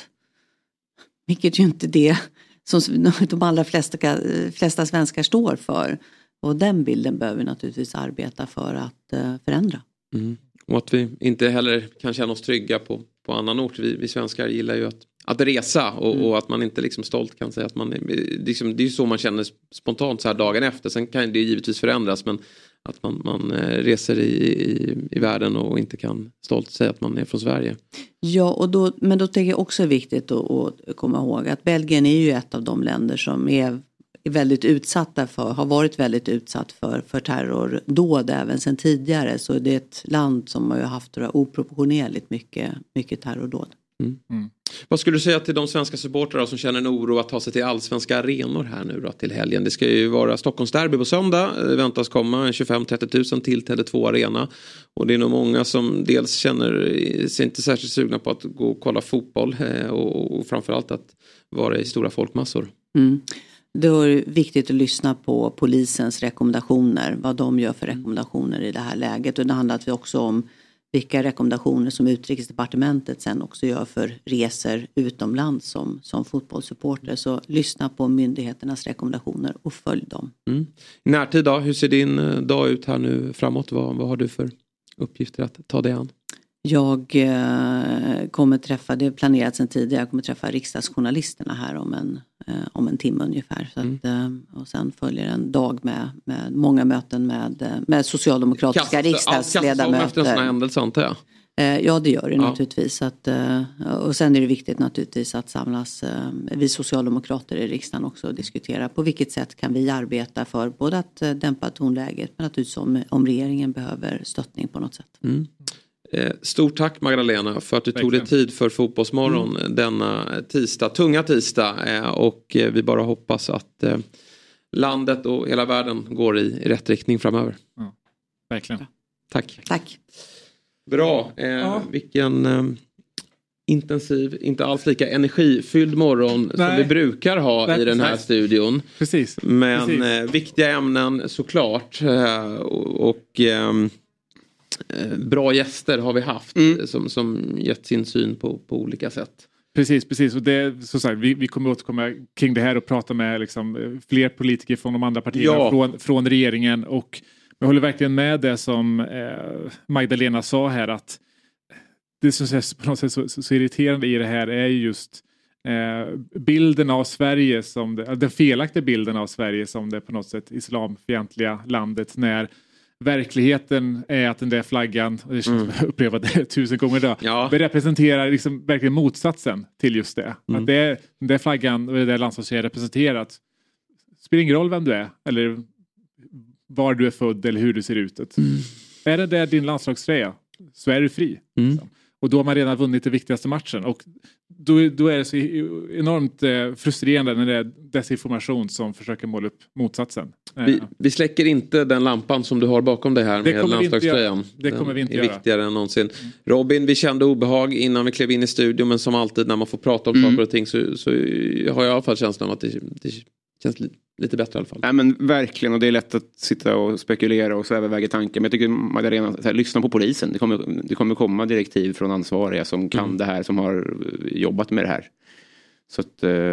Vilket ju inte det som de allra flesta, flesta svenskar står för. Och den bilden behöver vi naturligtvis arbeta för att förändra. Mm. Och att vi inte heller kan känna oss trygga på, på annan ort. Vi, vi svenskar gillar ju att, att resa och, mm. och att man inte liksom stolt kan säga att man är, liksom, det är ju så man känner spontant så här dagen efter. Sen kan det givetvis förändras men att man, man reser i, i, i världen och inte kan stolt säga att man är från Sverige. Ja, och då, men då tänker jag också viktigt att, att komma ihåg att Belgien är ju ett av de länder som är är väldigt utsatta för, har varit väldigt utsatt för, för terrordåd även sedan tidigare. Så det är ett land som har haft oproportionerligt mycket, mycket terrordåd. Mm. Mm. Vad skulle du säga till de svenska supportrar som känner en oro att ta sig till allsvenska arenor här nu då, till helgen? Det ska ju vara Stockholms derby på söndag. Det väntas komma tjugofem till trettio tusen till Tele två Arena. Och det är nog många som dels känner sig inte särskilt sugna på att gå och kolla fotboll och, och framförallt att vara i stora folkmassor. Mm. Det är viktigt att lyssna på polisens rekommendationer, vad de gör för rekommendationer i det här läget. Och det handlar också om vilka rekommendationer som Utrikesdepartementet sen också gör för resor utomlands som, som fotbollssupporter. Så lyssna på myndigheternas rekommendationer och följ dem. Mm. I närtid då, hur ser din dag ut här nu framåt? Vad, vad har du för uppgifter att ta dig an? Jag eh, kommer träffa, det är planerat sedan tidigare, jag kommer träffa riksdagsjournalisterna här om en, eh, om en timme ungefär. Så att, mm. eh, och sen följer en dag med, med många möten med, med socialdemokratiska Kast, riksdagsledamöter. Kastas efter en sån här händelse antar jag? Eh, ja det gör det ja. naturligtvis. Att, eh, och sen är det viktigt naturligtvis att samlas eh, vi socialdemokrater i riksdagen också och diskutera på vilket sätt kan vi arbeta för både att eh, dämpa tonläget men naturligtvis om, om regeringen behöver stöttning på något sätt. Mm. Stort tack Magdalena för att du Verkligen. tog dig tid för Fotbollsmorgon mm. denna tisdag, tunga tisdag och vi bara hoppas att landet och hela världen går i, i rätt riktning framöver. Ja, verkligen. Tack. Tack. Bra, eh, ja. vilken eh, intensiv, inte alls lika energifylld morgon Nej. som vi brukar ha Nej, i den här precis. studion. Precis. Men precis. Eh, viktiga ämnen såklart eh, och, och eh, bra gäster har vi haft mm. som, som gett sin syn på, på olika sätt. Precis, precis. Och det, så sagt, vi, vi kommer återkomma kring det här och prata med liksom, fler politiker från de andra partierna, ja. från, från regeringen. Och jag håller verkligen med det som eh, Magdalena sa här, att det som är på något sätt så, så, så irriterande i det här är just eh, bilden av Sverige som det, den felaktiga bilden av Sverige som det på något sätt islamfientliga landet, när verkligheten är att den där flaggan, och det känns mm. upprepat det tusen gånger idag, ja. representerar liksom verkligen motsatsen till just det. Mm. Att det är, den där flaggan och det där landslaget representerat spelar ingen roll vem du är eller var du är född eller hur du ser ut. Mm. Är det där din landslagströja så är du fri. Mm. Och då har man redan vunnit den viktigaste matchen. Och då, då är det så enormt eh, frustrerande när det är desinformation som försöker måla upp motsatsen. Vi, vi släcker inte den lampan som du har bakom dig här det med landslagströjan. Det kommer vi inte är göra. Viktigare än någonsin. Mm. Robin, vi kände obehag innan vi klev in i studion, men som alltid när man får prata om mm. saker och ting så, så har jag i alla fall känslan av att det, det känns li, lite bättre i alla fall. Nej, men verkligen, och det är lätt att sitta och spekulera och så överväga tankar. Men jag tycker Magdalena, så här, lyssna på polisen. Det kommer, det kommer komma direktiv från ansvariga som kan mm. det här, som har jobbat med det här. Så att eh,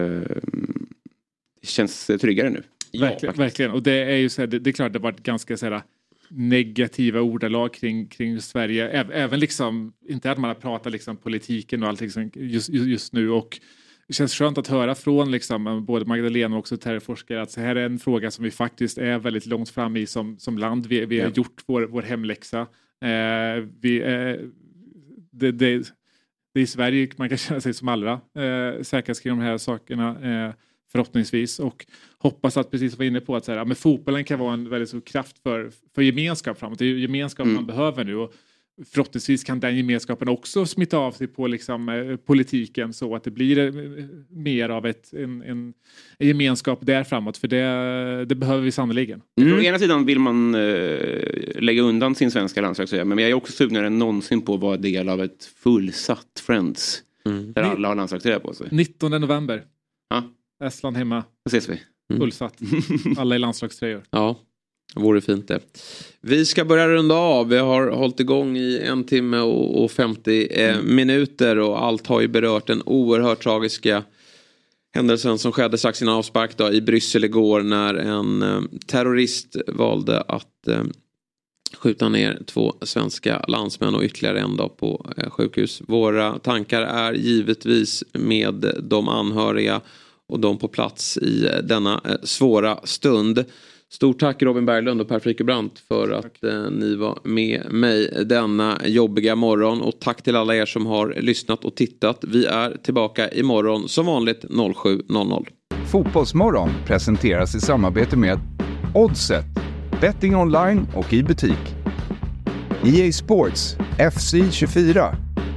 det känns tryggare nu. Ja, verkligen, verkligen. Och det är ju så här, det, det är klart det har varit ganska så här negativa ordalag kring, kring Sverige. Även liksom, inte att man har pratat liksom politiken och allting just, just nu. Och det känns skönt att höra från liksom, både Magdalena och också terrorforskare att så här är en fråga som vi faktiskt är väldigt långt fram i som, som land. Vi, vi har ja. gjort vår, vår hemläxa. Eh, vi, eh, det, det, det är i Sverige man kan känna sig som allra eh, säkrast kring de här sakerna. Eh, förhoppningsvis, och hoppas att, precis som vi var inne på, att så här, ja, men fotbollen kan vara en väldigt stor kraft för, för gemenskap framåt. Det är ju gemenskap mm. man behöver nu, och förhoppningsvis kan den gemenskapen också smitta av sig på liksom, eh, politiken, så att det blir eh, mer av ett, en, en, en gemenskap där framåt, för det, det behöver vi sannoliken. Mm. Å ena sidan vill man eh, lägga undan sin svenska landslag, men jag är också sugnare än någonsin på att vara del av ett fullsatt Friends mm. där alla har landslagströja på sig. nittonde november. Ja. Estland hemma. Då ses vi. Mm. Fullsatt. Alla i landslagströjor. Ja, det vore fint det. Vi ska börja runda av. Vi har hållit igång i en timme och, och femtio eh, minuter. Och allt har ju berört den oerhört tragiska händelsen som skedde strax innan avspark då, i Bryssel igår. När en eh, terrorist valde att eh, skjuta ner två svenska landsmän och ytterligare en dag på eh, sjukhus. Våra tankar är givetvis med de anhöriga och de på plats i denna eh, svåra stund. Stort tack Robin Berglund och Per Frykebrandt för att eh, ni var med mig denna jobbiga morgon. Och tack till alla er som har lyssnat och tittat. Vi är tillbaka imorgon som vanligt sju noll noll. Fotbollsmorgon presenteras i samarbete med Oddset, betting online och i butik. E A Sports, F C tjugofyra.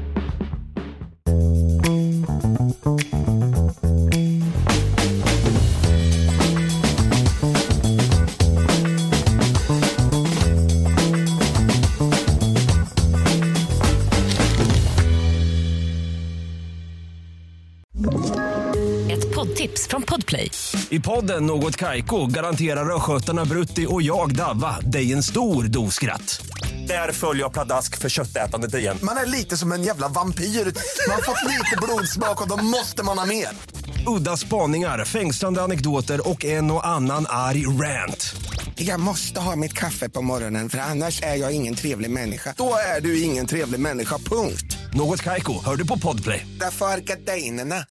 Tips från Podplay. I podden Något Kaiko garanterar röskötarna Brutti och jag Davva dig en stor doskratt. Där följer jag pladask för köttätandet igen. Man är lite som en jävla vampyr. Man har fått lite blodsmak och då måste man ha mer. Udda spaningar, fängslande anekdoter och en och annan arg rant. Jag måste ha mitt kaffe på morgonen, för annars är jag ingen trevlig människa. Då är du ingen trevlig människa, punkt. Något Kaiko, hör du på Podplay. Därför är gardinerna.